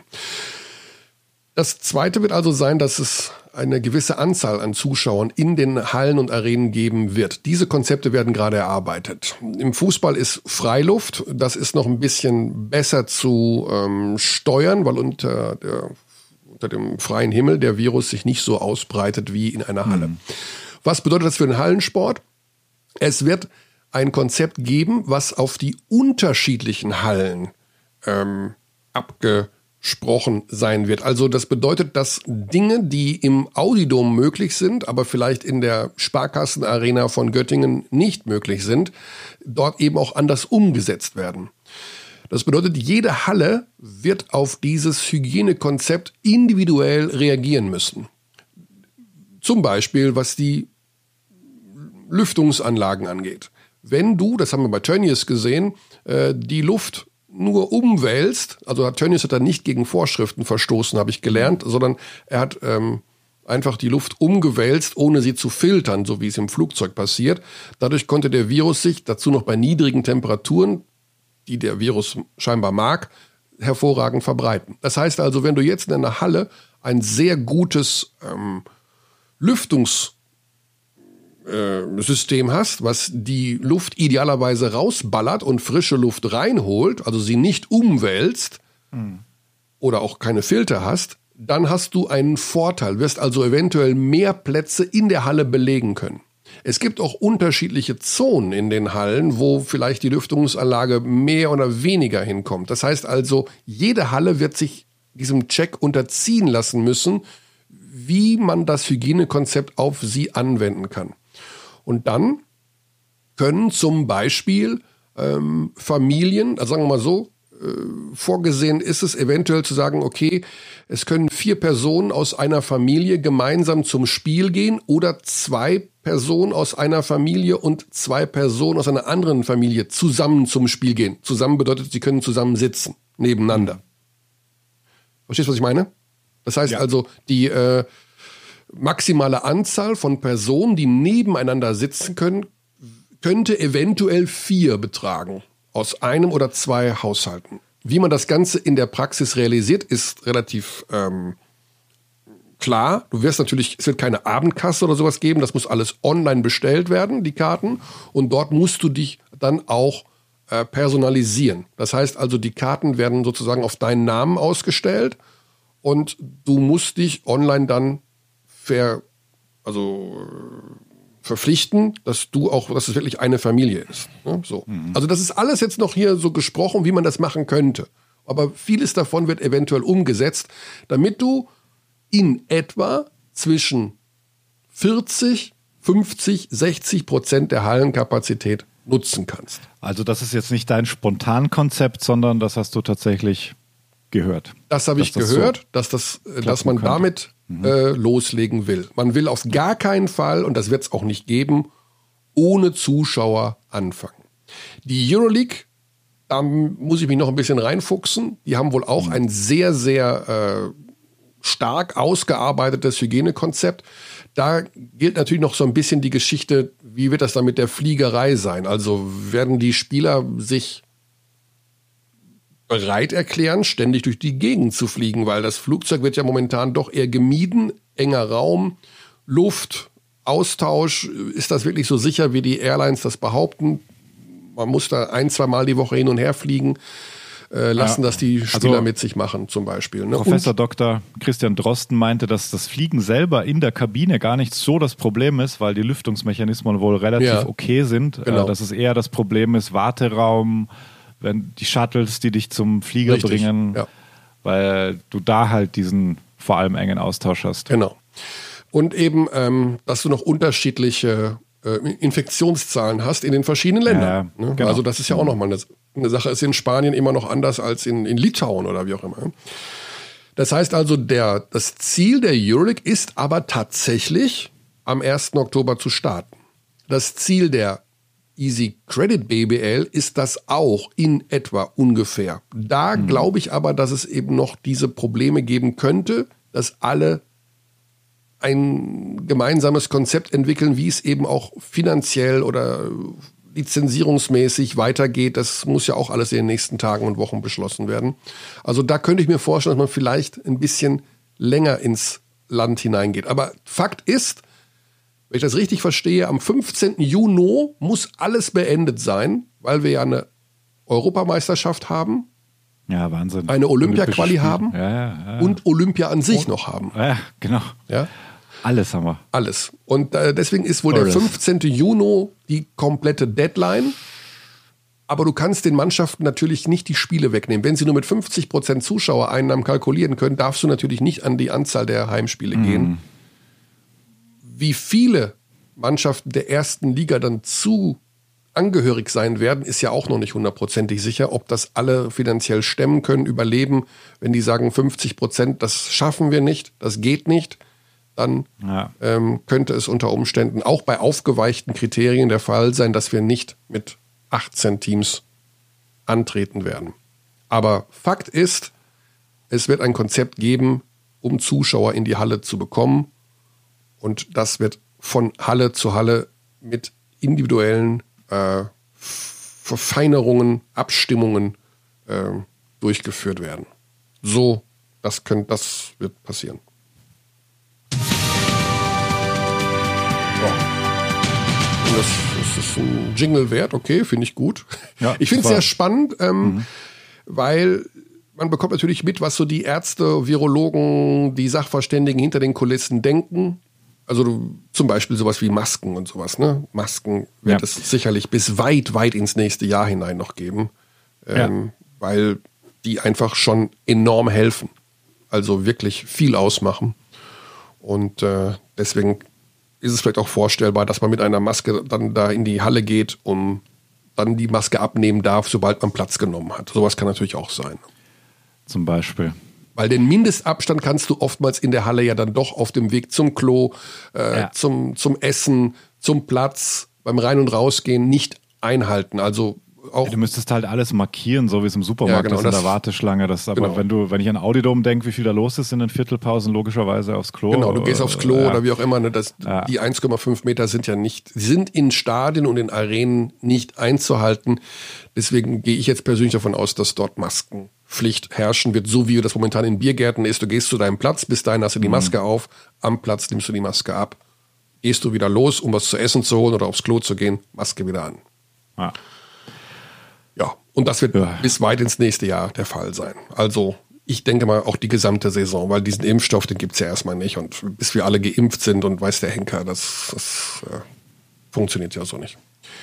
Das Zweite wird also sein, dass es eine gewisse Anzahl an Zuschauern in den Hallen und Arenen geben wird. Diese Konzepte werden gerade erarbeitet. Im Fußball ist Freiluft. Das ist noch ein bisschen besser zu ähm, steuern, weil unter, der, unter dem freien Himmel der Virus sich nicht so ausbreitet wie in einer Halle. Mhm. Was bedeutet das für den Hallensport? Es wird ein Konzept geben, was auf die unterschiedlichen Hallen ähm, abgesprochen sein wird. Also das bedeutet, dass Dinge, die im Audidom möglich sind, aber vielleicht in der Sparkassenarena von Göttingen nicht möglich sind, dort eben auch anders umgesetzt werden. Das bedeutet, jede Halle wird auf dieses Hygienekonzept individuell reagieren müssen. Zum Beispiel, was die Lüftungsanlagen angeht. Wenn du, das haben wir bei Tönnies gesehen, äh, die Luft nur umwälzt, also Tönnies hat da nicht gegen Vorschriften verstoßen, habe ich gelernt, sondern er hat ähm, einfach die Luft umgewälzt, ohne sie zu filtern, so wie es im Flugzeug passiert. Dadurch konnte der Virus sich, dazu noch bei niedrigen Temperaturen, die der Virus scheinbar mag, hervorragend verbreiten. Das heißt also, wenn du jetzt in einer Halle ein sehr gutes ähm, Lüftungs System hast, was die Luft idealerweise rausballert und frische Luft reinholt, also sie nicht umwälzt mhm. oder auch keine Filter hast, dann hast du einen Vorteil, wirst also eventuell mehr Plätze in der Halle belegen können. Es gibt auch unterschiedliche Zonen in den Hallen, wo vielleicht die Lüftungsanlage mehr oder weniger hinkommt. Das heißt also, jede Halle wird sich diesem Check unterziehen lassen müssen, wie man das Hygienekonzept auf sie anwenden kann. Und dann können zum Beispiel ähm, Familien, also sagen wir mal so, vorgesehen ist es eventuell zu sagen, okay, es können vier Personen aus einer Familie gemeinsam zum Spiel gehen oder zwei Personen aus einer Familie und zwei Personen aus einer anderen Familie zusammen zum Spiel gehen. Zusammen bedeutet, sie können zusammen sitzen, nebeneinander. Verstehst du, was ich meine? Das heißt ja. also, die äh, maximale Anzahl von Personen, die nebeneinander sitzen können, könnte eventuell vier betragen. Aus einem oder zwei Haushalten. Wie man das Ganze in der Praxis realisiert, ist relativ ähm, klar. Du wirst natürlich, es wird keine Abendkasse oder sowas geben. Das muss alles online bestellt werden, die Karten. Und dort musst du dich dann auch äh, personalisieren. Das heißt also, die Karten werden sozusagen auf deinen Namen ausgestellt. Und du musst dich online dann ver, also verpflichten, dass du auch, dass es wirklich eine Familie ist. Ne? So. Mhm. Also das ist alles jetzt noch hier so gesprochen, wie man das machen könnte. Aber vieles davon wird eventuell umgesetzt, damit du in etwa zwischen vierzig, fünfzig, sechzig Prozent der Hallenkapazität nutzen kannst. Also das ist jetzt nicht dein Spontankonzept, sondern das hast du tatsächlich gehört. Das habe ich gehört, so dass, das, dass man könnte. damit mhm. äh, loslegen will. Man will auf gar keinen Fall, und das wird es auch nicht geben, ohne Zuschauer anfangen. Die Euroleague, da muss ich mich noch ein bisschen reinfuchsen, die haben wohl auch mhm. ein sehr, sehr äh, stark ausgearbeitetes Hygienekonzept. Da gilt natürlich noch so ein bisschen die Geschichte, wie wird das dann mit der Fliegerei sein? Also werden die Spieler sich bereit erklären, ständig durch die Gegend zu fliegen, weil das Flugzeug wird ja momentan doch eher gemieden, enger Raum, Luft, Austausch. Ist das wirklich so sicher, wie die Airlines das behaupten? Man muss da ein, zwei Mal die Woche hin und her fliegen. Äh, lassen ja, das die Spieler also mit sich machen zum Beispiel. Ne? Professor und, Doktor Christian Drosten meinte, dass das Fliegen selber in der Kabine gar nicht so das Problem ist, weil die Lüftungsmechanismen wohl relativ ja, okay sind. Genau. Äh, dass es eher das Problem ist, Warteraum, wenn die Shuttles, die dich zum Flieger Richtig, bringen, ja. weil du da halt diesen vor allem engen Austausch hast. Genau. Und eben, ähm, dass du noch unterschiedliche äh, Infektionszahlen hast in den verschiedenen Ländern. Ja, ne? Genau. Also das ist ja auch nochmal eine, eine Sache. Ist in Spanien immer noch anders als in, in Litauen oder wie auch immer. Das heißt also, der, das Ziel der Euroleague ist aber tatsächlich, am ersten Oktober zu starten. Das Ziel der Easy Credit B B L ist das auch in etwa ungefähr. Da mhm. glaube ich aber, dass es eben noch diese Probleme geben könnte, dass alle ein gemeinsames Konzept entwickeln, wie es eben auch finanziell oder lizenzierungsmäßig weitergeht. Das muss ja auch alles in den nächsten Tagen und Wochen beschlossen werden. Also da könnte ich mir vorstellen, dass man vielleicht ein bisschen länger ins Land hineingeht. Aber Fakt ist, wenn ich das richtig verstehe, am fünfzehnten Juni muss alles beendet sein, weil wir ja eine Europameisterschaft haben. Ja, Wahnsinn. Eine Olympia-Quali haben ja, ja, ja. und Olympia an sich und, noch haben. Ja, genau. Ja? Alles haben wir. Alles. Und äh, deswegen ist wohl Alles. der fünfzehnten Juni die komplette Deadline. Aber du kannst den Mannschaften natürlich nicht die Spiele wegnehmen. Wenn sie nur mit fünfzig Prozent Zuschauereinnahmen kalkulieren können, darfst du natürlich nicht an die Anzahl der Heimspiele mhm. gehen. Wie viele Mannschaften der ersten Liga dann zu angehörig sein werden, ist ja auch noch nicht hundertprozentig sicher, ob das alle finanziell stemmen können, überleben. Wenn die sagen fünfzig Prozent, das schaffen wir nicht, das geht nicht, dann ja. ähm, könnte es unter Umständen auch bei aufgeweichten Kriterien der Fall sein, dass wir nicht mit achtzehn Teams antreten werden. Aber Fakt ist, es wird ein Konzept geben, um Zuschauer in die Halle zu bekommen. Und das wird von Halle zu Halle mit individuellen äh, Verfeinerungen, Abstimmungen äh, durchgeführt werden. So, das, könnt, das wird passieren. So. Und das, das ist ein Jingle wert, okay, finde ich gut. Ja, ich finde es sehr spannend, ähm, mhm. weil man bekommt natürlich mit, was so die Ärzte, Virologen, die Sachverständigen hinter den Kulissen denken. Also du, zum Beispiel sowas wie Masken und sowas. Ne? Masken wird ja. es sicherlich bis weit, weit ins nächste Jahr hinein noch geben, ähm, ja. weil die einfach schon enorm helfen. Also wirklich viel ausmachen. Und äh, deswegen ist es vielleicht auch vorstellbar, dass man mit einer Maske dann da in die Halle geht, um dann die Maske abnehmen darf, sobald man Platz genommen hat. Sowas kann natürlich auch sein. Zum Beispiel. Weil den Mindestabstand kannst du oftmals in der Halle ja dann doch auf dem Weg zum Klo, äh, Ja. zum, zum Essen, zum Platz, beim Rein- und Rausgehen nicht einhalten. Also auch Du müsstest halt alles markieren, so wie es im Supermarkt Ja, genau, ist in das- der Warteschlange. Das, aber genau. wenn du, wenn ich an Audidom denke, wie viel da los ist in den Viertelpausen, logischerweise aufs Klo. Genau, du gehst aufs Klo äh, oder wie auch immer. Ne, das, Ja. Die eins Komma fünf Meter sind ja nicht, sind in Stadien und in Arenen nicht einzuhalten. Deswegen gehe ich jetzt persönlich davon aus, dass dort Maskenpflicht herrschen wird, so wie das momentan in Biergärten ist. Du gehst zu deinem Platz, bis dahin hast du die Maske auf, am Platz nimmst du die Maske ab, gehst du wieder los, um was zu essen zu holen oder aufs Klo zu gehen, Maske wieder an. Ja. Ja, und das wird Ja. bis weit ins nächste Jahr der Fall sein. Also ich denke mal auch die gesamte Saison, weil diesen Impfstoff, den gibt's ja erstmal nicht. Und bis wir alle geimpft sind und weiß der Henker, das, das äh, funktioniert ja so nicht.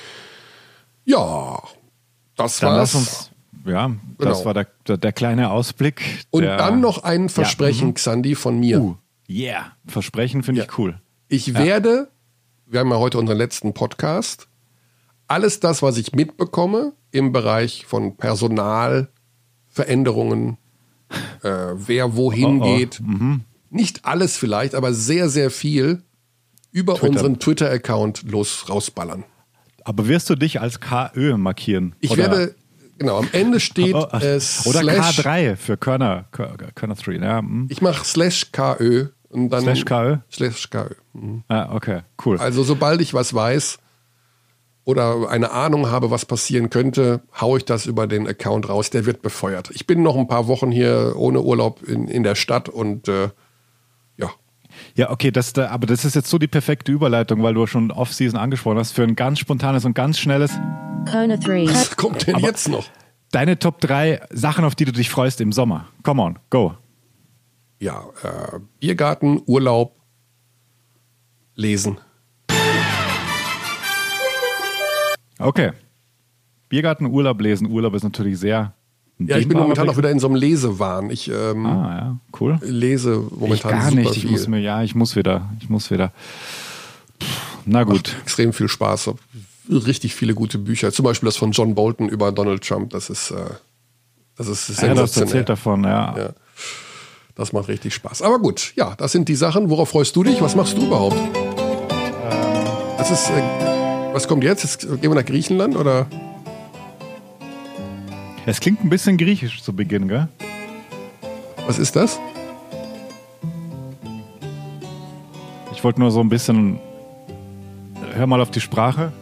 Ja, das Dann war's. lass uns, ja, das Genau. war der, der, der kleine Ausblick. und der, dann noch ein Versprechen, mhm. Xandi, von mir. Uh, yeah, Versprechen finde Ja. ich cool. Ich werde, wir haben ja heute unseren letzten Podcast, alles das, was ich mitbekomme im Bereich von Personalveränderungen, äh, wer wohin Oh, oh. geht, nicht alles vielleicht, aber sehr, sehr viel über Twitter. unseren Twitter-Account los rausballern. Aber wirst du dich als K Ö markieren? Ich Oder- werde, genau, am Ende steht Oh, äh, oder slash, K drei für Körner, Kör- Körner drei. Ja, hm. ich mache slash KÖ und dann Slash KÖ? Slash KÖ. Mhm. Ah, okay, cool. Also sobald ich was weiß oder eine Ahnung habe, was passieren könnte, haue ich das über den Account raus. Der wird befeuert. Ich bin noch ein paar Wochen hier ohne Urlaub in, in der Stadt und äh, ja. Ja, okay, das, da- aber das ist jetzt so die perfekte Überleitung, weil du schon Off-Season angesprochen hast, für ein ganz spontanes und ganz schnelles. Kona three. Was kommt denn jetzt noch? Deine Top drei Sachen, auf die du dich freust im Sommer. Come on, go. Ja, äh, Biergarten, Urlaub, Lesen. Okay. Biergarten, Urlaub, lesen. Urlaub ist natürlich sehr. ein Ja, ich bin dehnbarer momentan auch Begriff. wieder in so einem Lesewahn. Ich ähm, Ah, ja, cool. lese Ich momentan gar super nicht. Ich viel. muss mir, ja, ich muss wieder. Ich muss wieder. Pff, na gut. Extrem viel Spaß. Hab richtig viele gute Bücher. Zum Beispiel das von John Bolton über Donald Trump. Das ist, äh, das ist Ja, du hast sensationell. erzählt davon, ja. Ja. Das macht richtig Spaß. Aber gut, ja, das sind die Sachen. Worauf freust du dich? Was machst du überhaupt? Das ist, äh, was kommt jetzt? Jetzt gehen wir nach Griechenland oder? Es klingt ein bisschen griechisch zu Beginn, gell? Was ist das? Ich wollte nur so ein bisschen. Hör mal auf die Sprache.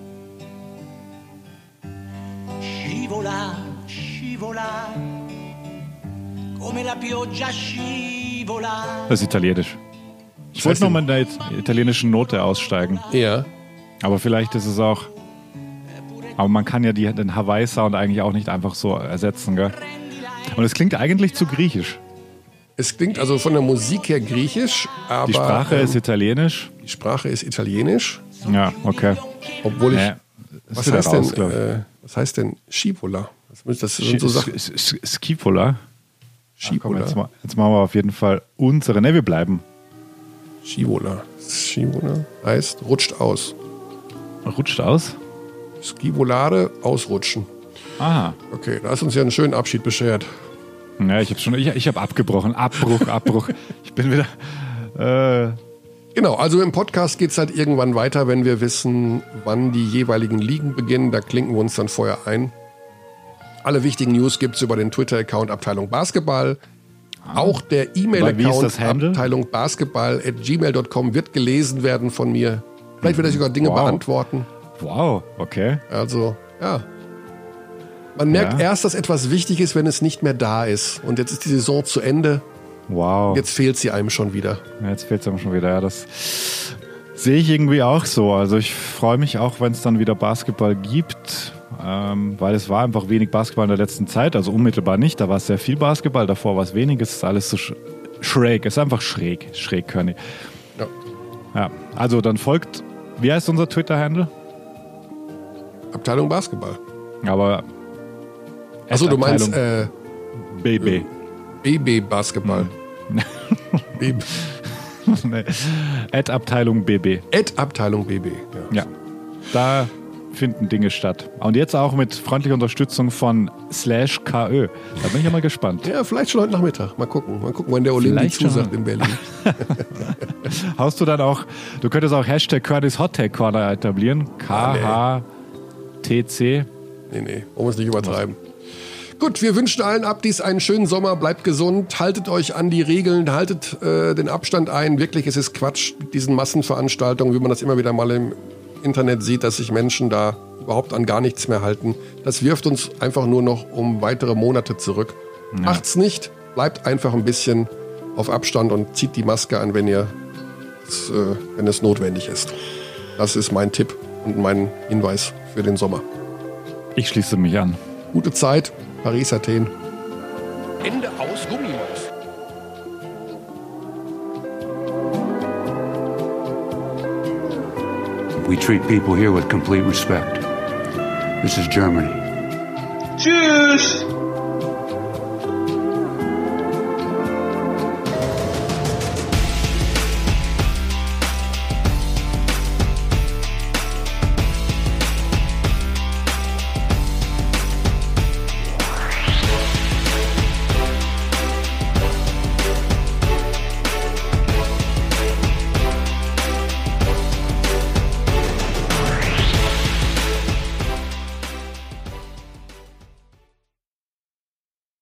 Scivola, scivola, come la pioggia scivola. Das ist italienisch. Ich wollte heißt noch denn- mal in der it- italienischen Note aussteigen. Ja. Aber vielleicht ist es auch. Aber man kann ja die, den Hawaii-Sound eigentlich auch nicht einfach so ersetzen, gell? Und es klingt eigentlich zu griechisch. Es klingt also von der Musik her griechisch, aber Die Sprache ähm, ist italienisch. die Sprache ist italienisch. Ja, okay. Obwohl ich. Ja, ist was, wieder heißt raus, denn, glaub ich. äh, was heißt denn Scivola? Das, das sind so Sachen. S- S- S- Scipola. Ah, komm, Scivola. jetzt, ma- jetzt machen wir auf jeden Fall unsere. Ne, wir bleiben. Scivola. Scivola heißt rutscht aus. Rutscht aus. Scivolare, ausrutschen. Aha. Okay, da hast du uns ja einen schönen Abschied beschert. Ja, ich habe schon, ich, ich habe abgebrochen. Abbruch, Abbruch. Ich bin wieder. Äh, Genau, also im Podcast geht es halt irgendwann weiter, wenn wir wissen, wann die jeweiligen Ligen beginnen. Da klinken wir uns dann vorher ein. Alle wichtigen News gibt es über den Twitter-Account Abteilung Basketball. Auch der Wie ist E-Mail-Account das Handle? Abteilung Basketball at gmail dot com wird gelesen werden von mir. Vielleicht wird er sogar Dinge Wow. beantworten. wow, okay. Also, ja. Man merkt Ja. erst, dass etwas wichtig ist, wenn es nicht mehr da ist. Und jetzt ist die Saison zu Ende. Wow. Jetzt fehlt sie einem schon wieder. Ja, Jetzt fehlt es einem schon wieder. Ja, das sehe ich irgendwie auch so. Also ich freue mich auch, wenn es dann wieder Basketball gibt, ähm, weil es war einfach wenig Basketball in der letzten Zeit. Also unmittelbar nicht. Da war es sehr viel Basketball. Davor war es wenig. Es ist alles so sch schräg. Es ist einfach schräg. Schräg, Körny. Ja. Ja, also dann folgt, wie heißt unser Twitter-Handle? Abteilung Basketball. Aber Achso, du meinst Abteilung äh, B B. B B Basketball. B B. Nee. Ad Abteilung B B. Ad Abteilung B B. Ja. Ja. Da finden Dinge statt. Und jetzt auch mit freundlicher Unterstützung von Slash K Ö. Da bin ich ja mal gespannt. Ja, vielleicht schon heute Nachmittag. Mal gucken. Mal gucken, wann der Olympi zusagt in Berlin. Haust du dann auch, du könntest auch Hashtag Curtis Hot Take Corner etablieren. K H T C. Nee, nee, wollen wir es nicht übertreiben. Gut, wir wünschen allen Abdis einen schönen Sommer. Bleibt gesund, haltet euch an die Regeln, haltet äh, den Abstand ein. Wirklich, es ist Quatsch mit diesen Massenveranstaltungen, wie man das immer wieder mal im Internet sieht, dass sich Menschen da überhaupt an gar nichts mehr halten. Das wirft uns einfach nur noch um weitere Monate zurück. Ja. Macht's nicht, bleibt einfach ein bisschen auf Abstand und zieht die Maske an, wenn ihr, äh, wenn es notwendig ist. Das ist mein Tipp und mein Hinweis für den Sommer. Ich schließe mich an. Gute Zeit, Paris, Athen. Ende aus Gummimaus. We treat people here with complete respect. This is Germany. Tschüss!